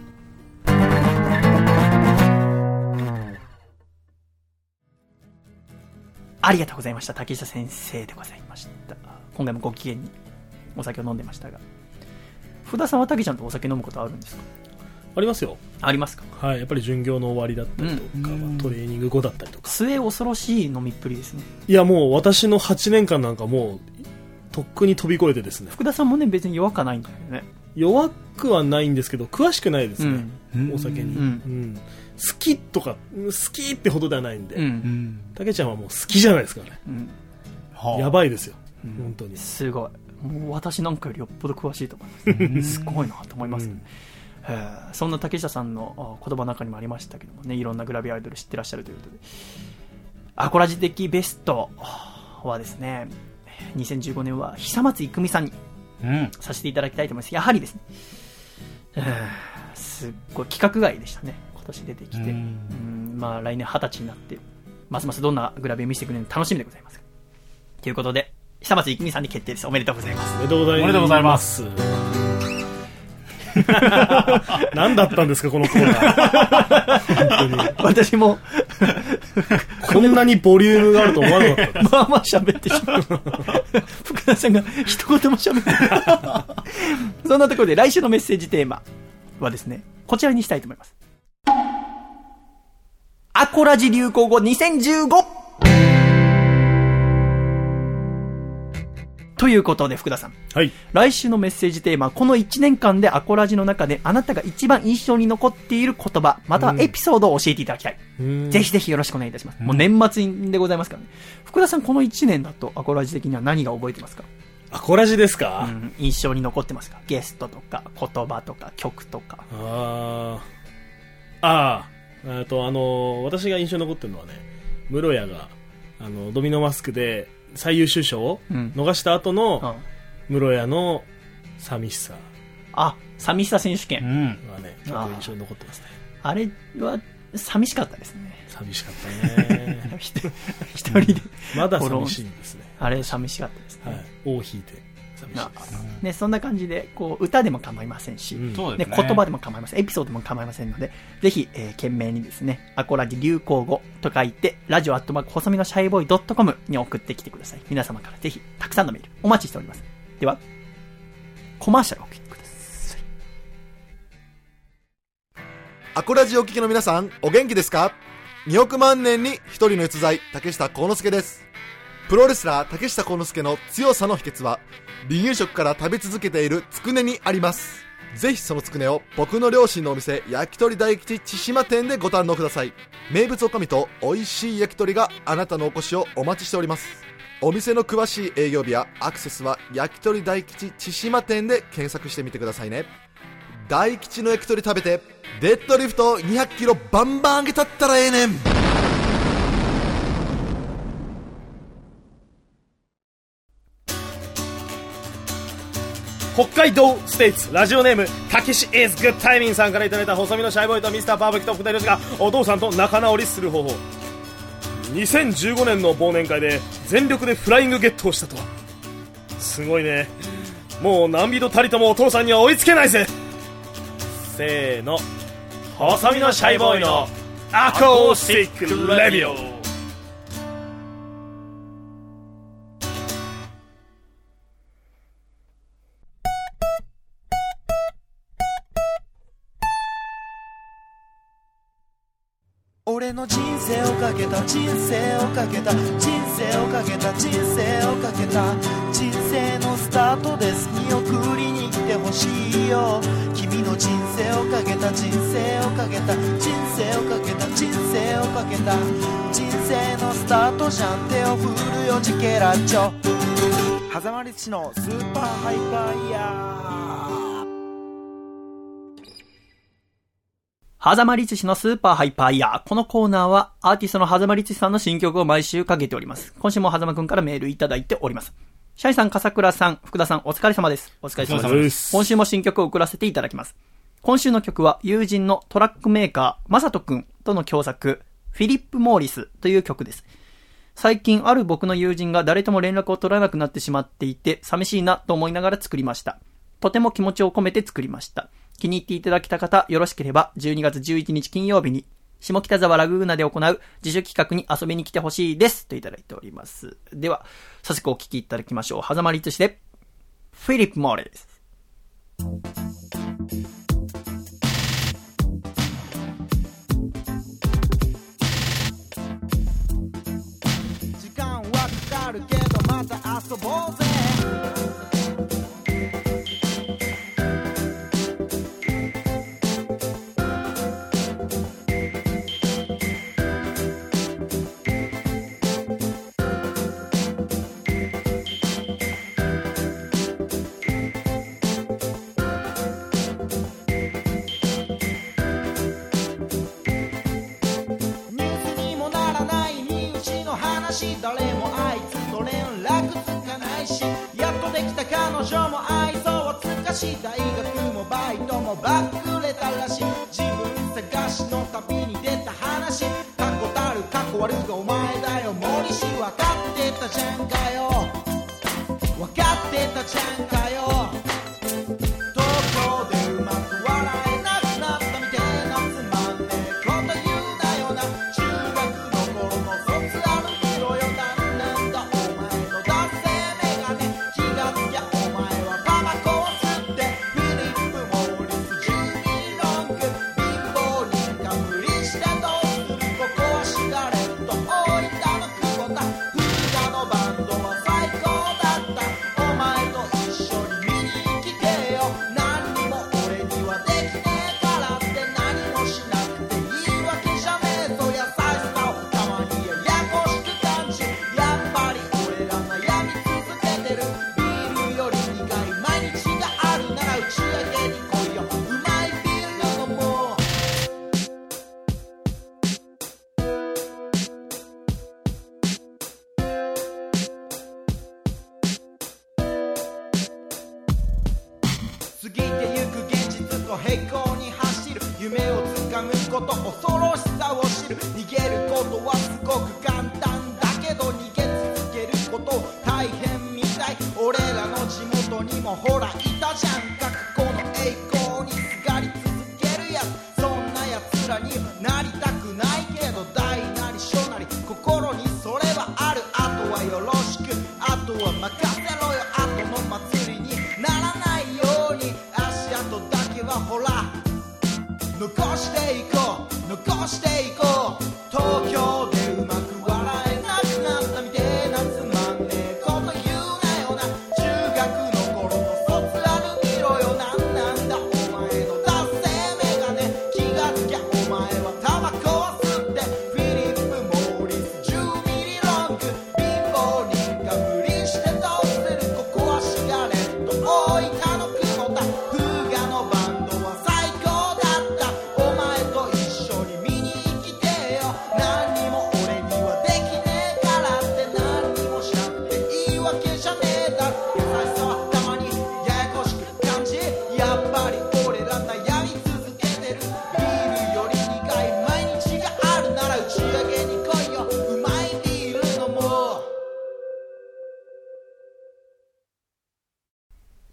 ありがとうございました。竹下先生でございました。今回もご機嫌にお酒を飲んでましたが、福田さんは竹ちゃんとお酒飲むことあるんですか？ ありますよ。 ありますか？ はい、やっぱり巡業の終わりだったりとか、うん、トレーニング後だったりとか。 末恐ろしい飲みっぷりですね。 いやもう私のはちねんかんなんかもうとっくに飛び越えてですね。 福田さんもね別に弱くはないんだよね。 弱くはないんですけど詳しくないですね、うん、お酒に、うんうん、好きとか好きってほどではないんで、うん、竹ちゃんはもう好きじゃないですかね、うんはあ、やばいですよ、うん、本当にすごい。もう私なんかよりよっぽど詳しいと思いますすごいなと思います、うんそんな竹下さんの言葉の中にもありましたけどもね、いろんなグラビアアイドル知ってらっしゃるということで、アコラジ的ベストはですね、にせんじゅうごねんは久松郁美さんにさせていただきたいと思います。やはりですね、すっごい規格外でしたね、今年出てきて。うんうんまあ来年はたちになってますますどんなグラビア見せてくれるのか楽しみでございます。ということで久松郁美さんに決定です。おめでとうございます。 おめでとうございます。何だったんですかこのコーナー。本当に私もこんなにボリュームがあると思わなかったです。 まあまあ喋ってしまう福田さんが一言も喋ってそんなところで来週のメッセージテーマはですね、こちらにしたいと思います。アコラジ流行語にせんじゅうごということで福田さん、 はい、 来週のメッセージテーマはこのいちねんかんでアコラジの中であなたが一番印象に残っている言葉またはエピソードを教えていただきたい。ぜひぜひよろしくお願いいたします。もう年末でございますからね。福田さんこのいちねんだとアコラジ的には何が覚えてますか？ アコラジですか、 うん、印象に残ってますか？ゲストとか言葉とか曲とか。 あああとあの私が印象に残ってるのはね、室谷があのドミノマスクで最優秀賞を逃した後の室谷の寂しさ、うん、 あ、寂しさ選手権はね、結構印象に残ってますね。 あれは寂しかったですね。 寂しかったね一人でまだ寂しいんですね。 あれ寂しかったですね、 はい、尾を引いて寂しいです、 ね、そんな感じでこう歌でも構いませんし、うんねね、言葉でも構いません、エピソードでも構いませんので、ぜひ、えー、懸命にですね、アコラジ流行語と書いてラジオアットマーク細身のシャイボーイドットコムに送ってきてください。皆様からぜひたくさんのメールお待ちしております。ではコマーシャルをお聞きください。 アコラジお聞きの皆さん、お元気ですか？におく万年に一人の逸材、竹下幸之助です。プロレスラー竹下幸之助の強さの秘訣は離乳食から食べ続けているつくねにあります。ぜひそのつくねを僕の両親のお店焼き鳥大吉千島店でご堪能ください。名物おかみと美味しい焼き鳥があなたのお越しをお待ちしております。お店の詳しい営業日やアクセスは焼き鳥大吉千島店で検索してみてくださいね。 大吉の焼き鳥食べてデッドリフトにひゃくキロバンバン上げたったらええねん。 北海道ステイツラジオネームたけし is good timing さんからいただいた細身のシャイボーイとミスターパーフェクトふたりですが、お父さんと仲直りする方法。にせんじゅうごねんの忘年会で全力でフライングゲットをしたとはすごいね。もう何人たりともお父さんには追いつけないぜ。せーの、細身のシャイボーイのアコースティックレディオ。 俺の人生をかけた人生をかけた人生をかけた人生をかけた人生のスタートです。見送りに来てほしいよ。君の人生をかけた人生をかけた人生をかけた人生をかけた人生のスタートじゃん。手を振るよジケラッチョ。狭間律師のスーパーハイパーイヤー。 狭間律師のスーパーハイパーイヤー。このコーナーはアーティストの狭間律師さんの新曲を毎週かけております。今週も狭間くんからメールいただいております。シャイさん、笠倉さん、福田さん、お疲れ様です。お疲れ様です。今週も新曲を送らせていただきます。今週の曲は友人のトラックメーカー、まさとくんとの共作、フィリップ・モーリスという曲です。最近ある僕の友人が誰とも連絡を取らなくなってしまっていて、寂しいなと思いながら作りました。とても気持ちを込めて作りました。気に入っていただけた方、よろしければじゅうにがつじゅういちにち金曜日に下北沢ラグーナで行う自主企画に遊びに来てほしいですといただいております。では早速お聞きいただきましょう。狭間律師でフィリップ・モーリス。 時間はかかるけどまた遊ぼうぜ。誰もあいつと連絡つかないし、やっとできた彼女も愛想はつかし、大学もバイトもバックれたらしい。自分探しの旅に出た話、過去たる過去悪がお前だよ森氏。分かってたじゃんかよ、分かってたじゃんかよ。東京でうまく笑えなくなったみてえなつまんねえこと言うなよな。中学の頃の卒アル恐ろしさを知る。逃げることはすごく簡単だけど逃げ続けること大変みたい。俺らの地元にもほらいたじゃんか。過去の栄光にすがり続けるやつ。そんなやつらになりたくないけど大なり小なり心にそれはある。あとはよろしく、あとは任せろよ。あとの祭りにならないように足跡だけはほら残していこう残していこう。東京でうまく笑えなくなったみてえなつまんねえこと言うなよな。中学の頃の卒アル見ろよ。なんなんだお前の達成メガネ。気がつきゃお前はタバコを吸って。フィリップ・モーリスじゅうミリロング。貧乏人が無理してどうする。ここはシガレット大分の久保田。フーガのバンドは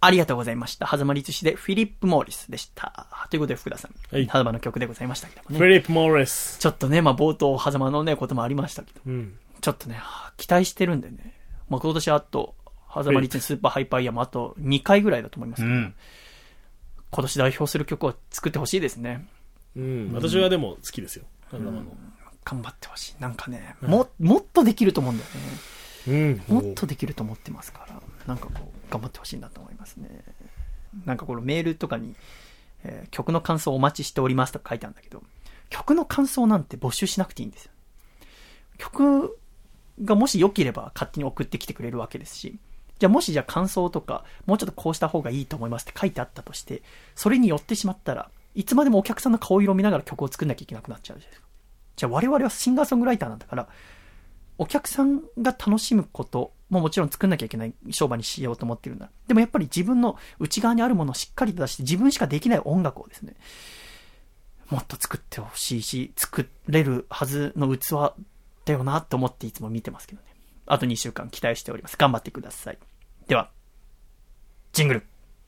ありがとうございました。狭間律師でフィリップ・モーリスでした。ということで福田さん、はい、狭間の曲でございましたけどもね。 フィリップ・モーリス。 ちょっとね、まあ冒頭狭間のね、こともありましたけど、うん、ちょっとね、期待してるんでね、まあ今年あと、狭間律師スーパーハイパーイヤーもあとにかいぐらいだと思いますけど、うん、今年代表する曲を作ってほしいですね。 うん、私はでも好きですよ。うん、 頑張ってほしい。なんかね、うん、も、もっとできると思うんだよね。うん、もっとできると思ってますから、なんかこう、頑張ってほしいなと思いますね。なんかこのメールとかに、えー、曲の感想お待ちしておりますとか書いてあるんだけど、曲の感想なんて募集しなくていいんですよ。曲がもし良ければ勝手に送ってきてくれるわけですし、じゃあもしじゃあ感想とか、もうちょっとこうした方がいいと思いますって書いてあったとして、それによってしまったら、いつまでもお客さんの顔色を見ながら曲を作んなきゃいけなくなっちゃうじゃないですか。じゃあ我々はシンガーソングライターなんだから、お客さんが楽しむことももちろん作んなきゃいけない商売にしようと思ってるんだ。でもやっぱり自分の内側にあるものをしっかりと出して、自分しかできない音楽をですね、もっと作ってほしいし、作れるはずの器だよなと思っていつも見てますけどね。あとにしゅうかん期待しております。頑張ってください。では、ジングル。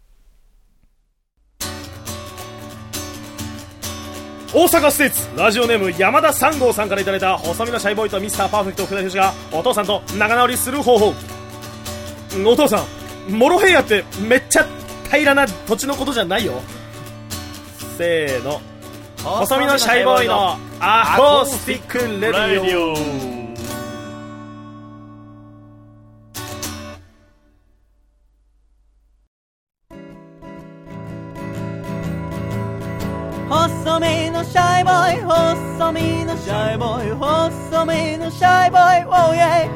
大阪ステーツラジオネーム山田三号さんからいただいた細身のシャイボーイとミスターパーフェクト福田博がお父さんと仲直りする方法。お父さん、モロヘイヤってめっちゃ平らな土地のことじゃないよ。せーの、細身のシャイボーイのアコースティックレディオ。 細身のシャイボーイ、細身のシャイボーイ、細身のシャイボーイ、oh yeah。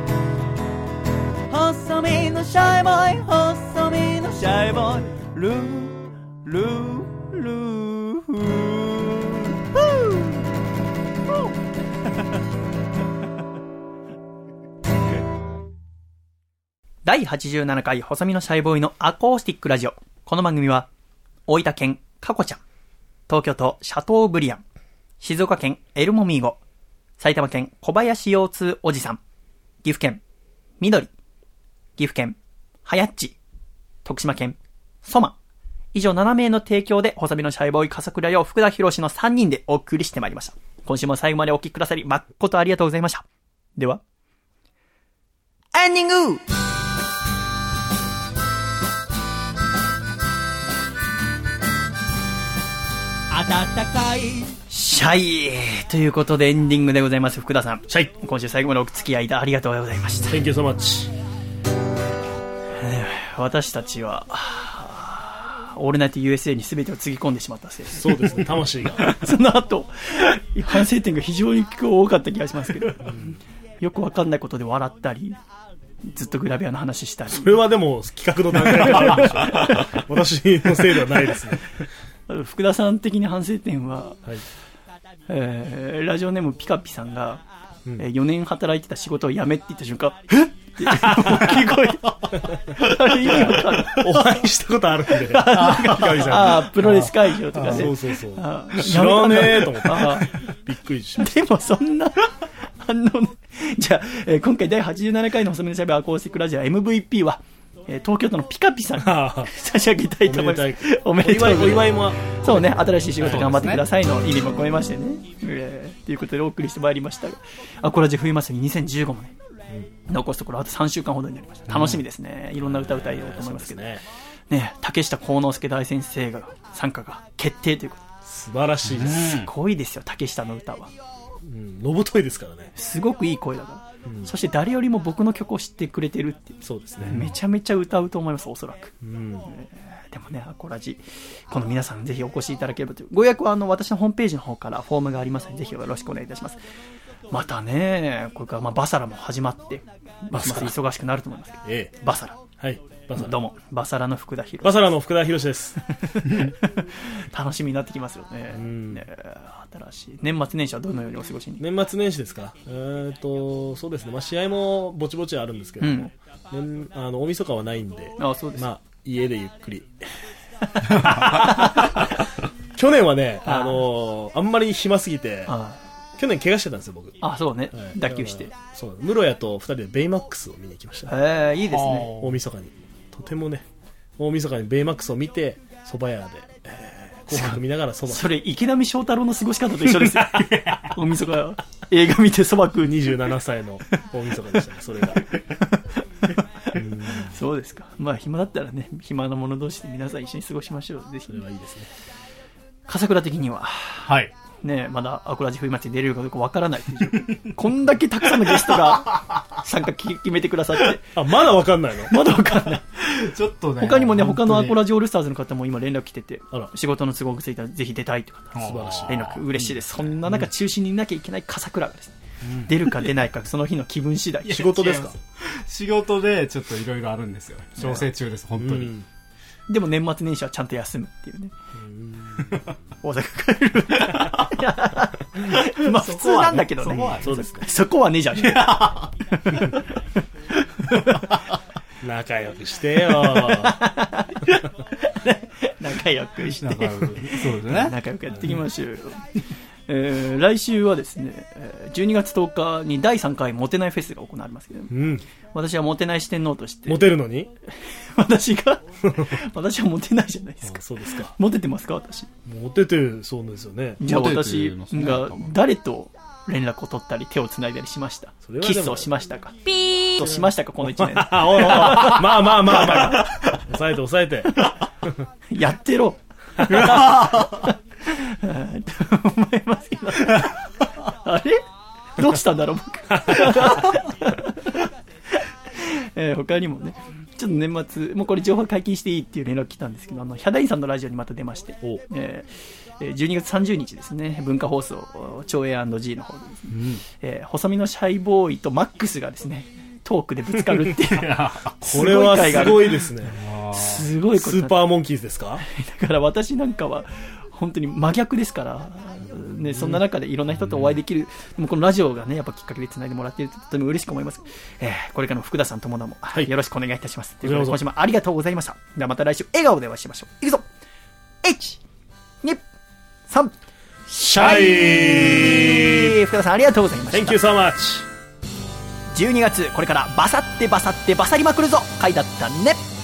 細身のシャイボーイ、細身のシャイボーイ、ルールールーフーだいはちじゅうななかい細身のシャイボーイのアコースティックラジオ。この番組は大分県かこちゃん、東京都シャトーブリアン、静岡県エルモミーゴ、埼玉県小林腰痛おじさん、岐阜県緑、岐阜県はやっち、徳島県ソマ、以上ななめいの提供で細身のシャイボーイ笠倉よ福田博のさんにんでお送りしてまいりました。今週も最後までお聞きくださり誠ありがとうございました。ではエンディング。 暖かいシャイということでエンディングでございます。福田さん、 シャイ、 今週最後までお付き合いありがとうございました。 Thank you so much。 私たちはオールナイト ユーエスエー に全てをつぎ込んでしまったせいです。 そうですね、魂がその後反省点が非常に多かった気がしますけど、うん、よくわかんないことで笑ったり、ずっとグラビアの話したり。 それはでも企画の段階であるでしょ私のせいではないですね。 福田さん的に反省点は、はい、えー、ラジオネームピカピさんが、うん、えー、よねん働いてた仕事を辞めって言った瞬間、えっって大きい声あれ意味わかんない。 お会いしたことあるんでああ、プロレス会場とかね。 そうそうそう、知らねえと思ってびっくりしました。 でもそんな反応、ね、じゃあ、えー、今回だいはちじゅうななかいの細身のシャイボーイアコースティックラジオ エムブイピー は東京都のピカピさんに差し上げたいと思います。おめでとうございます。お祝いも、そうね、新しい仕事頑張ってくださいの意味も込めましてね、えー、ということでお送りしてまいりましたが、アコラジ冬祭りにせんじゅうごもね、うん、残すところあとさんしゅうかんほどになりました。楽しみですね、うん、いろんな歌歌いようと思いますけど、ねね、竹下幸之助大先生が参加が決定ということで、 素晴らしいです、 すごいですよ竹下の歌は、 うん、のぶといですからね、 すごくいい声だから、うん、そして誰よりも僕の曲を知ってくれてるっていう。 そうですね、 めちゃめちゃ歌うと思います、おそらく、 うんえー、でもね、アコラジこの皆さんぜひお越しいただければという。ご予約はあの私のホームページの方からフォームがありますので、ぜひよろしくお願いいたします。またね、これからまあバサラも始まってますます忙しくなると思いますけど、 ええ、 バサラ、 はい、バサラ、 どうもバサラの福田博、 バサラの福田博です楽しみになってきますよね、うん、ね、新しい年末年始はどのようにお過ごしに。 年末年始ですか、えーとそうですね、まあ、試合もぼちぼちあるんですけども、うん、年あの大晦日はないんで、 あ、そうです、 まあ、家でゆっくり去年はね、あのー、あんまり暇すぎて、ああ、去年怪我してたんですよ僕。 あ、そうね、はい、脱臼して。 そう、室谷とふたりでベイマックスを見に行きました、 ね、えー、いいですね。 大晦日にとてもね、 大晦日にベイマックスを見て蕎麦屋で、えー、紅白見ながら蕎麦それ池波正太郎の過ごし方と一緒ですよ大晦日映画見て蕎麦食うにじゅうななさいの大晦日でしたねそれがうんそうですか。まあ暇だったらね、暇な者同士で皆さん一緒に過ごしましょう。ぜひ。 それはいいですね。 笠倉的には、 はい。 ね、まだアコラジ冬祭り出れるかどうかわからないっていうこんだけたくさんのゲストが参加決めてくださって。 あ、まだわかんないのまだわかんない。 ちょっとね。 他にもね、他のアコラジオールスターズの方も今連絡来てて、 あら仕事の都合がついたらぜひ出たいって方。 素晴らしい。 連絡嬉しいです。そんな中中心にいなきゃいけない笠倉がですね、うん、出るか出ないか、その日の気分次第。 仕事ですか？ 仕事でちょっといろいろあるんですよ。調整中です、本当に。うんでも年末年始はちゃんと休むっていうね。大阪帰る。まあ普通なんだけどね。 そこはね、そうですか。 そこはねじゃねえ。 仲良くしてよ。 仲良くして。 仲良く。そうですね。 仲良くやっていきましょうよ。えー、来週はですね、じゅうにがつとおかにだいさんかいモテないフェスが行われますけど、うん、私はモテない四天王としてモテるのに私が私はモテないじゃないですか。 あ、そうですか。 モテてますか私。 モテてそうですよね。 じゃあ私が誰と連絡を取ったり手をつないだりしました？キスをしましたか？ピーとしましたかこのいちねん。 おいおいまあまあまあまあ抑えて抑えてやってろ思いますけどあれどうしたんだろう僕、えー、他にもねちょっと年末もうこれ情報解禁していいっていう連絡来たんですけど、あのヒャダインさんのラジオにまた出まして、えー、じゅうにがつさんじゅうにちですね、文化放送超 エーアンドジー の方でですね、うんえー、細身のシャイボーイとマックスがですねトークでぶつかるっていうこれはすごいですね。 すごいこと。 スーパーモンキーズですか？ だから私なんかは本当に真逆ですから、ね、そんな中でいろんな人とお会いできる、でもこのラジオがねやっぱきっかけでつないでもらっているととても嬉しく思います。えー、これからも福田さんともども、はい、よろしくお願いいたします。ということで今週もありがとうございました。ではまた来週笑顔でお会いしましょう。いくぞ いち、に、さんシャイ福田さんありがとうございました。 Thank you so much。 じゅうにがつこれからバサってバサってバサりまくるぞ回だったね。